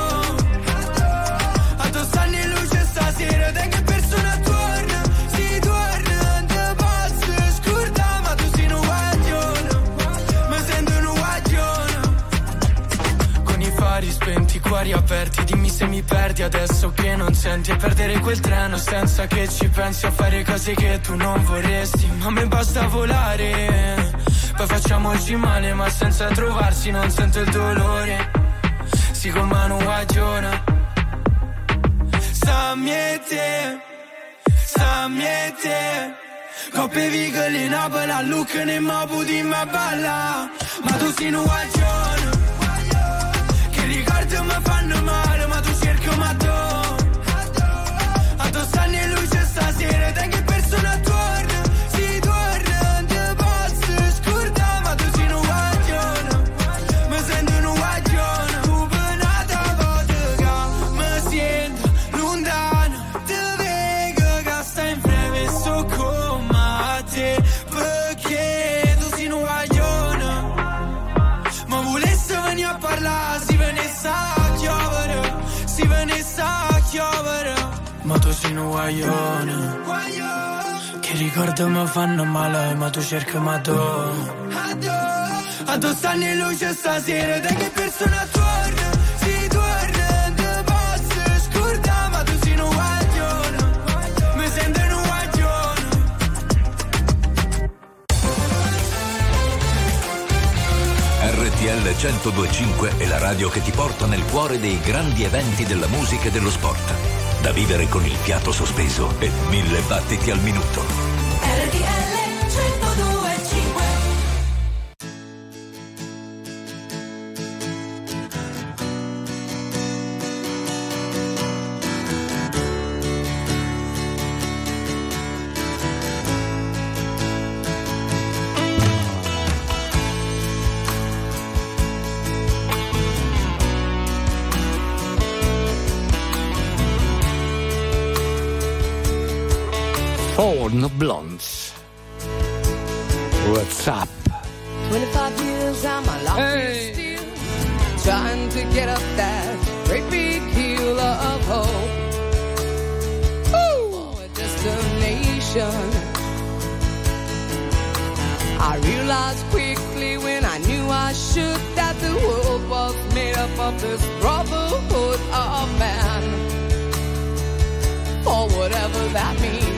A tu stanno in luce stasera, te che persona torna. Si torna, te posso scordare, ma tu sei un guaglione. Mi sento un guaglione. Con i fari spenti, cuori aperti, dimmi se mi perdi adesso che non senti. E perdere quel treno senza che ci pensi a fare cose che tu non vorresti. Ma a me basta volare. Poi facciamoci male ma senza trovarsi non sento il dolore. Si con mano guagiona. Sta miete. Coppe vigole in Napoli, a Lucca ne mo puti ma balla. Ma tu sei un guagione. Che ricordi mi fanno male, ma tu cerchi ma tu. A tu stanno in luce stasera, te che persona torna. Si torna, te posso scordare, ma tu sei un guaglione. Mi sento un guaglione. Tu penata vodka, mi sento lontano. Te vedo che stai in breve, sto come te. Perché tu sei un guaglione. Ma volesse venire a parlare, si venisse a chiovere. Si venisse a chiovere. Ma tu sei un guaglione. Che ricordi mi fanno male, ma tu cerchi ma tu. A tu stanno in luce stasera, te che persona torna. Si torna, te posso scordare, ma tu sei un guaglione. Mi sento un guaglione. RTL 102.5 è la radio che ti porta nel cuore dei grandi eventi della musica e dello sport. Da vivere con il fiato sospeso e 1000 battiti al minuto. RTL 102.5. Porn Blondes. What's up? 25 years and my life is still trying to get up that great big hill of hope. For a destination. I realized quickly when I knew I should that the world was made up of this brotherhood of man. Or whatever that means.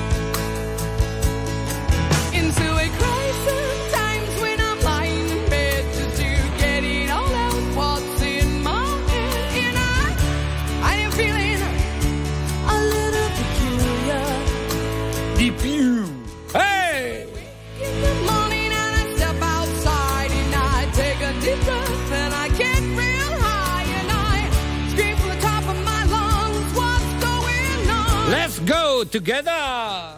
Into a crisis, times when I'm lying in bed just to get it all out what's in my head. And I am feeling a little peculiar. Di più. Hey! In the morning and I step outside and I take a deep breath and I get real high and I scream from the top of my lungs, what's going on? Let's go together!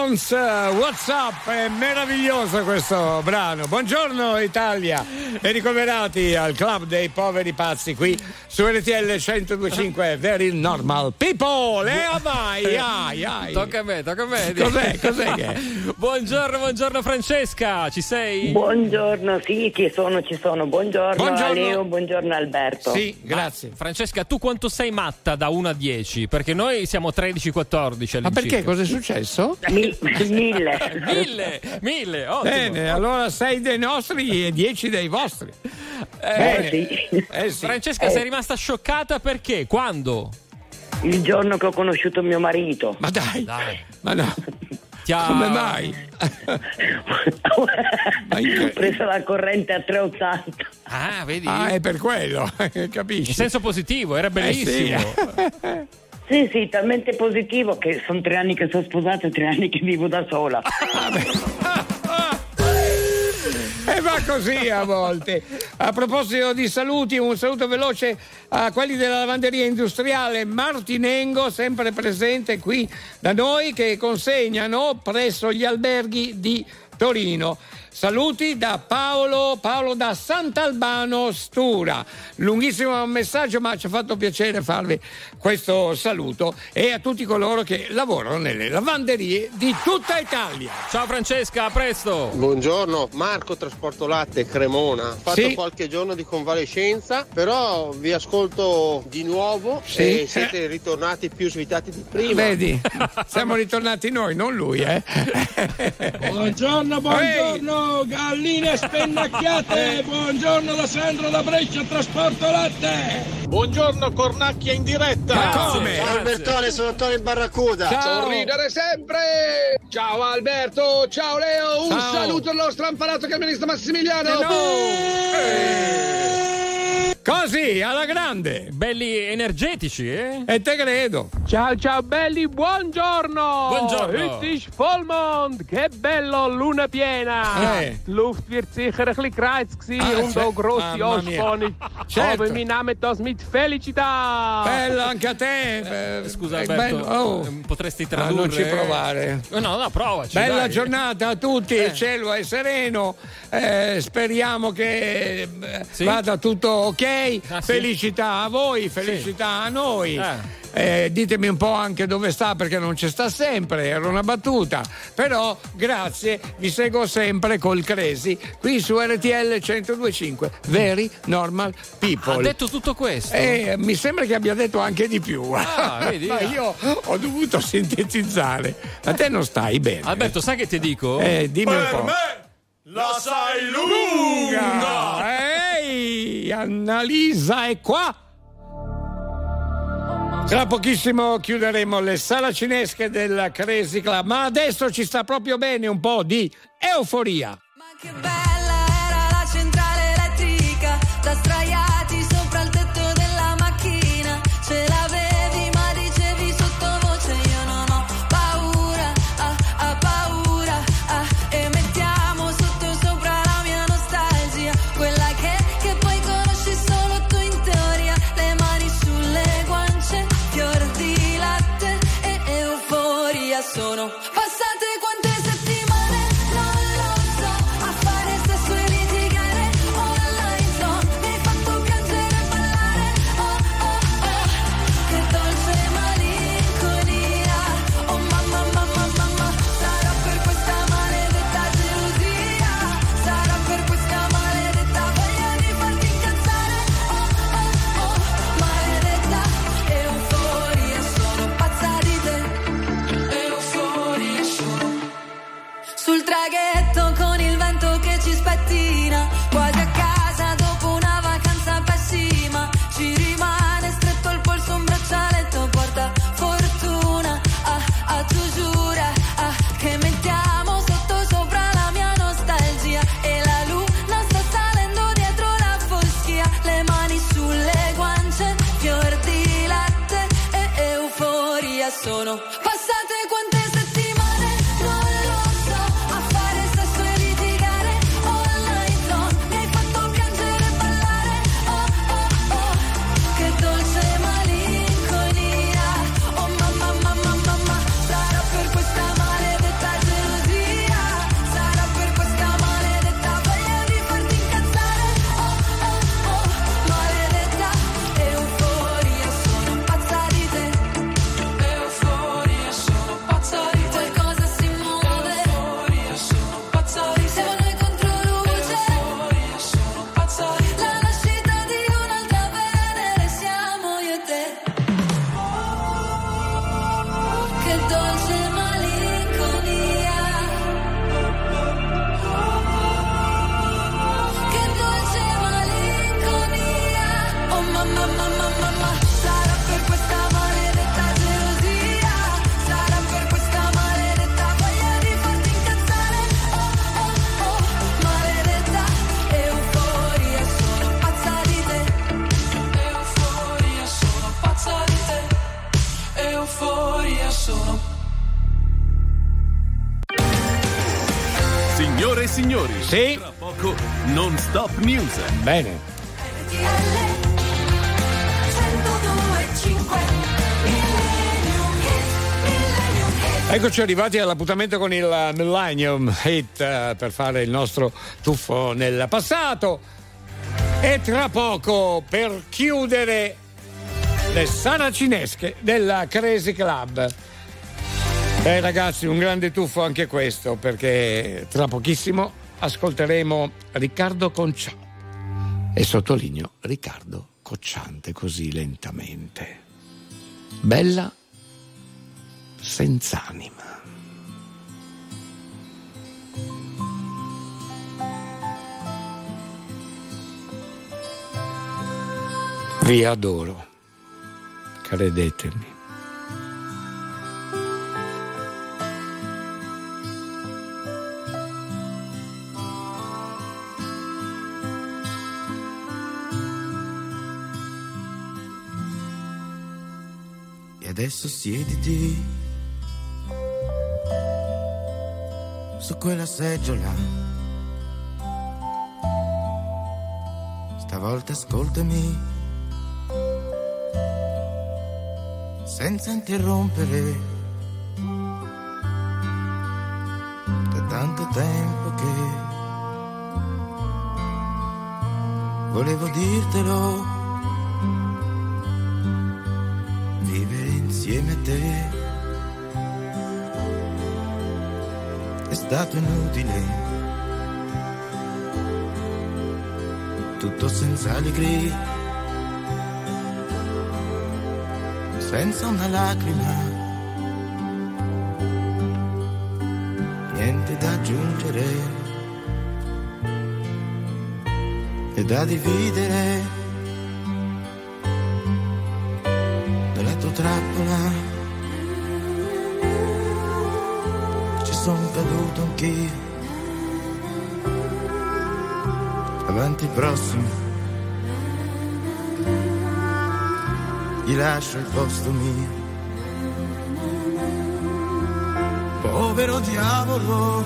Stones, What's Up, è meraviglioso questo brano. Buongiorno Italia, ben ricoverati al club dei poveri pazzi qui su RTL 102.5, Very Normal People. Vai. Tocca a me. Cos'è che è? Buongiorno Francesca, ci sei? Buongiorno, sì, ci sono. Buongiorno a Leo, buongiorno Alberto. Sì, grazie. Francesca, tu quanto sei matta da 1 a 10? Perché noi siamo 13-14. Ma perché? Cosa è successo? 1000. 1000, ottimo. Bene, allora 6 dei nostri e 10 dei vostri. Sì. Francesca, sei rimasta scioccata perché? Quando? Il giorno che ho conosciuto mio marito. Ma dai. Ma no. Come mai? Ho preso la corrente a 380. Ah, vedi? È per quello, capisci? In senso positivo, era bellissimo. Sì, talmente positivo che sono 3 anni che sono sposata e 3 anni che vivo da sola. E va così a volte. A proposito di saluti, un saluto veloce a quelli della lavanderia industriale Martinengo, sempre presente qui da noi, che consegnano presso gli alberghi di Torino. Saluti da Paolo da Sant'Albano Stura. Lunghissimo messaggio, ma ci ha fatto piacere farvi questo saluto, e a tutti coloro che lavorano nelle lavanderie di tutta Italia. Ciao Francesca, a presto. Buongiorno, Marco Trasporto Latte Cremona. Ho fatto qualche giorno di convalescenza, però vi ascolto di nuovo e siete ritornati più svitati di prima. Vedi, siamo ritornati noi, non lui, Buongiorno. Galline spennacchiate. Buongiorno da Sandro da Brescia, Trasporto Latte. Buongiorno, cornacchia in diretta. Ma come? Ciao Albertone, sono Tony Barracuda. Ciao. Sorridere sempre. Ciao Alberto, ciao Leo. Un saluto al nostro amparato camionista Massimiliano. Così, alla grande. Belli energetici, E te credo. Ciao belli, buongiorno. Buongiorno. It is Vollmond. Che bello, luna piena. Luft wird sicher ein bisschen gereizt gewesen und auch grosse Ausspannung. Certo. Aber wir nehmen das mit Felicità. Bello anche a te. Scusa Alberto, potresti tradurre? Non ci provare. No, provaci. Bella dai. giornata a tutti, il cielo è sereno, speriamo che vada tutto ok. Felicità a voi, felicità a noi. Ditemi un po' anche dove sta, perché non ci sta sempre, era una battuta, però grazie, vi seguo sempre col Cresi qui su RTL 102.5, Very Normal People. Ha detto tutto questo? Mi sembra che abbia detto anche di più. Vedi? Ma io ho dovuto sintetizzare. A te non stai bene. Alberto, sai che ti dico? Dimmi un po'. La sai lunga. Ehi, Annalisa è qua. Tra pochissimo chiuderemo le saracinesche del Crazy Club, ma adesso ci sta proprio bene un po' di euforia. Ma che bella era la centrale elettrica, da sdraiati sopra il tetto della macchina. Ce l'avevi ma dicevi sottovoce io non ho paura, paura, e mettiamo sotto sopra la mia nostalgia, quella che poi conosci solo tu in teoria, le mani sulle guance, fior di latte e euforia. Sono passate quante settimane, non lo so, a fare ste Sì. Tra poco Non Stop News. Bene. Eccoci arrivati all'appuntamento con il Millennium Hit per fare il nostro tuffo nel passato. E tra poco, per chiudere, le saracinesche della Crazy Club. Ragazzi, un grande tuffo anche questo, perché tra pochissimo ascolteremo Riccardo Concià. E sottolineo Riccardo Cocciante, così lentamente. Bella senz'anima. Vi adoro, credetemi. E adesso siediti su quella seggiola. Stavolta ascoltami senza interrompere. Da tanto tempo che volevo dirtelo, vivere insieme a te è stato inutile, tutto senza allegria, senza una lacrima, niente da aggiungere e da dividere. Nella tua trappola ci sono caduto anch'io, avanti prossimo gli lascio il posto mio. Povero diavolo,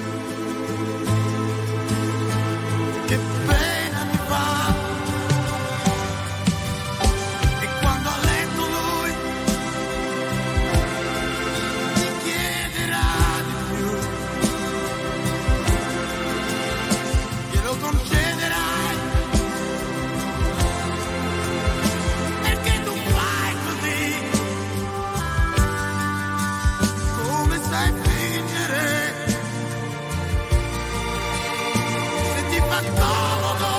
che pena mi fa. E quando a letto lui mi chiederà di più, glielo concederai, perché tu fai così, come sai fingere, se ti fa comodo.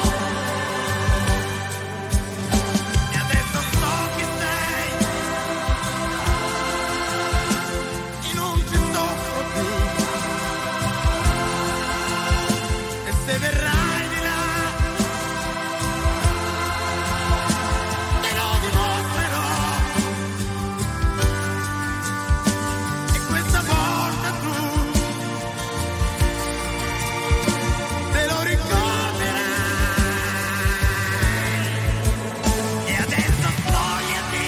E adesso so chi sei e non ci soffro più, e se verrai di là te lo dimostrerò, e questa volta tu te lo ricorderai. E adesso spogliati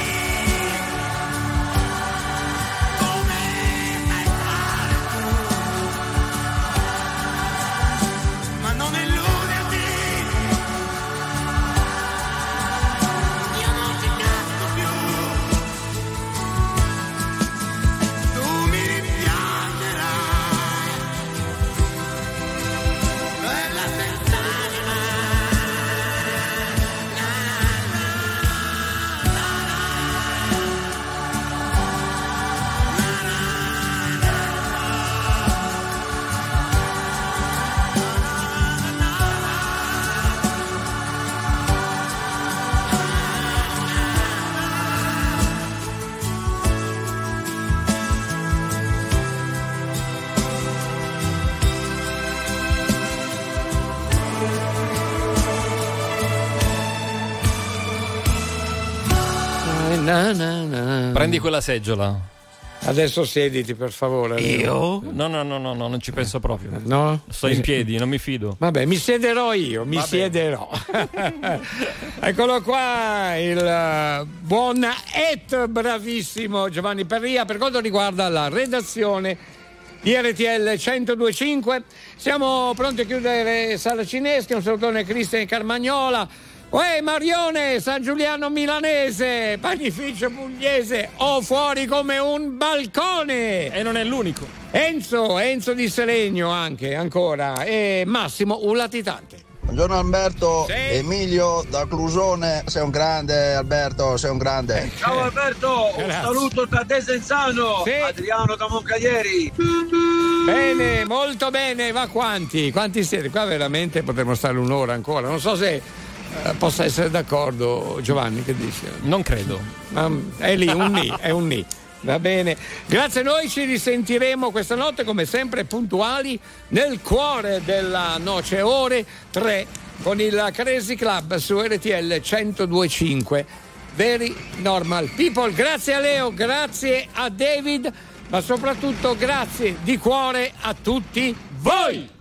come sai fare tu, ma non illuderti, io non ti casco più, tu mi rimpiangerai, bella senz'anima. Prendi quella seggiola. Adesso siediti, per favore. Io? No, non ci penso proprio. No? Sto in piedi, non mi fido. Vabbè, mi siederò io, siederò. Eccolo qua, il buon bravissimo Giovanni Perria per quanto riguarda la redazione di RTL 102.5. Siamo pronti a chiudere Sala Cinesca. Un salutone a Cristian Carmagnola. Marione, San Giuliano Milanese, panificio pugliese, fuori come un balcone. E non è l'unico. Enzo di Selegno anche, ancora. E Massimo, un latitante. Buongiorno Alberto, sì. Emilio da Clusone, sei un grande Alberto, sei un grande. Ciao Alberto, un saluto da Desenzano, sì. Adriano da Moncaglieri. Bene, molto bene, ma quanti siete? Qua veramente potremmo stare un'ora ancora, non so se possa essere d'accordo Giovanni, che dici? Non credo. È lì, è un ni. Va bene, grazie a noi, ci risentiremo questa notte come sempre puntuali nel cuore della noce, ore 3 con il Crazy Club su RTL 102.5. Very Normal People. Grazie a Leo, grazie a David, ma soprattutto grazie di cuore a tutti voi.